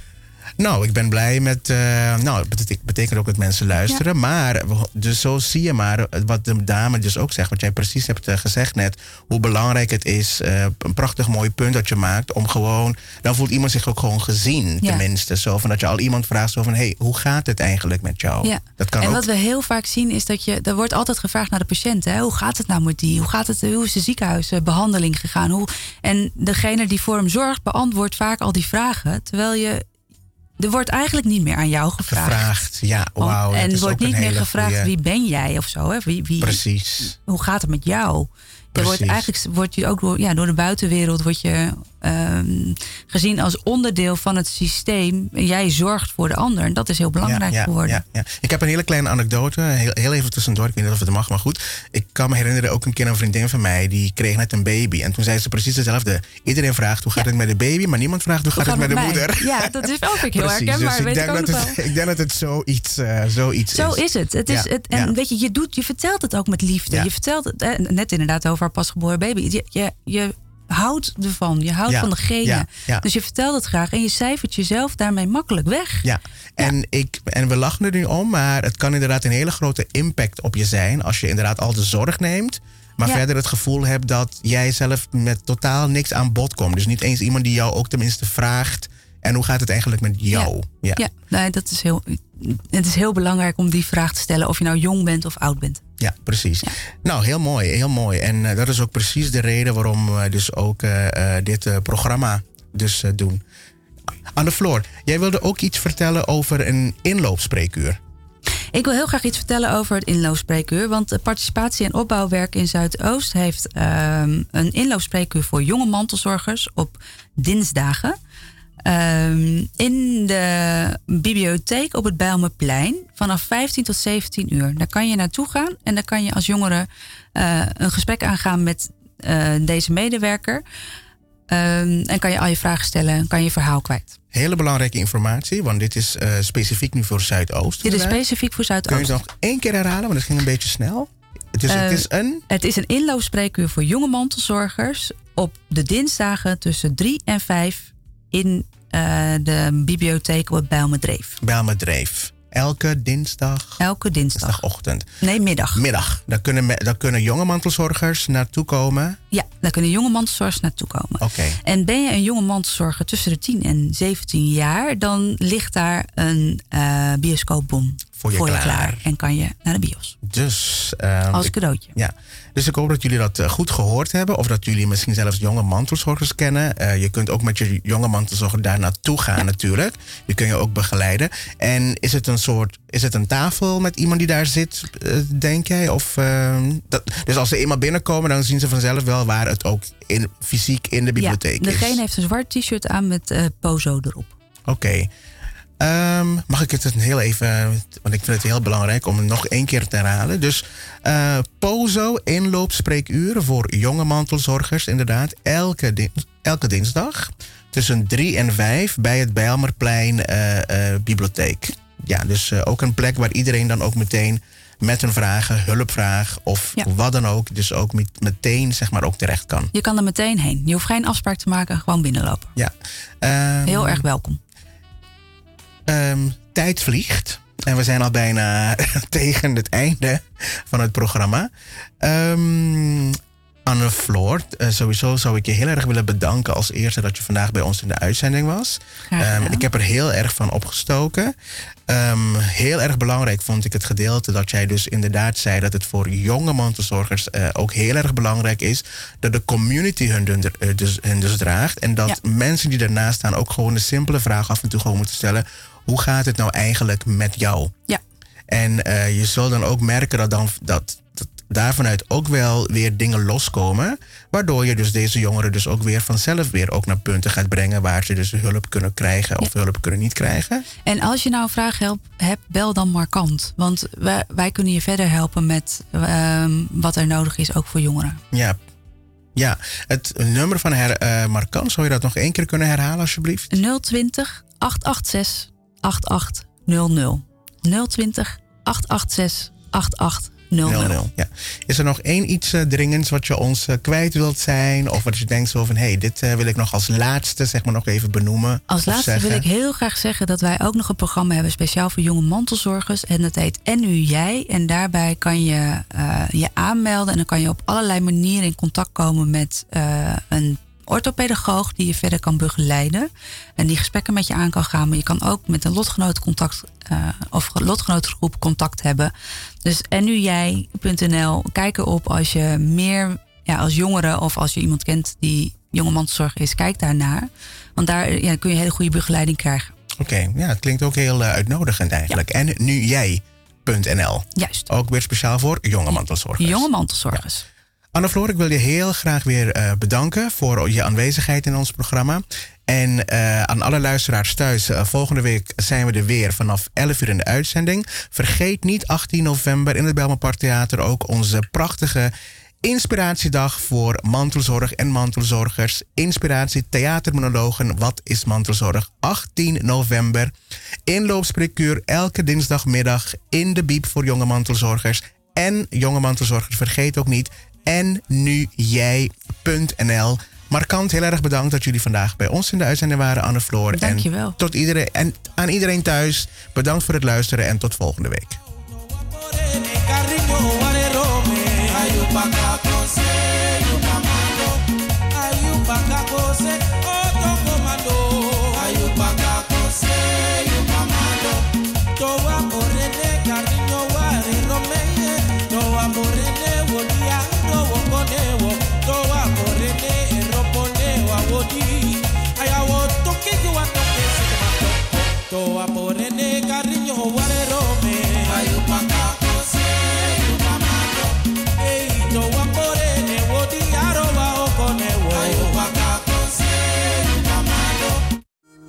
Nou, ik ben blij met... Uh, nou, het betekent ook dat mensen luisteren. Ja. Maar, dus zo zie je maar wat de dame dus ook zegt. Wat jij precies hebt uh, gezegd net. Hoe belangrijk het is. Uh, een prachtig mooi punt dat je maakt. Om gewoon... Dan voelt iemand zich ook gewoon gezien. Ja. Tenminste. Zo van dat je al iemand vraagt. Zo van, hé, hey, hoe gaat het eigenlijk met jou? Ja. Dat kan en ook... wat we heel vaak zien is dat je... Er wordt altijd gevraagd naar de patiënt. Hè? Hoe gaat het nou met die? Hoe, gaat het, hoe is de ziekenhuisbehandeling gegaan? Hoe, en degene die voor hem zorgt beantwoordt vaak al die vragen. Terwijl je... er wordt eigenlijk niet meer aan jou gevraagd. Gevraagd, ja, wauw. En dat er is wordt ook een niet meer hele gevraagd goeie- wie ben jij of zo. Hè? Wie, wie, Precies. Hoe gaat het met jou? Je wordt Precies. eigenlijk wordt je ook door, ja, door de buitenwereld wordt je ehm, gezien als onderdeel van het systeem. Jij zorgt voor de ander. En dat is heel belangrijk ja, ja, geworden. Ja, ja. Ik heb een hele kleine anekdote, heel, heel even tussendoor. Ik weet niet of het mag, maar goed. Ik kan me herinneren, ook een keer een vriendin van mij, die kreeg net een baby. En toen zei ze precies hetzelfde. Iedereen vraagt hoe gaat het met de baby, maar niemand vraagt hoe, Hoe gaat het met de mij? moeder. Ja, dat is ook heel Precies, herkenbaar. dus ik weet denk, ik ook dat nog het, wel. ik denk dat het zoiets, uh, zoiets Zo is. is het. het, is Ja, het en ja. weet je, je, doet, je vertelt het ook met liefde. Ja. Je vertelt het eh, net inderdaad over haar pasgeboren baby. Je, je, je houdt ervan. Je houdt Ja, van degene. ja, ja. Dus je vertelt het graag. En je cijfert jezelf daarmee makkelijk weg. Ja, en, Ik, en we lachen er nu om, maar het kan inderdaad een hele grote impact op je zijn als je inderdaad al de zorg neemt, maar Ja. verder het gevoel hebt dat jij zelf met totaal niks aan bod komt. Dus niet eens iemand die jou ook tenminste vraagt, en hoe gaat het eigenlijk met jou? Ja, ja nee, dat is heel, het is heel belangrijk om die vraag te stellen of je nou jong bent of oud bent. Ja, precies. Nou, heel mooi, heel mooi. En uh, dat is ook precies de reden waarom we dus ook uh, uh, dit uh, programma dus uh, doen. Anne Floor, jij wilde ook iets vertellen over een inloopspreekuur. Ik wil heel graag iets vertellen over het inloopspreekuur. Want de participatie- en opbouwwerk in Zuidoost heeft um, een inloopspreekuur voor jonge mantelzorgers op dinsdagen. Um, in de bibliotheek op het Bijlmerplein vanaf vijftien tot zeventien uur. Daar kan je naartoe gaan en daar kan je als jongere uh, een gesprek aangaan met uh, deze medewerker. Um, en kan je al je vragen stellen, kan je verhaal kwijt. Hele belangrijke informatie, want dit is uh, specifiek nu voor Zuidoost. Dit is inderdaad. specifiek voor Zuidoost. Kun je het nog één keer herhalen, want het ging een beetje snel. Dus Uh, het is een... Het is een inloopspreekuur voor jonge mantelzorgers op de dinsdagen tussen drie en vijf in uh, de bibliotheek op het Bijlmerdreef. Bijlmerdreef. Elke dinsdag? Elke dinsdag. Dinsdagochtend. Nee, middag. Middag. Daar kunnen, me- daar kunnen jonge mantelzorgers naartoe komen. Ja, daar kunnen jonge mantelzorgers naartoe komen. Oké. En ben je een jonge mantelzorger tussen de tien en zeventien jaar, dan ligt daar een uh, bioscoopbon Voor je klaar. En kan je naar de bios. Dus, um, Als ik- cadeautje. Ja, dus ik hoop dat jullie dat uh, goed gehoord hebben. Of dat jullie misschien zelfs jonge mantelzorgers kennen. Uh, je kunt ook met je jonge mantelzorger daar naartoe gaan natuurlijk. Die kun je ook begeleiden. En is het een soort, is het een tafel met iemand die daar zit, uh, denk jij? Of, uh, dat, dus als ze eenmaal binnenkomen, dan zien ze vanzelf wel waar het ook in, fysiek in de bibliotheek ja, is. degene heeft een zwart t-shirt aan met uh, Pozo erop. Oké. Okay. Um, mag ik het heel even, want ik vind het heel belangrijk om het nog één keer te herhalen. Dus uh, Pozo inloopspreekuur voor jonge mantelzorgers, inderdaad, elke, di- elke dinsdag tussen drie en vijf bij het Bijlmerplein uh, uh, bibliotheek. Ja, dus uh, ook een plek waar iedereen dan ook meteen met een vraag, hulpvraag of Ja. wat dan ook, dus ook met, meteen zeg maar ook terecht kan. Je kan er meteen heen. Je hoeft geen afspraak te maken, gewoon binnenlopen. Ja. Um, Heel erg welkom. Um, tijd vliegt. En we zijn al bijna tegen het einde van het programma. Um, Anne Floor, uh, sowieso zou ik je heel erg willen bedanken als eerste dat je vandaag bij ons in de uitzending was. Um, ik heb er heel erg van opgestoken. Um, heel erg belangrijk vond ik het gedeelte dat jij dus inderdaad zei dat het voor jonge mantelzorgers uh, ook heel erg belangrijk is dat de community hun, hun, dus, hun dus draagt. En dat Ja. mensen die ernaast staan ook gewoon een simpele vraag af en toe gewoon moeten stellen. Hoe gaat het nou eigenlijk met jou? Ja. En uh, je zult dan ook merken dat, dan, dat, dat daarvanuit ook wel weer dingen loskomen. Waardoor je dus deze jongeren dus ook weer vanzelf weer ook naar punten gaat brengen waar ze dus hulp kunnen krijgen of hulp kunnen niet krijgen. En als je nou een vraag help, hebt, bel dan markant. Want wij, wij kunnen je verder helpen met um, wat er nodig is, ook voor jongeren. Ja. Ja, het nummer van her, uh, Markant, zou je dat nog één keer kunnen herhalen alsjeblieft? nul twintig, acht acht zes, acht acht nul nul. nul twintig, acht acht zes, acht acht nul nul. Ja. Is er nog één iets uh, dringends wat je ons uh, kwijt wilt zijn? Of wat je denkt zo van, hé, hey, dit uh, wil ik nog als laatste zeg maar nog even benoemen? Als laatste zeggen. wil ik heel graag zeggen dat wij ook nog een programma hebben speciaal voor jonge mantelzorgers. En dat heet En Nu Jij. En daarbij kan je uh, je aanmelden. En dan kan je op allerlei manieren in contact komen met uh, een orthopedagoog die je verder kan begeleiden. En die gesprekken met je aan kan gaan. Maar je kan ook met een lotgenoot contact uh, of lotgenootgroep contact hebben. Dus en nu jij punt n l. Kijk erop als je meer, ja, als jongere of als je iemand kent die jonge mantelzorg is. Kijk daarnaar. Want daar ja, kun je hele goede begeleiding krijgen. Oké, okay, ja, het klinkt ook heel uh, uitnodigend eigenlijk. Ja. En nu jij punt n l. Juist. Ook weer speciaal voor jonge mantelzorgers. Jonge mantelzorgers. Ja. Anne-Floor, ik wil je heel graag weer uh, bedanken voor je aanwezigheid in ons programma. En uh, aan alle luisteraars thuis, uh, volgende week zijn we er weer vanaf elf uur in de uitzending. Vergeet niet achttien november in het Bijlmerpark Theater ook onze prachtige inspiratiedag voor mantelzorg en mantelzorgers. Inspiratie theatermonologen. Wat is mantelzorg? achttien november. Inloopspreekuur elke dinsdagmiddag in de Biep voor jonge mantelzorgers. En jonge mantelzorgers, vergeet ook niet en nu jij punt n l. Markant, heel erg bedankt dat jullie vandaag bij ons in de uitzending waren, Anne-Floor. Dank je wel. En, tot iedereen, en aan iedereen thuis, bedankt voor het luisteren en tot volgende week. Toa porene cariño guarerome ayupaka kose yupamano ei toa porene wodiaro wa okonewo ayupaka kose yupamano.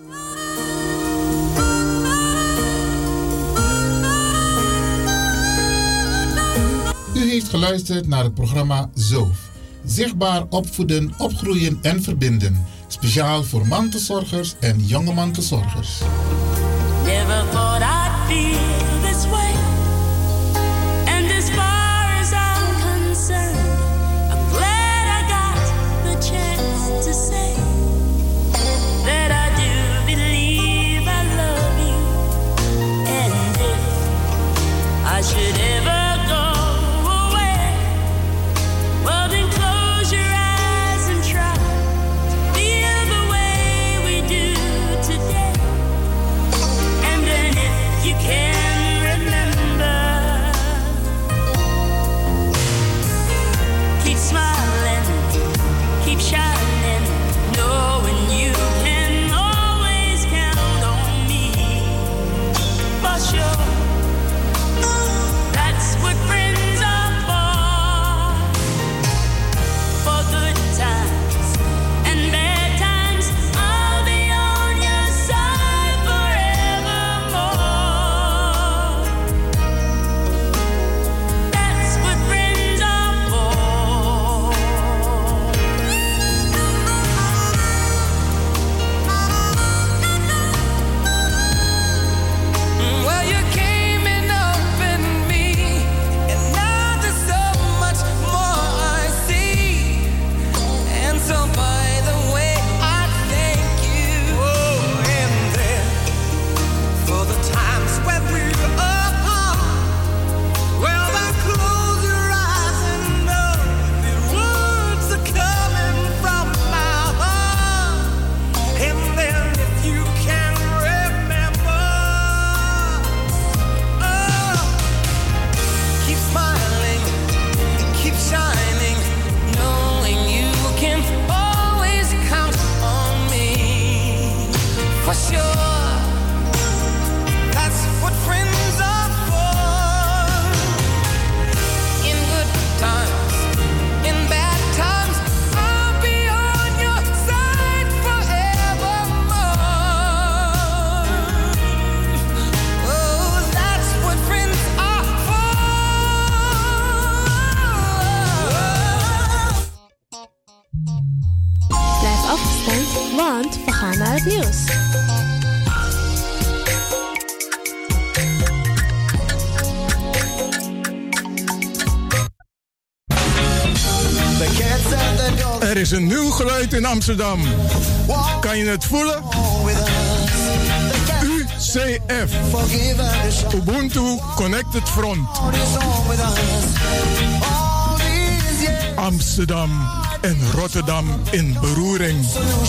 U heeft geluisterd naar het programma Zoof. Zichtbaar opvoeden, opgroeien en verbinden. Speciaal voor mantelzorgers en jonge mantelzorgers. Never thought I'd feel this way. And as far as I'm concerned, I'm glad I got the chance to say that I do believe I love you. And if I should ever go away, well then close your eyes and try to feel the way we do today. You can remember. Keep smiling, keep shining, knowing you can always count on me. For sure, that's what friends are for. For good times and bad times, I'll be on your side forevermore. For sure, that's what friends are for. In good times, in bad times, I'll be on your side forevermore. Oh, that's what friends are for. Blijf afgestemd, want we gaan naar het nieuws. Er is een nieuw geluid in Amsterdam. Kan je het voelen? U C F. Ubuntu Connected Front. Amsterdam en Rotterdam in beroering.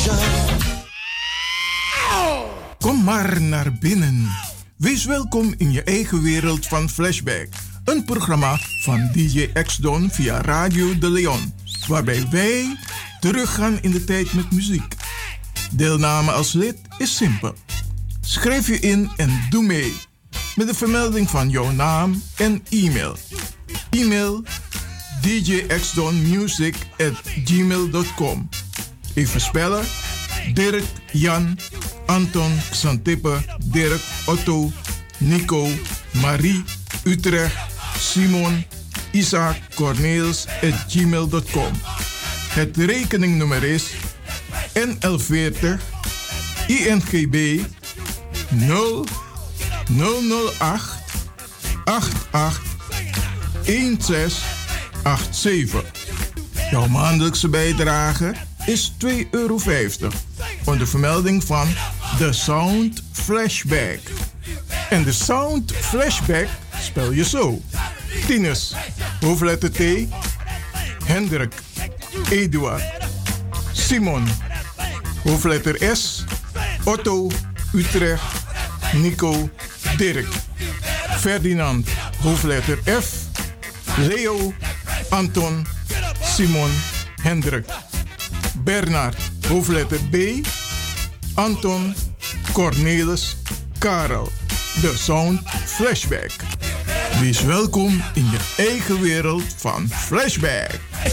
Kom maar naar binnen. Wees welkom in je eigen wereld van Flashback. Een programma van D J X-Don via Radio De Leon. Waarbij wij teruggaan in de tijd met muziek. Deelname als lid is simpel. Schrijf je in en doe mee met de vermelding van jouw naam en e-mail. E-mail d j x don music at gmail dot com. Even spellen: Dirk, Jan, Anton, Xantippe, Dirk, Otto, Nico, Marie, Utrecht, Simon, Isaac, Corneels at gmail dot com. Het rekeningnummer is N L veertig I N G B nul nul nul acht acht acht een zes acht zeven. Jouw maandelijkse bijdrage is twee euro vijftig onder vermelding van The Sound Flashback. En de Sound Flashback spel je zo: Tinus, hoofdletter T, Hendrik, Eduard, Simon, hoofdletter S, Otto, Utrecht, Nico, Dirk, Ferdinand, hoofdletter F, Leo, Anton, Simon, Hendrik, Bernard, hoofdletter B, Anton, Cornelis, Karel. De Sound Flashback. Wees welkom in je eigen wereld van Flashback.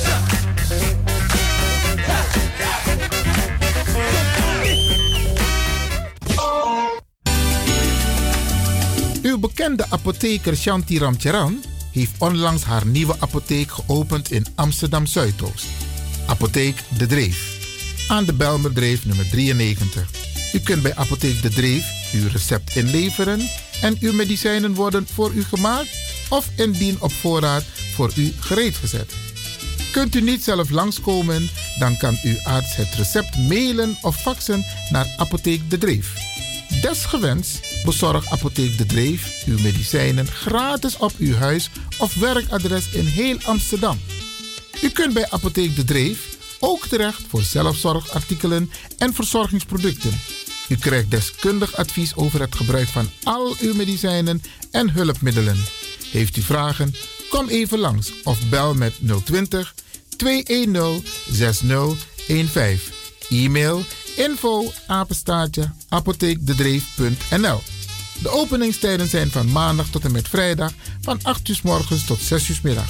Uw bekende apotheker Shanti Ramcharan heeft onlangs haar nieuwe apotheek geopend in Amsterdam Zuidoost. Apotheek De Dreef. Aan de Bijlmerdreef nummer drieënnegentig. U kunt bij Apotheek De Dreef uw recept inleveren en uw medicijnen worden voor u gemaakt of indien op voorraad voor u gereed gezet. Kunt u niet zelf langskomen, dan kan uw arts het recept mailen of faxen naar Apotheek De Dreef. Desgewenst bezorgt Apotheek De Dreef uw medicijnen gratis op uw huis of werkadres in heel Amsterdam. U kunt bij Apotheek De Dreef ook terecht voor zelfzorgartikelen en verzorgingsproducten. U krijgt deskundig advies over het gebruik van al uw medicijnen en hulpmiddelen. Heeft u vragen? Kom even langs of bel met nul twintig, tweehonderd, zestig vijftien. E-mail info apenstaartje apotheekdedreef punt n l. De openingstijden zijn van maandag tot en met vrijdag van acht uur 's morgens tot zes uur 's middag.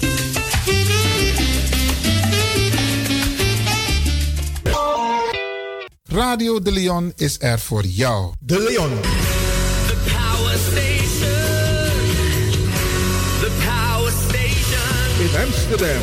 Radio De Leon is er voor jou. De Leon. The Power Station. The Power Station. In Amsterdam.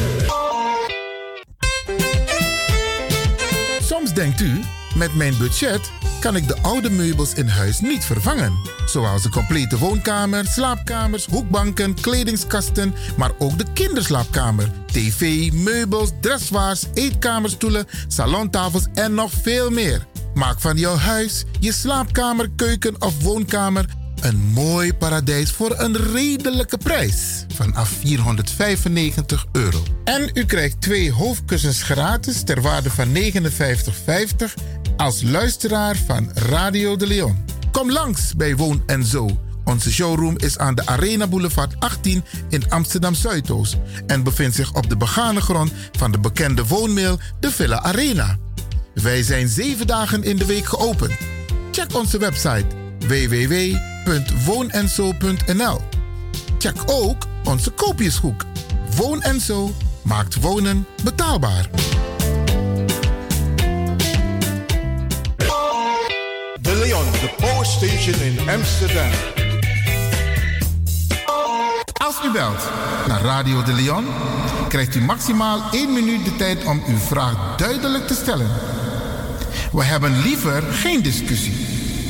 Soms denkt u, met mijn budget kan ik de oude meubels in huis niet vervangen. Zoals de complete woonkamer, slaapkamers, hoekbanken, kledingskasten, maar ook de kinderslaapkamer, tv, meubels, dressoirs, eetkamerstoelen, salontafels en nog veel meer. Maak van jouw huis, je slaapkamer, keuken of woonkamer een mooi paradijs voor een redelijke prijs. Vanaf vierhonderdvijfennegentig euro. En u krijgt twee hoofdkussens gratis ter waarde van negenenvijftig vijftig als luisteraar van Radio De Leon. Kom langs bij Woon en Zo. Onze showroom is aan de Arena Boulevard achttien in Amsterdam Zuidoost en bevindt zich op de begane grond van de bekende woonmail de Villa Arena. Wij zijn zeven dagen in de week geopend. Check onze website w w w punt woon en zo punt n l. Check ook onze koopjeshoek. Woon en Zo maakt wonen betaalbaar. De Leon, de Power Station in Amsterdam. Als u belt naar Radio De Leon, krijgt u maximaal één minuut de tijd om uw vraag duidelijk te stellen. We hebben liever geen discussie.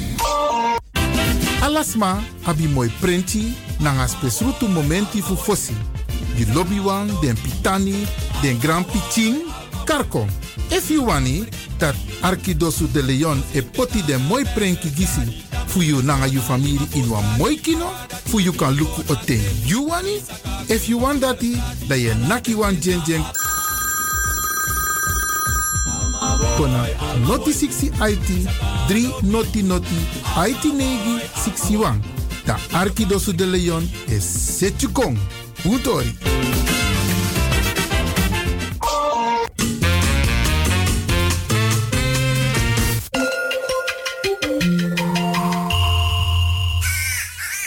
Alasma abi mooi printi nanga spesrutu momenti fu fossi. Di lobbywan, den pitani, den grand piching, karko. If you wani, dat Arkidosu De Leon e poti den mooi prenki gisi fu you nanga you family in wan mooi kino, fu you kan luku oten you wani. If you want dati, da ye naki wan jen jen. Kona noti sixty I T, three noti noti, I T negi sixty-one. Da Arkidosu De Leon is Setjukong. Utori.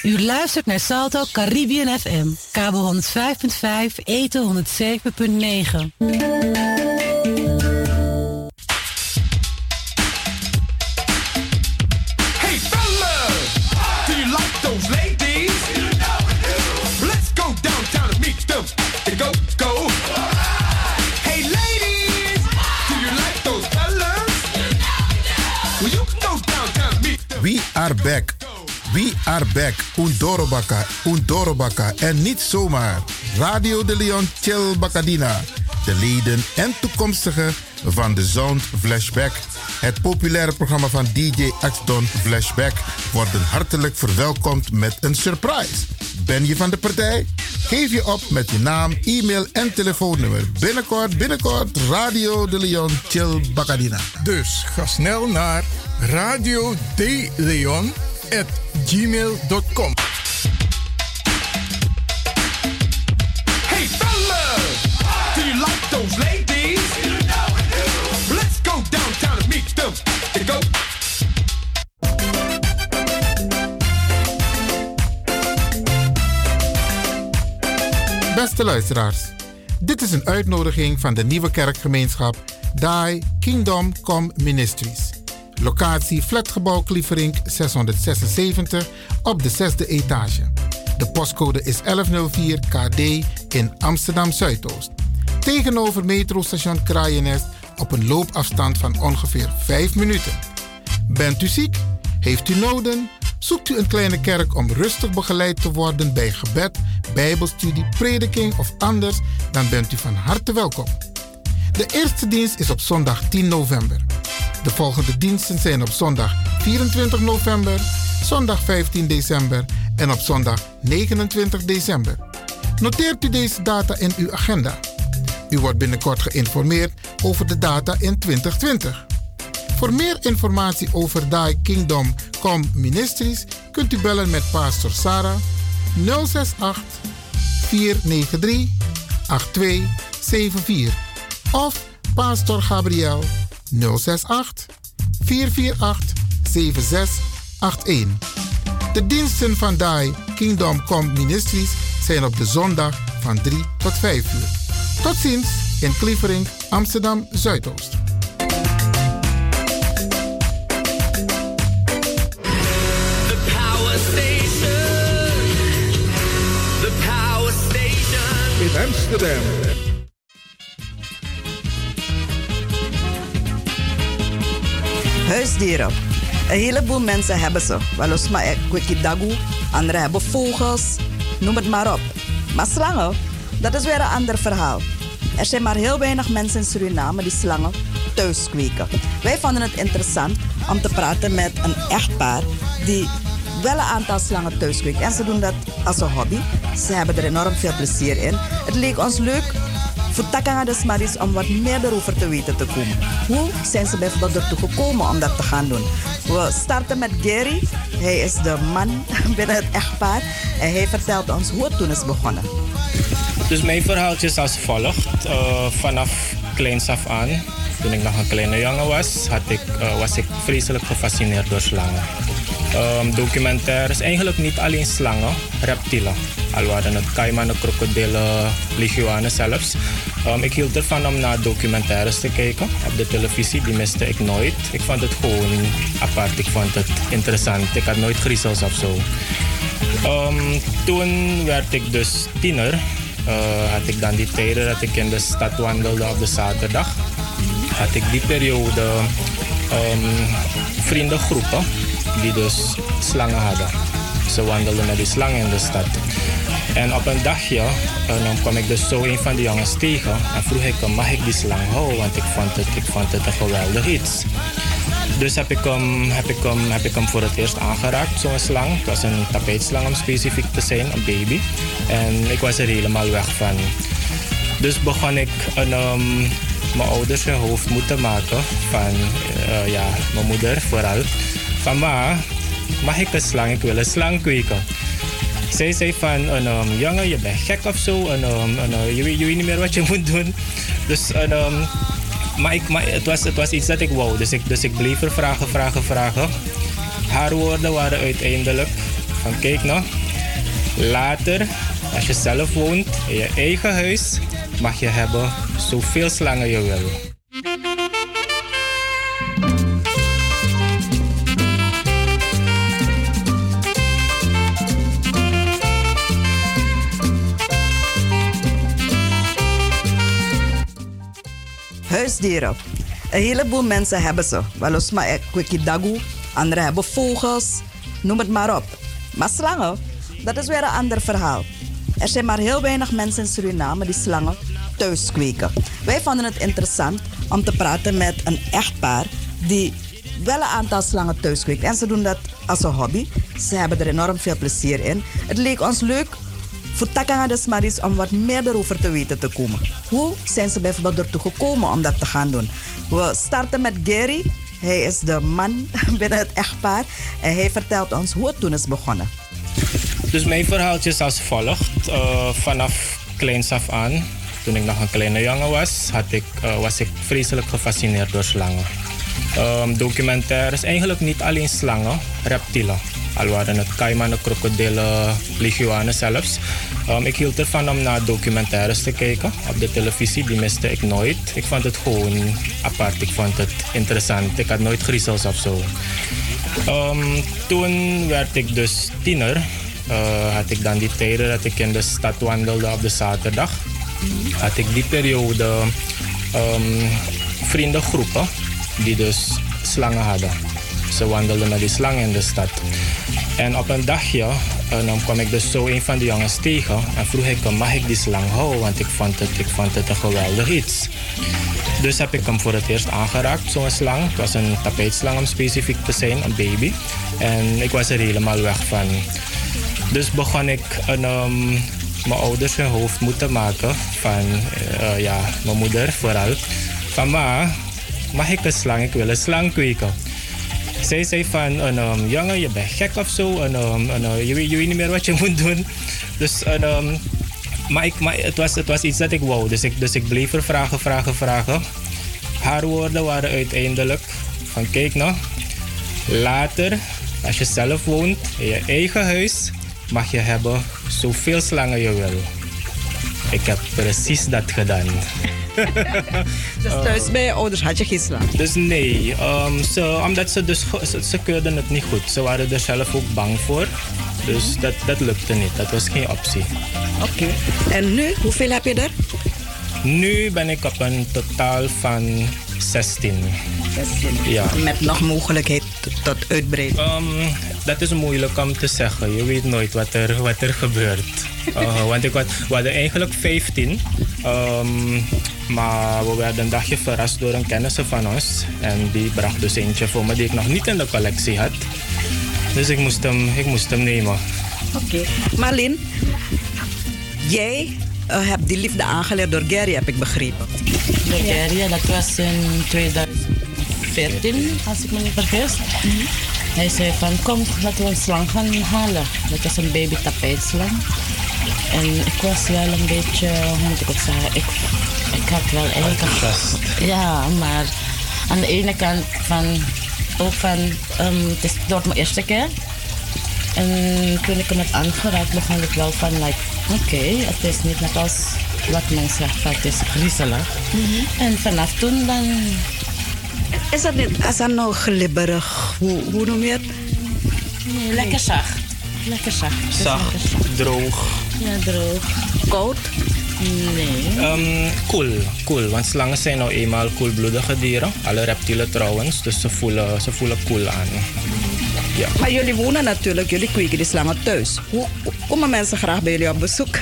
U luistert naar Salto Caribbean F M. Kabel honderdvijf komma vijf, eten honderdzeven komma negen. Hey fellas, do you like those ladies? Let's go downtown and meet them. Go, go. Hey ladies, do you like those fellas? Well, you can go downtown and meet them. We are back. We are back. Undorobaka, Undorobaka. En niet zomaar. Radio de Leon Chill Bacadina. De leden en toekomstigen van de Sound Flashback. Het populaire programma van D J X-Don Flashback worden hartelijk verwelkomd met een surprise. Ben je van de partij? Geef je op met je naam, e-mail en telefoonnummer. Binnenkort, binnenkort, Radio de Leon Chill Bacadina. Dus ga snel naar radio de leon at gmail dot com. Hey fellas, do you like those ladies? Let's go downtown and meet them. Go. Beste luisteraars, dit is een uitnodiging van de nieuwe kerkgemeenschap Die Kingdom Come Ministries. Locatie Flatgebouw Klieverink zeshonderdzesenzeventig op de zesde etage. De postcode is elf nul vier K D in Amsterdam Zuidoost. Tegenover metrostation Kraaienest op een loopafstand van ongeveer vijf minuten. Bent u ziek? Heeft u noden? Zoekt u een kleine kerk om rustig begeleid te worden bij gebed, bijbelstudie, prediking of anders? Dan bent u van harte welkom. De eerste dienst is op zondag tien november. De volgende diensten zijn op zondag vierentwintig november, zondag vijftien december en op zondag negenentwintig december. Noteert u deze data in uw agenda. U wordt binnenkort geïnformeerd over de data in twintig twintig. Voor meer informatie over Die Kingdom Come Ministries kunt u bellen met Pastor Sarah nul zes acht, vier negen drie, acht twee zeven vier of Pastor Gabriel nul zes acht, vier vier acht, zeven zes acht een. De diensten van Die Kingdom Come Ministries zijn op de zondag van drie tot vijf uur. Tot ziens in Klievering, Amsterdam Zuidoost. The power station. The power station. In Amsterdam. Huisdieren. Een heleboel mensen hebben ze. Weliswaar kwikidagu, anderen hebben vogels, noem het maar op. Maar slangen, dat is weer een ander verhaal. Er zijn maar heel weinig mensen in Suriname die slangen thuis kweken. Wij vonden het interessant om te praten met een echtpaar die wel een aantal slangen thuis kweken. En ze doen dat als een hobby. Ze hebben er enorm veel plezier in. Het leek ons leuk voor Takanga de Smaris om wat meer erover te weten te komen. Hoe zijn ze bijvoorbeeld ertoe gekomen om dat te gaan doen? We starten met Gary. Hij is de man binnen het echtpaar. En hij vertelt ons hoe het toen is begonnen. Dus mijn verhaaltje is als volgt. Uh, vanaf kleins af aan, toen ik nog een kleine jongen was, had ik, uh, was ik vreselijk gefascineerd door slangen. Um, documentaires, eigenlijk niet alleen slangen, reptielen. Al waren het kaimanen, krokodillen, leguanen zelfs. Um, ik hield ervan om naar documentaires te kijken op de televisie, die miste ik nooit. Ik vond het gewoon apart, ik vond het interessant. Ik had nooit griezels of zo. Um, toen werd ik dus tiener. Uh, had ik dan die tijden dat ik in de stad wandelde op de zaterdag. Had ik die periode um, vriendengroepen die dus slangen hadden. Ze wandelden met die slangen in de stad. En op een dagje uh, dan kwam ik dus zo een van die jongens tegen en vroeg ik hem, mag ik die slang houden? Want ik vond het, ik vond het een geweldig iets. Dus heb ik, hem, heb, ik hem, heb ik hem voor het eerst aangeraakt, zo'n slang. Het was een tapijtslang om specifiek te zijn, een baby. En ik was er helemaal weg van. Dus begon ik een, um, mijn ouders hun hoofd moeten maken van, uh, ja, mijn moeder vooral. Van ma, mag ik een slang? Ik wil een slang kweken. Zij zei van, um, jongen, je bent gek of zo. En, um, en, uh, je, weet, je weet niet meer wat je moet doen. Dus... Um, Maar, ik, maar het, was, het was iets dat ik wou. Dus ik, dus ik bleef er vragen, vragen, vragen. Haar woorden waren uiteindelijk Van kijk nou, later, als je zelf woont in je eigen huis, mag je hebben zoveel slangen je wil. Huisdieren. Een heleboel mensen hebben ze. Welos maar kwikidagu, anderen hebben vogels, noem het maar op. Maar slangen, dat is weer een ander verhaal. Er zijn maar heel weinig mensen in Suriname die slangen thuis kweken. Wij vonden het interessant om te praten met een echtpaar die wel een aantal slangen thuis kweekt. En ze doen dat als een hobby. Ze hebben er enorm veel plezier in. Het leek ons leuk voor Takanga de Smaris om wat meer erover te weten te komen. Hoe zijn ze bijvoorbeeld ertoe gekomen om dat te gaan doen? We starten met Gary. Hij is de man binnen het echtpaar. En hij vertelt ons hoe het toen is begonnen. Dus mijn verhaaltje is als volgt. Uh, vanaf kleins af aan, toen ik nog een kleine jongen was, had ik, uh, was ik vreselijk gefascineerd door slangen. Um, documentaires, eigenlijk niet alleen slangen, reptielen. Al waren het kaimanen, krokodillen, leguanen zelfs. Um, ik hield ervan om naar documentaires te kijken op de televisie. Die miste ik nooit. Ik vond het gewoon apart. Ik vond het interessant. Ik had nooit griezels of zo. Um, toen werd ik dus tiener. Uh, had ik dan die tijden dat ik in de stad wandelde op de zaterdag. Had ik die periode um, vriendengroepen die dus slangen hadden. Ze wandelden met die slangen in de stad. En op een dagje uh, dan kwam ik dus zo een van die jongens tegen en vroeg ik hem, mag ik die slang houden? Want ik vond het, ik vond het een geweldig iets. Dus heb ik hem voor het eerst aangeraakt, zo'n slang. Het was een tapijtslang om specifiek te zijn, een baby. En ik was er helemaal weg van. Dus begon ik een, um, mijn ouders hun hoofd moeten maken van, uh, ja, mijn moeder vooral. Van ma, mag ik een slang? Ik wil een slang kweken. Zij zei van, um, jongen, je bent gek of zo. En, um, en, uh, je, weet, je weet niet meer wat je moet doen. Dus, en, um, maar ik, maar het, was, het was iets dat ik wou. Dus ik, dus ik bleef er vragen, vragen, vragen. Haar woorden waren uiteindelijk van, kijk nou, later, als je zelf woont in je eigen huis, mag je hebben zoveel slangen je wil. Ik heb precies dat gedaan. Dus thuis bij je ouders had je geen slang? Dus nee, um, ze, omdat ze dus ze, ze keurden het niet goed. Ze waren er zelf ook bang voor. Dus dat, dat lukte niet. Dat was geen optie. Oké. Okay. En nu, hoeveel heb je er? Nu ben ik op een totaal van zestien. zestien. Ja. Met nog mogelijkheid tot uitbreiding? Um, dat is moeilijk om te zeggen. Je weet nooit wat er, wat er gebeurt. Uh, want ik had, we hadden eigenlijk vijftien. Um, maar we werden een dagje verrast door een kennis van ons. En die bracht dus eentje voor me die ik nog niet in de collectie had. Dus ik moest hem, ik moest hem nemen. Oké. Okay. Marleen, jij uh, hebt die liefde aangeleerd door Gary, heb ik begrepen. Door Gary, ja, dat was in tweeduizend veertien, als ik me niet vergis. Mm-hmm. Hij zei van, kom, laten we een slang gaan halen. Dat was een baby tapijtslang. En ik was wel een beetje, hoe moet ik het zeggen, ik, ik had wel eigenlijk... Ja, maar aan de ene kant van, ook van, um, het is door mijn eerste keer. En toen ik hem had aangeraakt, begon ik wel van, like, oké, okay, het is niet net als wat men zegt, van, het is griezelig. Mm-hmm. En vanaf toen dan... Is dat niet, is dat nou glibberig, hoe, hoe noem je het? Nee, lekker zacht. Lekker zacht. Zacht, lekker zacht. Droog. Ja, droog. Koud? Nee. Um, cool, cool. Want slangen zijn nou eenmaal koelbloedige dieren. Alle reptielen trouwens. Dus ze voelen, ze voelen koel aan. Ja. Maar jullie wonen natuurlijk, jullie kweken die slangen thuis. Hoe komen mensen graag bij jullie op bezoek?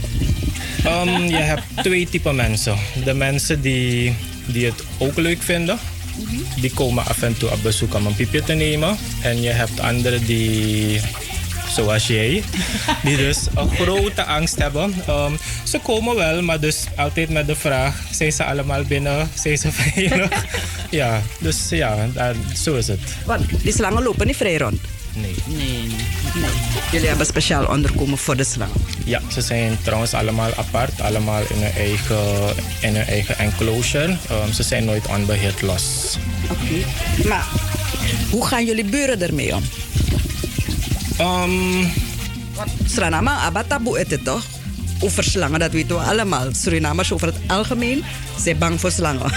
Um, je hebt twee typen mensen. De mensen die, die het ook leuk vinden. Die komen af en toe op bezoek om een piepje te nemen. En je hebt anderen die, zoals jij, die dus een grote angst hebben. Um, ze komen wel, maar dus altijd met de vraag, zijn ze allemaal binnen? Zijn ze veilig? Ja, dus ja, daar, zo is het. Want die slangen lopen niet vrij rond? Nee. Nee, nee. Jullie hebben speciaal onderkomen voor de slangen? Ja, ze zijn trouwens allemaal apart, allemaal in hun eigen, in hun eigen enclosure. Um, ze zijn nooit onbeheerd los. Oké. Okay. Maar hoe gaan jullie buren ermee om? Um, Suriname, abba taboe is het toch? Over slangen, dat weten we allemaal. Surinamers over het algemeen zijn bang voor slangen.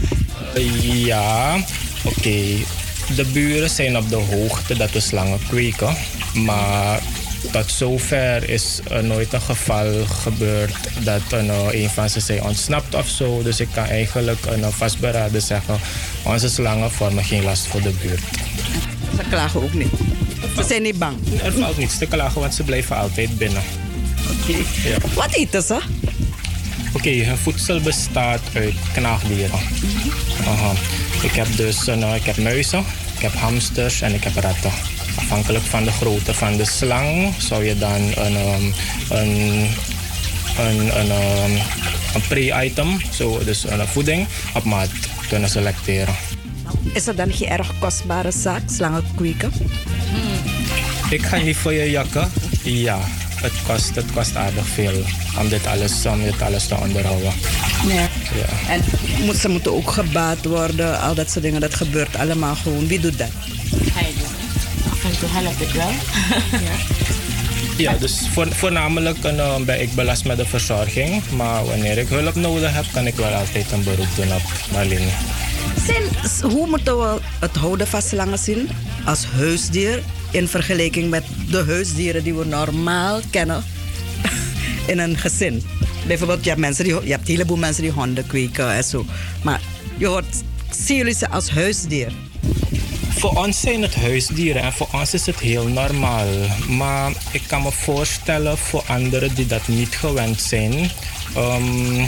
Ja, oké. Okay. De buren zijn op de hoogte dat we slangen kweken. Maar tot zover is er nooit een geval gebeurd dat een, een van ze zijn ontsnapt of zo. Dus ik kan eigenlijk een vastberaden zeggen, onze slangen vormen geen last voor de buurt. Ze klagen ook niet. Ze zijn niet bang. Er valt niets te klagen, want ze blijven altijd binnen. Oké. Okay. Ja. Wat eten ze? Oké, okay, hun voedsel bestaat uit knaagdieren. Uh-huh. Ik heb dus een, ik heb muizen, ik heb hamsters en ik heb ratten. Afhankelijk van de grootte van de slang zou je dan een, um, een, een, een, um, een pre-item, so, dus een voeding, op maat kunnen selecteren. Is dat dan geen erg kostbare zaak, slangen kweken? Hmm. Ik ga niet voor je jakken. Ja, het kost, het kost aardig veel om dit alles, om dit alles te onderhouden. Nee. Ja. En moet, ze moeten ook gebaat worden, al dat soort dingen, dat gebeurt allemaal gewoon. Wie doet dat? Hij doet. Af en toe help ik wel. Ja. Ja, dus voor, voornamelijk uh, ben ik belast met de verzorging. Maar wanneer ik hulp nodig heb, kan ik wel altijd een beroep doen op Marlene. Zijn, hoe moeten we het houden van slangen zien als huisdier in vergelijking met de huisdieren die we normaal kennen in een gezin? Bijvoorbeeld, je hebt, mensen die, je hebt een heleboel mensen die honden kweken en zo. Maar je hoort, zien jullie ze als huisdier? Voor ons zijn het huisdieren en voor ons is het heel normaal. Maar ik kan me voorstellen voor anderen die dat niet gewend zijn. Um,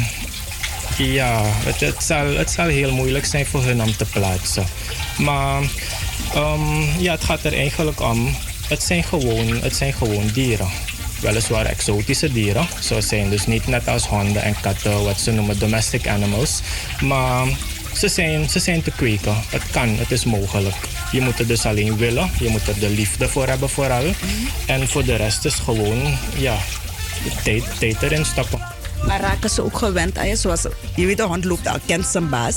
ja, het, het, zal, het zal heel moeilijk zijn voor hun om te plaatsen. Maar um, ja, het gaat er eigenlijk om. Het zijn gewoon, het zijn gewoon dieren. Weliswaar exotische dieren. Ze zijn dus niet net als honden en katten, wat ze noemen domestic animals. Maar ze zijn, ze zijn te kweken. Het kan, het is mogelijk. Je moet het dus alleen willen. Je moet er de liefde voor hebben vooral. Mm. En voor de rest is gewoon, ja, tijd, tijd erin stoppen. Maar raken ze ook gewend aan je? Zoals, je weet, de hond loopt al, kent zijn baas.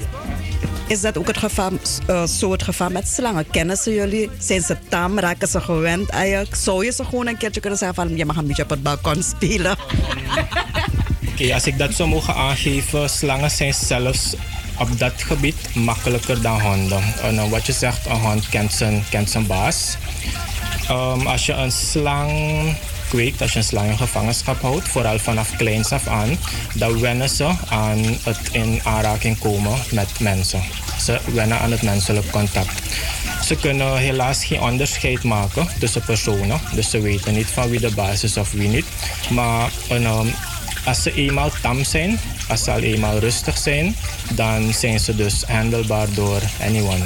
Is dat ook het geval, uh, zo het geval met slangen? Kennen ze jullie? Zijn ze tam? Raken ze gewend aan je? Zou je ze gewoon een keertje kunnen zeggen van, je mag een beetje op het balkon spelen? Oké, okay, als ik dat zou mogen aangeven, slangen zijn zelfs op dat gebied makkelijker dan honden. En uh, wat je zegt, een hond kent zijn, kent zijn baas. Um, als je een slang kweekt, als je een slang in gevangenschap houdt, vooral vanaf kleins af aan, dan wennen ze aan het in aanraking komen met mensen. Ze wennen aan het menselijk contact. Ze kunnen helaas geen onderscheid maken tussen personen, dus ze weten niet van wie de baas is of wie niet. Maar een, um, als ze eenmaal tam zijn, als ze al eenmaal rustig zijn, dan zijn ze dus handelbaar door anyone.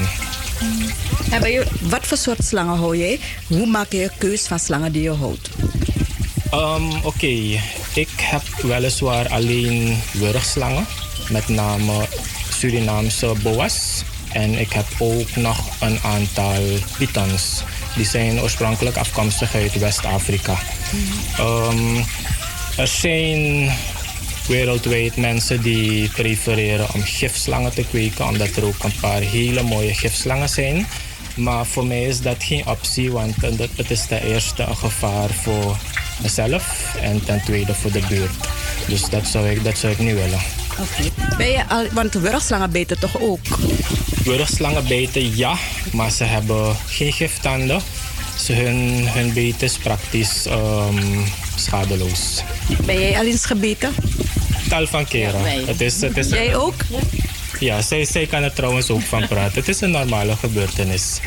En je, wat voor soort slangen hou jij? Hoe maak je keus van slangen die je houdt? Um, Oké, okay. Ik heb weliswaar alleen wurgslangen, met name Surinaamse boa's. En ik heb ook nog een aantal pythons. Die zijn oorspronkelijk afkomstig uit West-Afrika. Um, er zijn wereldwijd mensen die prefereren om gifslangen te kweken, omdat er ook een paar hele mooie gifslangen zijn. Maar voor mij is dat geen optie, want het is ten eerste een gevaar voor mezelf en ten tweede voor de buurt. Dus dat zou ik, dat zou ik niet willen. Okay. Ben je al, want wurgslangen bijten toch ook? Wurgslangen bijten ja, maar ze hebben geen giftanden. Ze, hun, hun beet is praktisch um, schadeloos. Ben jij al eens gebeten? Tal van keren. Ja, het is, het is, jij ook? Ja, zij, zij kan er trouwens ook van praten. Het is een normale gebeurtenis.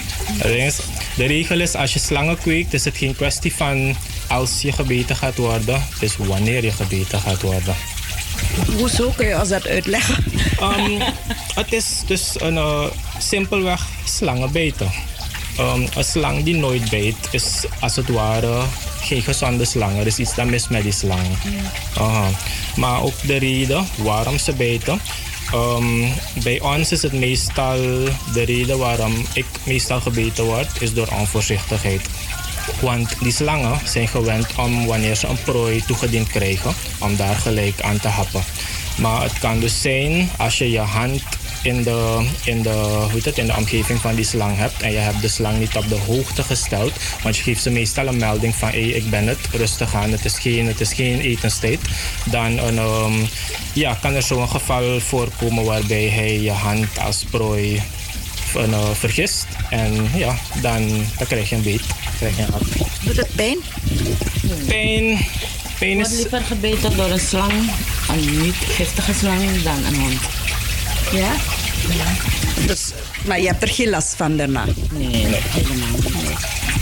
De regel is, als je slangen kweekt, is het geen kwestie van als je gebeten gaat worden. Het is wanneer je gebeten gaat worden. Hoezo kun je als dat uitleggen? Um, het is dus een uh, simpelweg slangen bijten. Um, een slang die nooit bijt is als het ware geen gezonde slang. Er is iets dat mis met die slang. Uh-huh. Maar ook de reden waarom ze bijten. Um, bij ons is het meestal, de reden waarom ik meestal gebeten word, is door onvoorzichtigheid. Want die slangen zijn gewend om wanneer ze een prooi toegediend krijgen, om daar gelijk aan te happen. Maar het kan dus zijn als je je hand in de, in, de, hoe heet het, in de omgeving van die slang hebt en je hebt de slang niet op de hoogte gesteld, want je geeft ze meestal een melding van hey, ik ben het, rustig aan, het is geen, het is geen etenstijd, dan een, um, ja, kan er zo'n geval voorkomen waarbij hij je hand als prooi uh, vergist en ja, dan, dan krijg je een beet. Krijg je een hap. Doet het pijn? Pijn, pijn is... Ik word liever gebeten door een slang, een niet giftige slang, dan een hond. Ja? Ja. Dus, maar je hebt er geen last van daarna? Nee, nee. helemaal niet.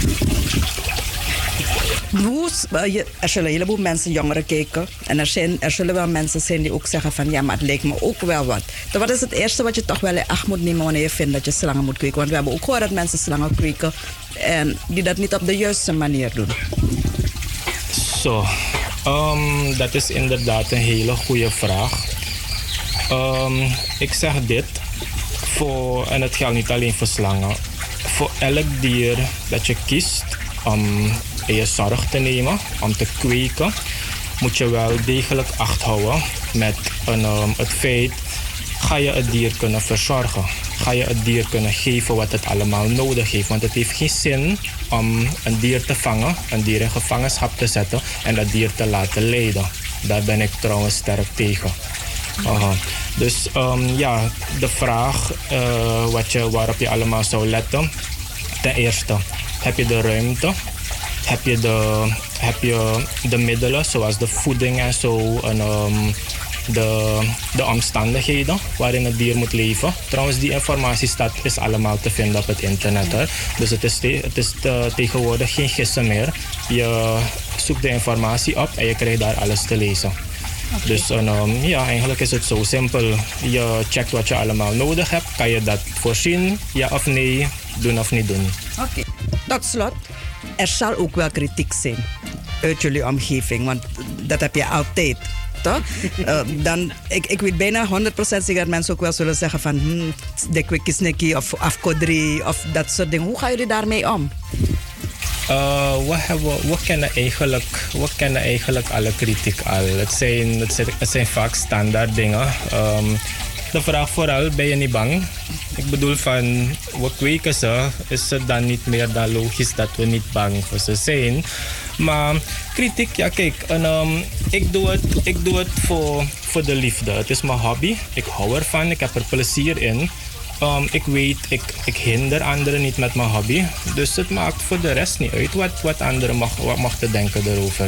Hoe, er zullen een heleboel mensen, jongeren kijken. En er, zijn, er zullen wel mensen zijn die ook zeggen van ja, maar het lijkt me ook wel wat. Dus wat is het eerste wat je toch wel in acht moet nemen wanneer je vindt dat je slangen moet kweken? Want we hebben ook gehoord dat mensen slangen kweken en die dat niet op de juiste manier doen. Zo, um, dat is inderdaad een hele goede vraag. Um, ik zeg dit, voor, en het geldt niet alleen voor slangen. Voor elk dier dat je kiest om je zorg te nemen, om te kweken, moet je wel degelijk acht houden met een, um, het feit, ga je het dier kunnen verzorgen? Ga je het dier kunnen geven wat het allemaal nodig heeft? Want het heeft geen zin om een dier te vangen, een dier in gevangenschap te zetten en dat dier te laten lijden. Daar ben ik trouwens sterk tegen. Uh-huh. Dus um, ja, de vraag uh, wat je, waarop je allemaal zou letten. Ten eerste, heb je de ruimte? Heb je de, heb je de middelen, zoals de voeding en zo, en um, de, de omstandigheden waarin het dier moet leven? Trouwens, die informatie staat, is allemaal te vinden op het internet. Hè? Dus het is, te, het is te, tegenwoordig geen gissen meer. Je zoekt de informatie op en je krijgt daar alles te lezen. Okay. Dus um, ja, eigenlijk is het zo simpel. Je checkt wat je allemaal nodig hebt. Kan je dat voorzien? Ja of nee? Doen of niet doen? Oké. Okay. Tot slot, er zal ook wel kritiek zijn uit jullie omgeving. Want dat heb je altijd. Toch? uh, dan, ik, ik weet bijna honderd procent zeker dat mensen ook wel zullen zeggen van hmm, de kwikisneki of afkodri of dat soort dingen. Hoe gaan jullie daarmee om? Uh, we, hebben, we, kennen eigenlijk, we kennen eigenlijk alle kritiek al. Het zijn, het zijn, het zijn vaak standaard dingen. Um, de vraag vooral, ben je niet bang? Ik bedoel van, we kweken ze, is het dan niet meer dan logisch dat we niet bang voor ze zijn? Maar kritiek, ja kijk, en, um, ik doe het, ik doe het voor, voor de liefde. Het is mijn hobby, ik hou ervan, ik heb er plezier in. Um, ik weet, ik, ik hinder anderen niet met mijn hobby. Dus het maakt voor de rest niet uit wat, wat anderen mag, wat mag te denken erover.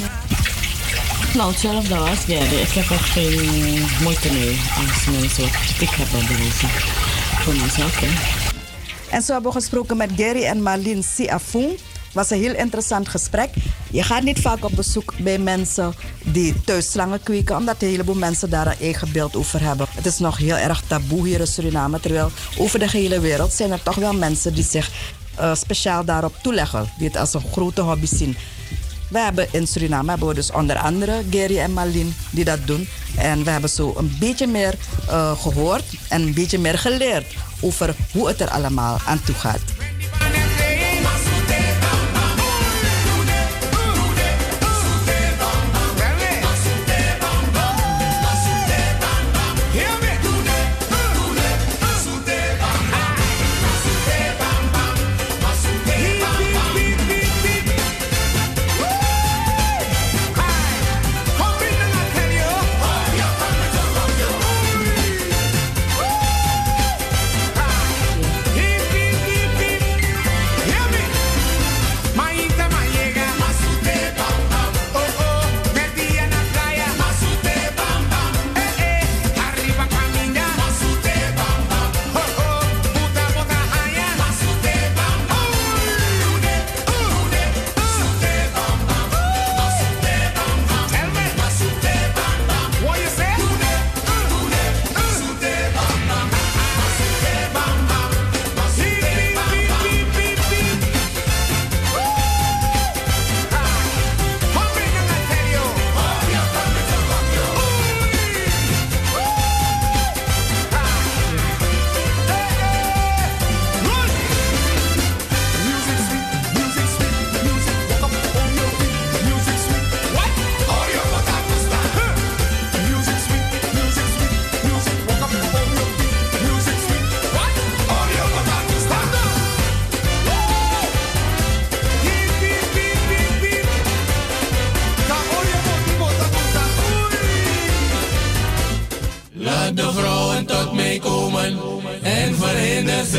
Nou, hetzelfde als Gary. Ik heb er geen moeite mee als mensen wat kritiek hebben erover. Voor mezelf, hè. En zo hebben we gesproken met Gary en Marlene Siafung. Was een heel interessant gesprek. Je gaat niet vaak op bezoek bij mensen die thuis slangen kweken, omdat een heleboel mensen daar een eigen beeld over hebben. Het is nog heel erg taboe hier in Suriname, terwijl over de hele wereld zijn er toch wel mensen die zich uh, speciaal daarop toeleggen, die het als een grote hobby zien. We hebben in Suriname hebben we dus onder andere Gary en Marlene die dat doen. En we hebben zo een beetje meer uh, gehoord en een beetje meer geleerd over hoe het er allemaal aan toe gaat.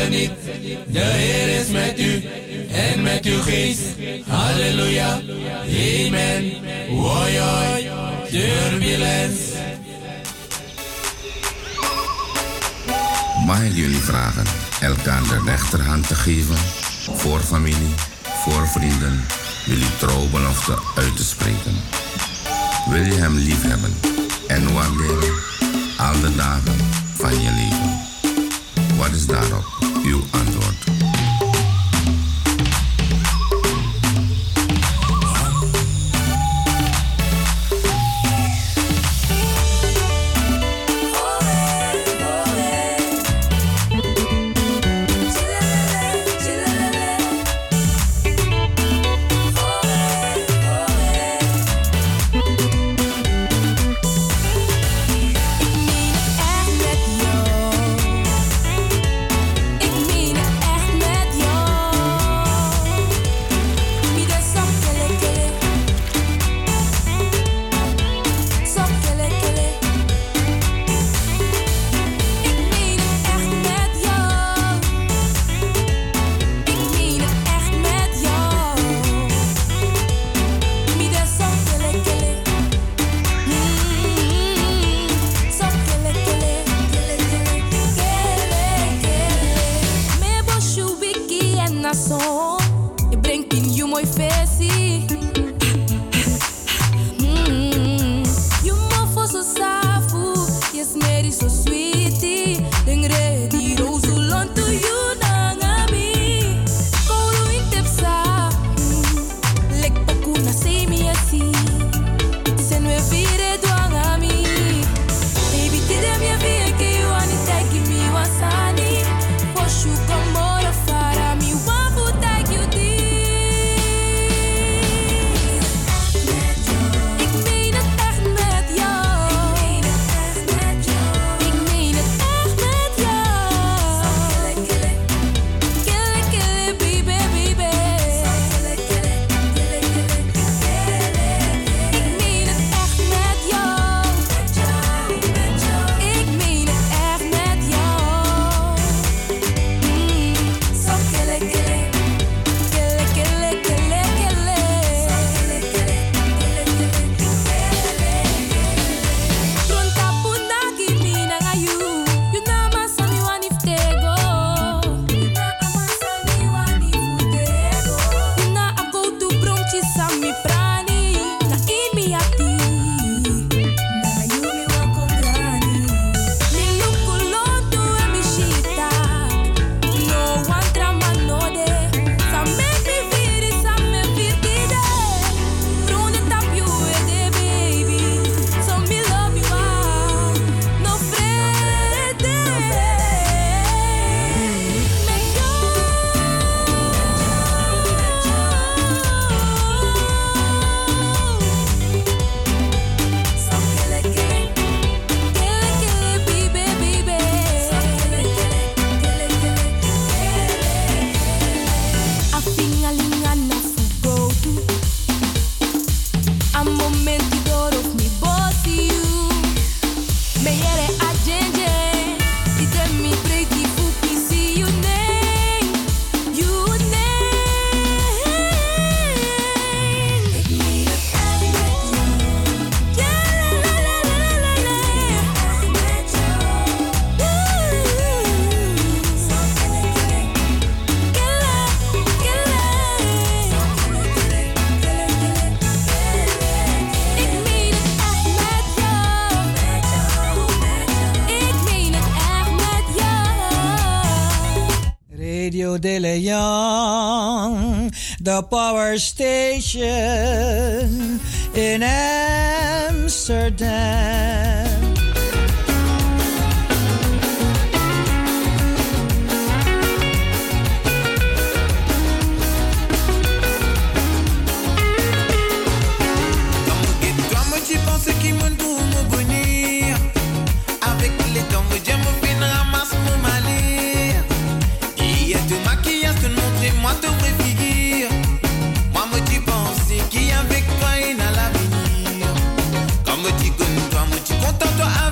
niet. De Heer is met u en met uw geest. Halleluja, amen. Hoi hoi, turbulence. Mag ik jullie vragen elkaar de rechterhand te geven? Voor familie, voor vrienden, jullie trouwbelofte uit te spreken. Wil je hem lief hebben en waarderen al de dagen van je leven? Wat is daarop uw antwoord? Radio de Leon, the power station in Amsterdam. Moi te vrai figure, moi me dis penser qu'il y a avec toi et dans l'avenir. Comme tu connais toi, moi tu content toi.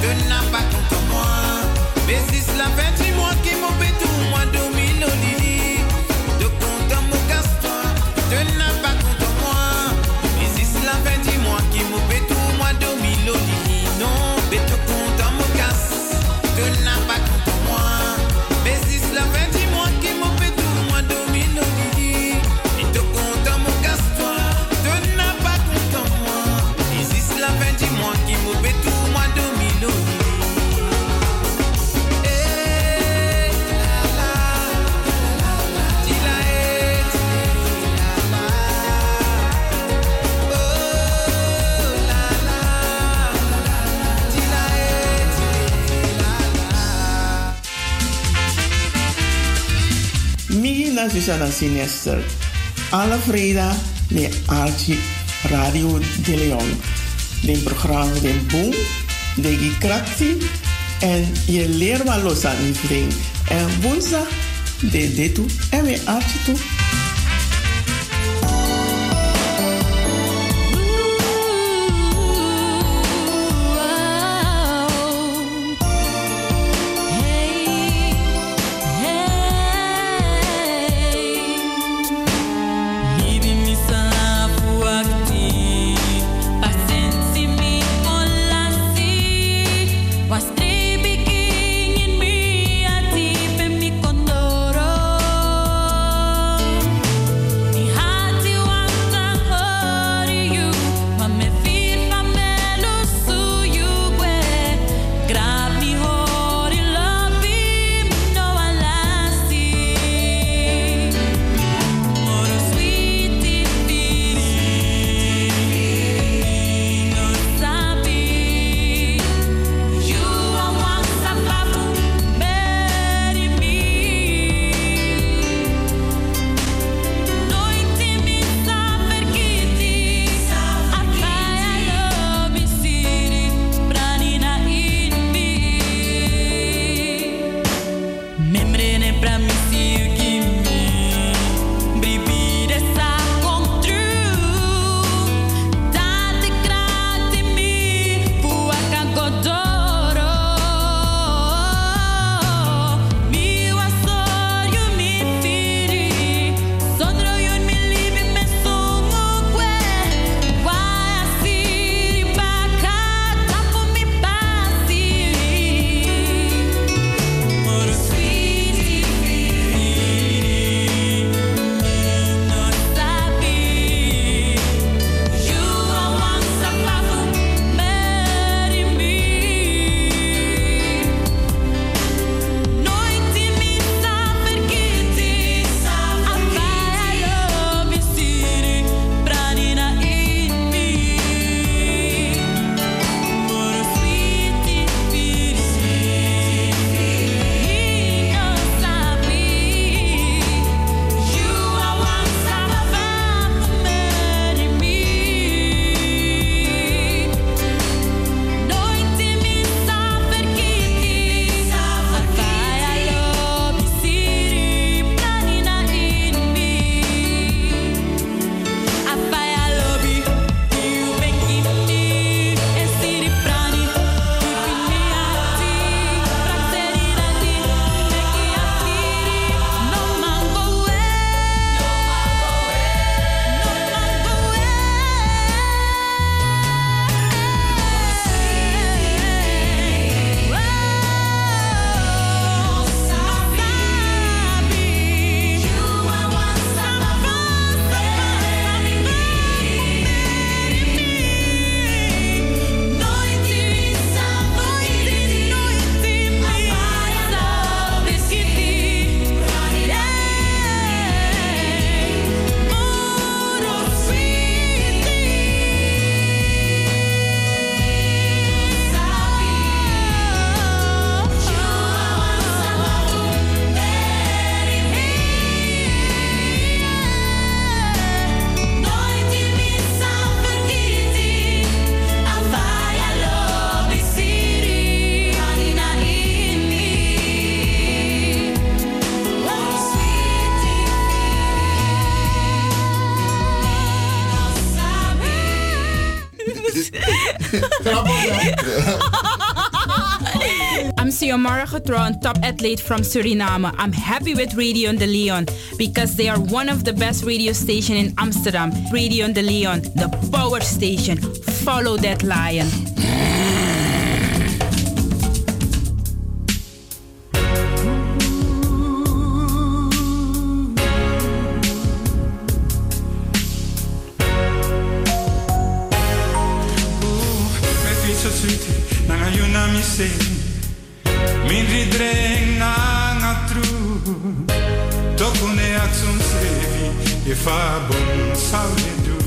de n'a pas contre moi. Mais si la fin du mois qui m'ont fait tout, moi domine Lili. De contre mon casse-toi, de n'a pas contre moi. Mais si la fin du mois qui m'ont fait tout, moi domine Lili. Non, mais de contre mon casse, de n'a pas contre moi. Mais si la fin du mois qui m'ont fait tout, moi domine Lili. Et de contre mon casse-toi, de n'a pas contre moi. Mais si la fin du mois qui m'ont fait tout, moi domine Lili. Mina Susanna Sinister. Alle vrijdag met Archie Radio de Leon. De programma de Boom, de Krakti en je leert wat los aan iedereen. En woensdag de dit toe en met Archie toe. Was Xiomara Getrouw, een top-athlete from Suriname. I'm happy with Radio de Leon because they are one of the best radio station in Amsterdam. Radio de Leon, the power station. Follow that lion. Min ridreng na tru Tokune atsun sevi If a bon savedu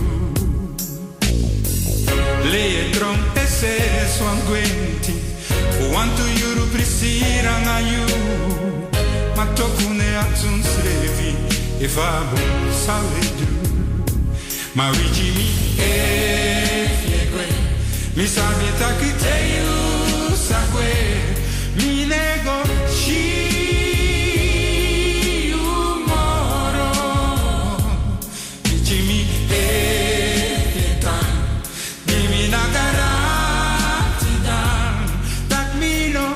Leye tron ese swanguenti Wantu yuru prisira na yu Ma tokune atsun sevi If a bon savedu Ma wiji mi e fiegwe Mi sabita ki te yu sagwe Mi nego shi umoro Ichimi etan Dimi na garanti dan Tak mi no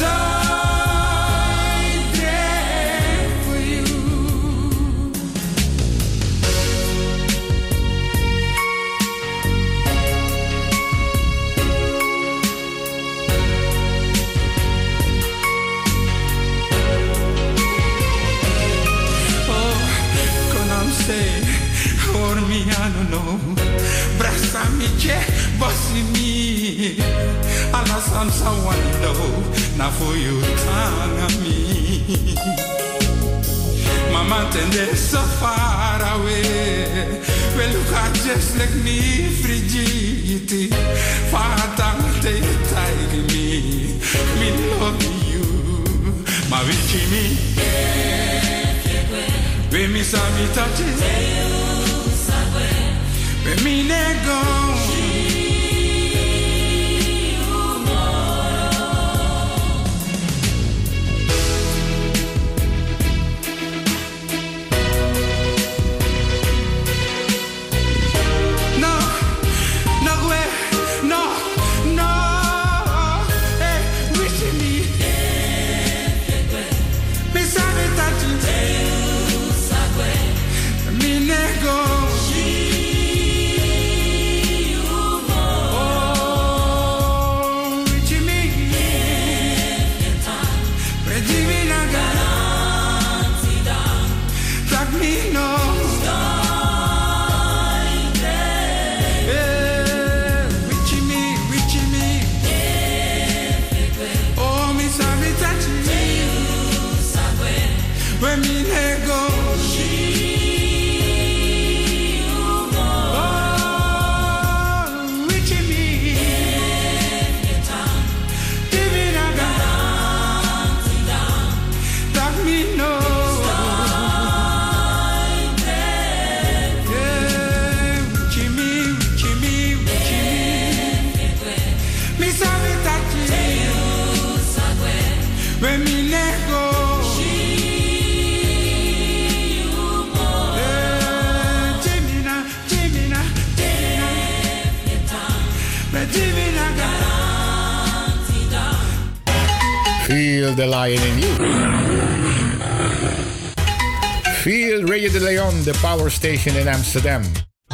stoi there for you I don't know. Brasa mi che bossi mi. Alla samsa wando na for you tanga mi. Mama tende so far away. We look at just like me frigidity. Fatang te take me. Me love you. Ma vici mi. We mi sa mi touch it. Mi nego No, no way, no, no Hey, wish me Mi sabe tati Mi nego Feel the lion in you. Feel Radio de Leon, the power station in Amsterdam.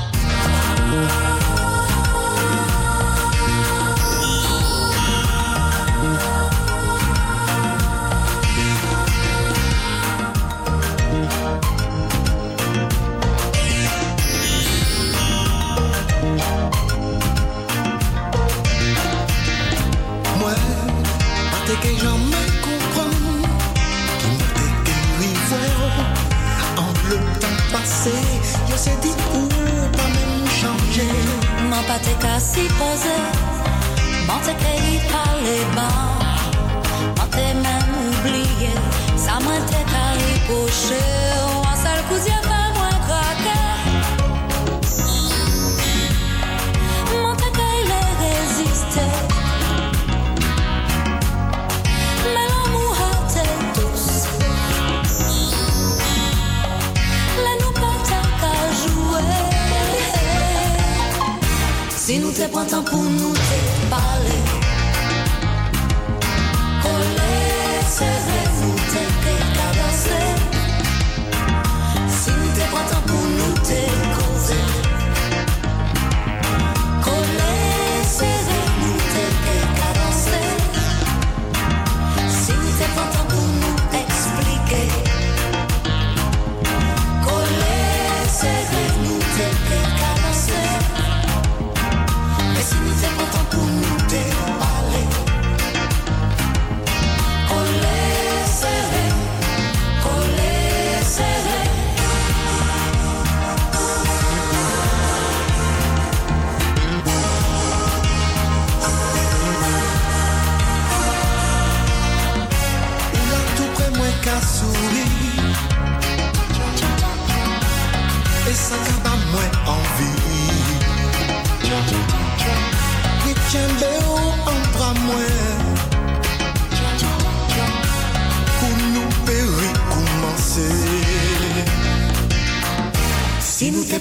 Yo se dit ou pas même changer. M'en pas te qu'à s'y poser. M'en te qu'à parler bas. M'en te même oublié. Ça m'en te qu'à y coucher. Ou un seul coup d'y a pas moins craquer. M'en te qu'à y le résister. Mais l'amour a été douce. Si nous te prends temps pour nous te parler, coller.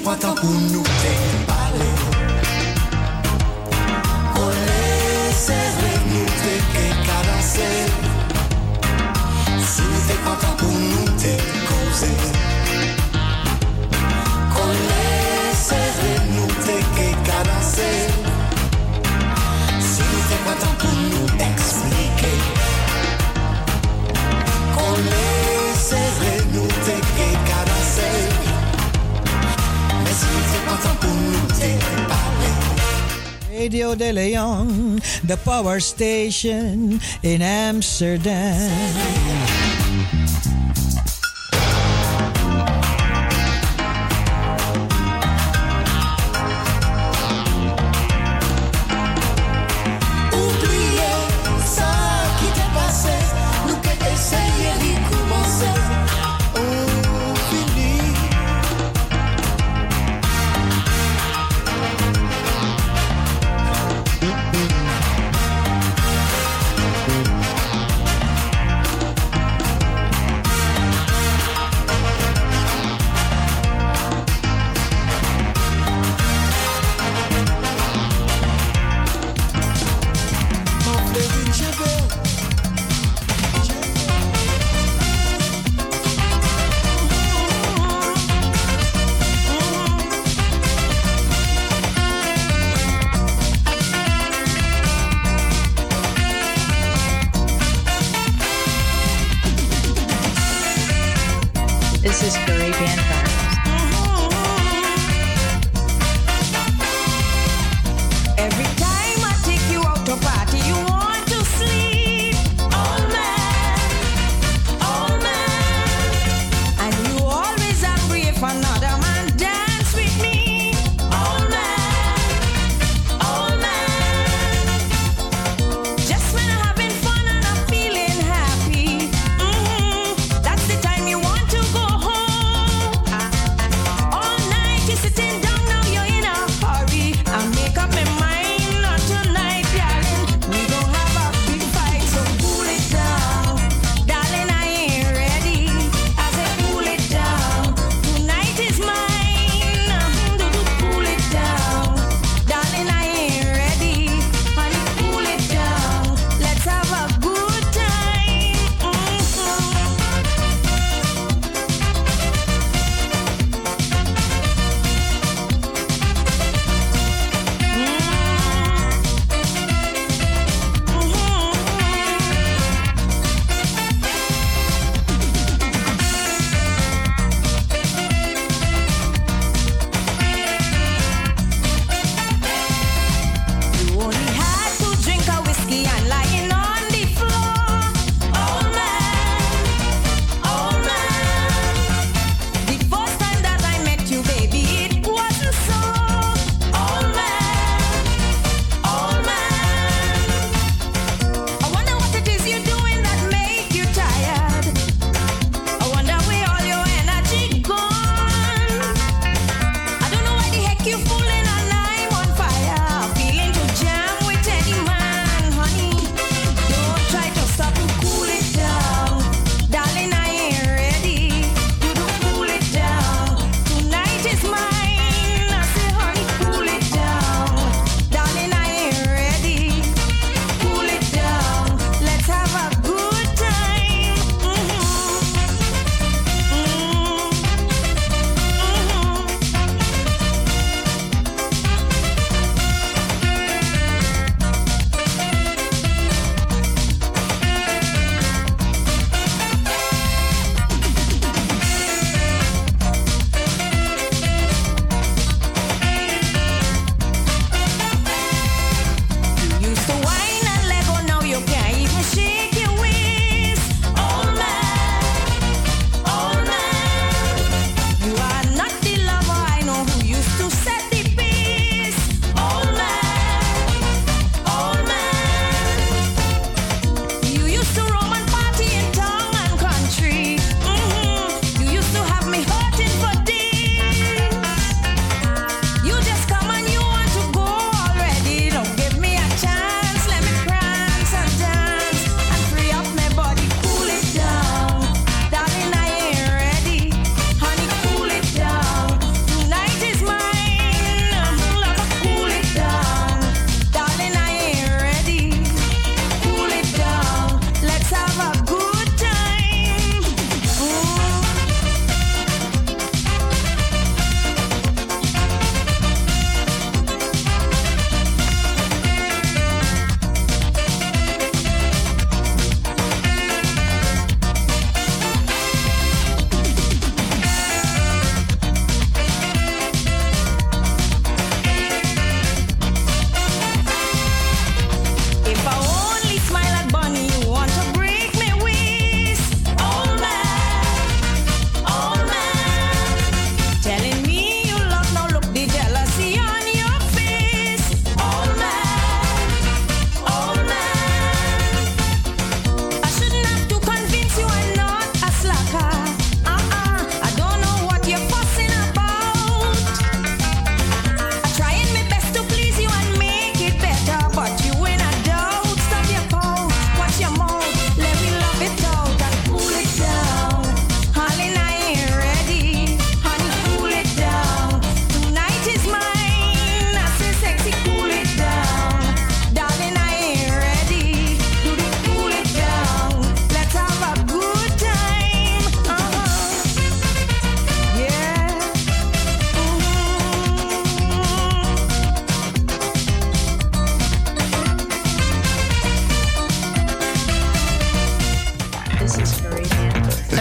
kwata punu te pale. Ole se renu te ke karase. Si te kwata punu te kose. Ole se renu te ke karase. Si te kwata punu explique. Ole se renu te ke karase. Radio De Leon, the power station in Amsterdam. This is Caribbean Vibes. Every time I take you out to party, you want to sleep. Oh man, oh man. And you always agree if another man dance with me. Oh man, oh man. Just when I'm having fun and I'm feeling happy, mm-hmm, that's the time you want to go home.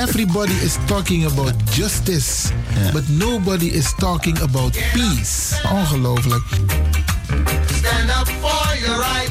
Everybody is talking about justice, yeah. But nobody is talking about peace. Ongelooflijk. Stand up for your right.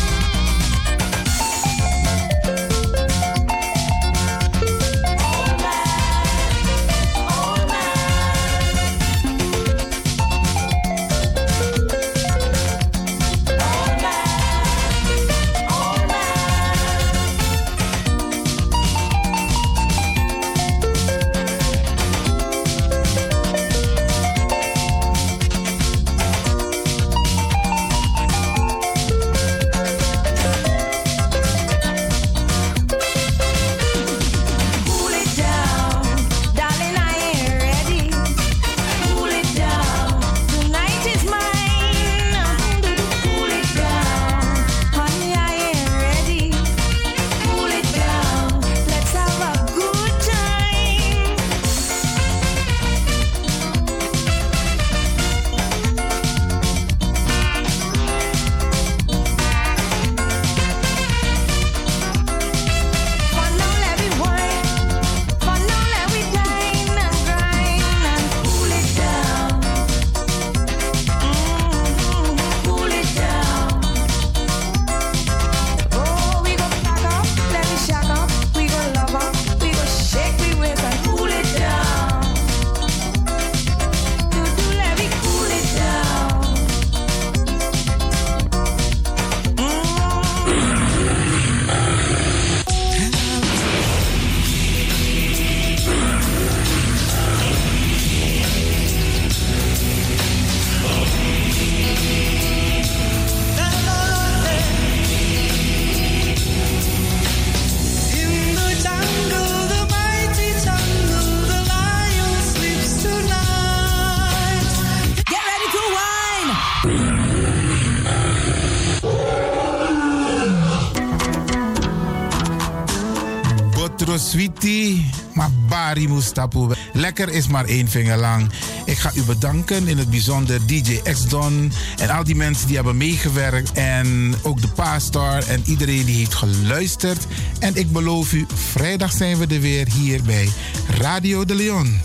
Sweetie, maar Bari Mustapu. Lekker is maar één vinger lang. Ik ga u bedanken, in het bijzonder D J X-Don en al die mensen die hebben meegewerkt. En ook de Pastor en iedereen die heeft geluisterd. En ik beloof u, vrijdag zijn we er weer hier bij Radio de Leon.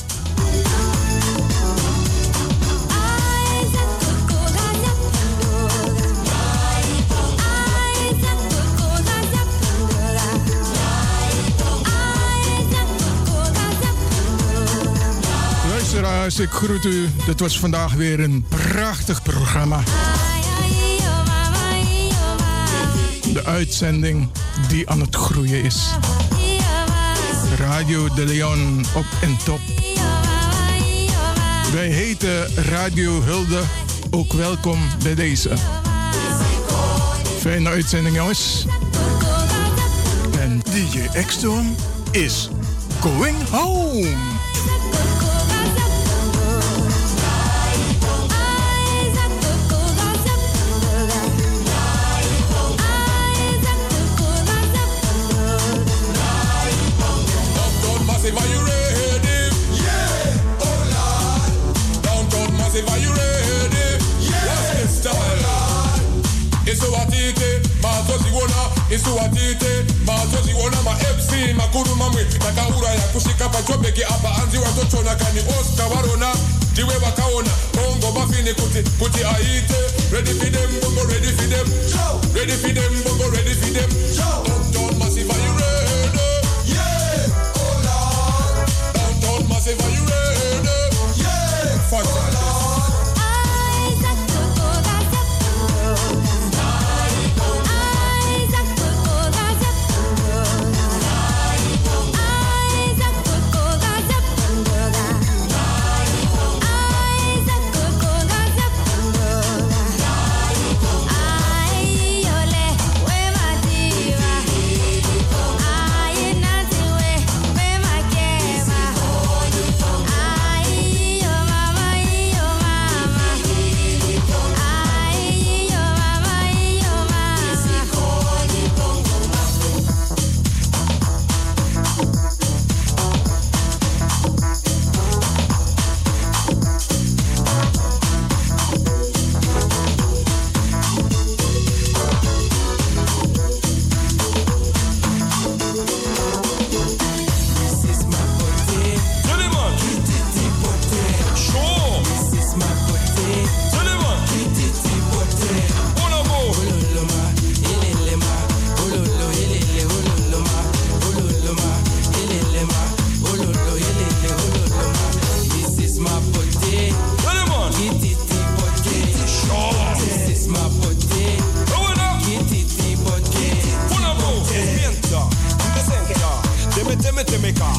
Ik groet u. Dit was vandaag weer een prachtig programma. De uitzending die aan het groeien is. Radio de Leon op en top. Wij heten Radio Hulde. Ook welkom bij deze. Fijne uitzending, jongens. En D J X-Don is going home. Are you ready? Yeah, oh Lord. Downtown Massive, are you ready? Yeah, what's this style? It's so atite, ma tozi wona. It's so atite, ma tozi wona. Ma M C, ma kuru mamwe. Nakaura ya kushika pa chobeki apa anzi watoto kani Oscar warona. Diwe wakaona, bongo bafini kuti kuti aite. Ready for them, bongo ready for them. Ready for them, bongo ready for them. Downtown Massive, are you ready? Massive, are you ready? Yeah! Fuck that.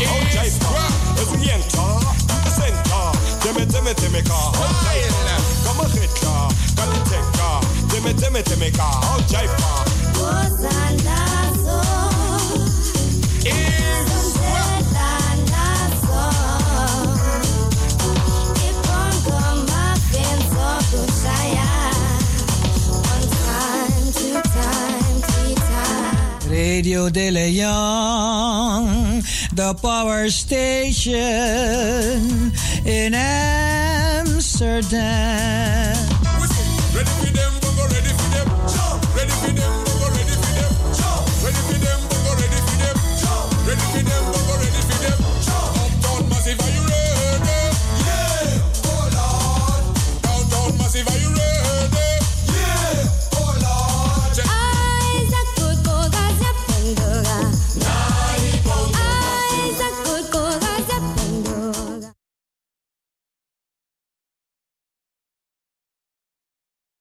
oh jaipa. Esienta, senta, teme teme teme ka, oh jaipa. Come hita, kaliteka, teme teme teme ka, oh jaipa. Gozalazo, Zondelazo, Ipongo mapenzo kushaya, one time, two time, three time. Radio De Leon, the power station in Amsterdam.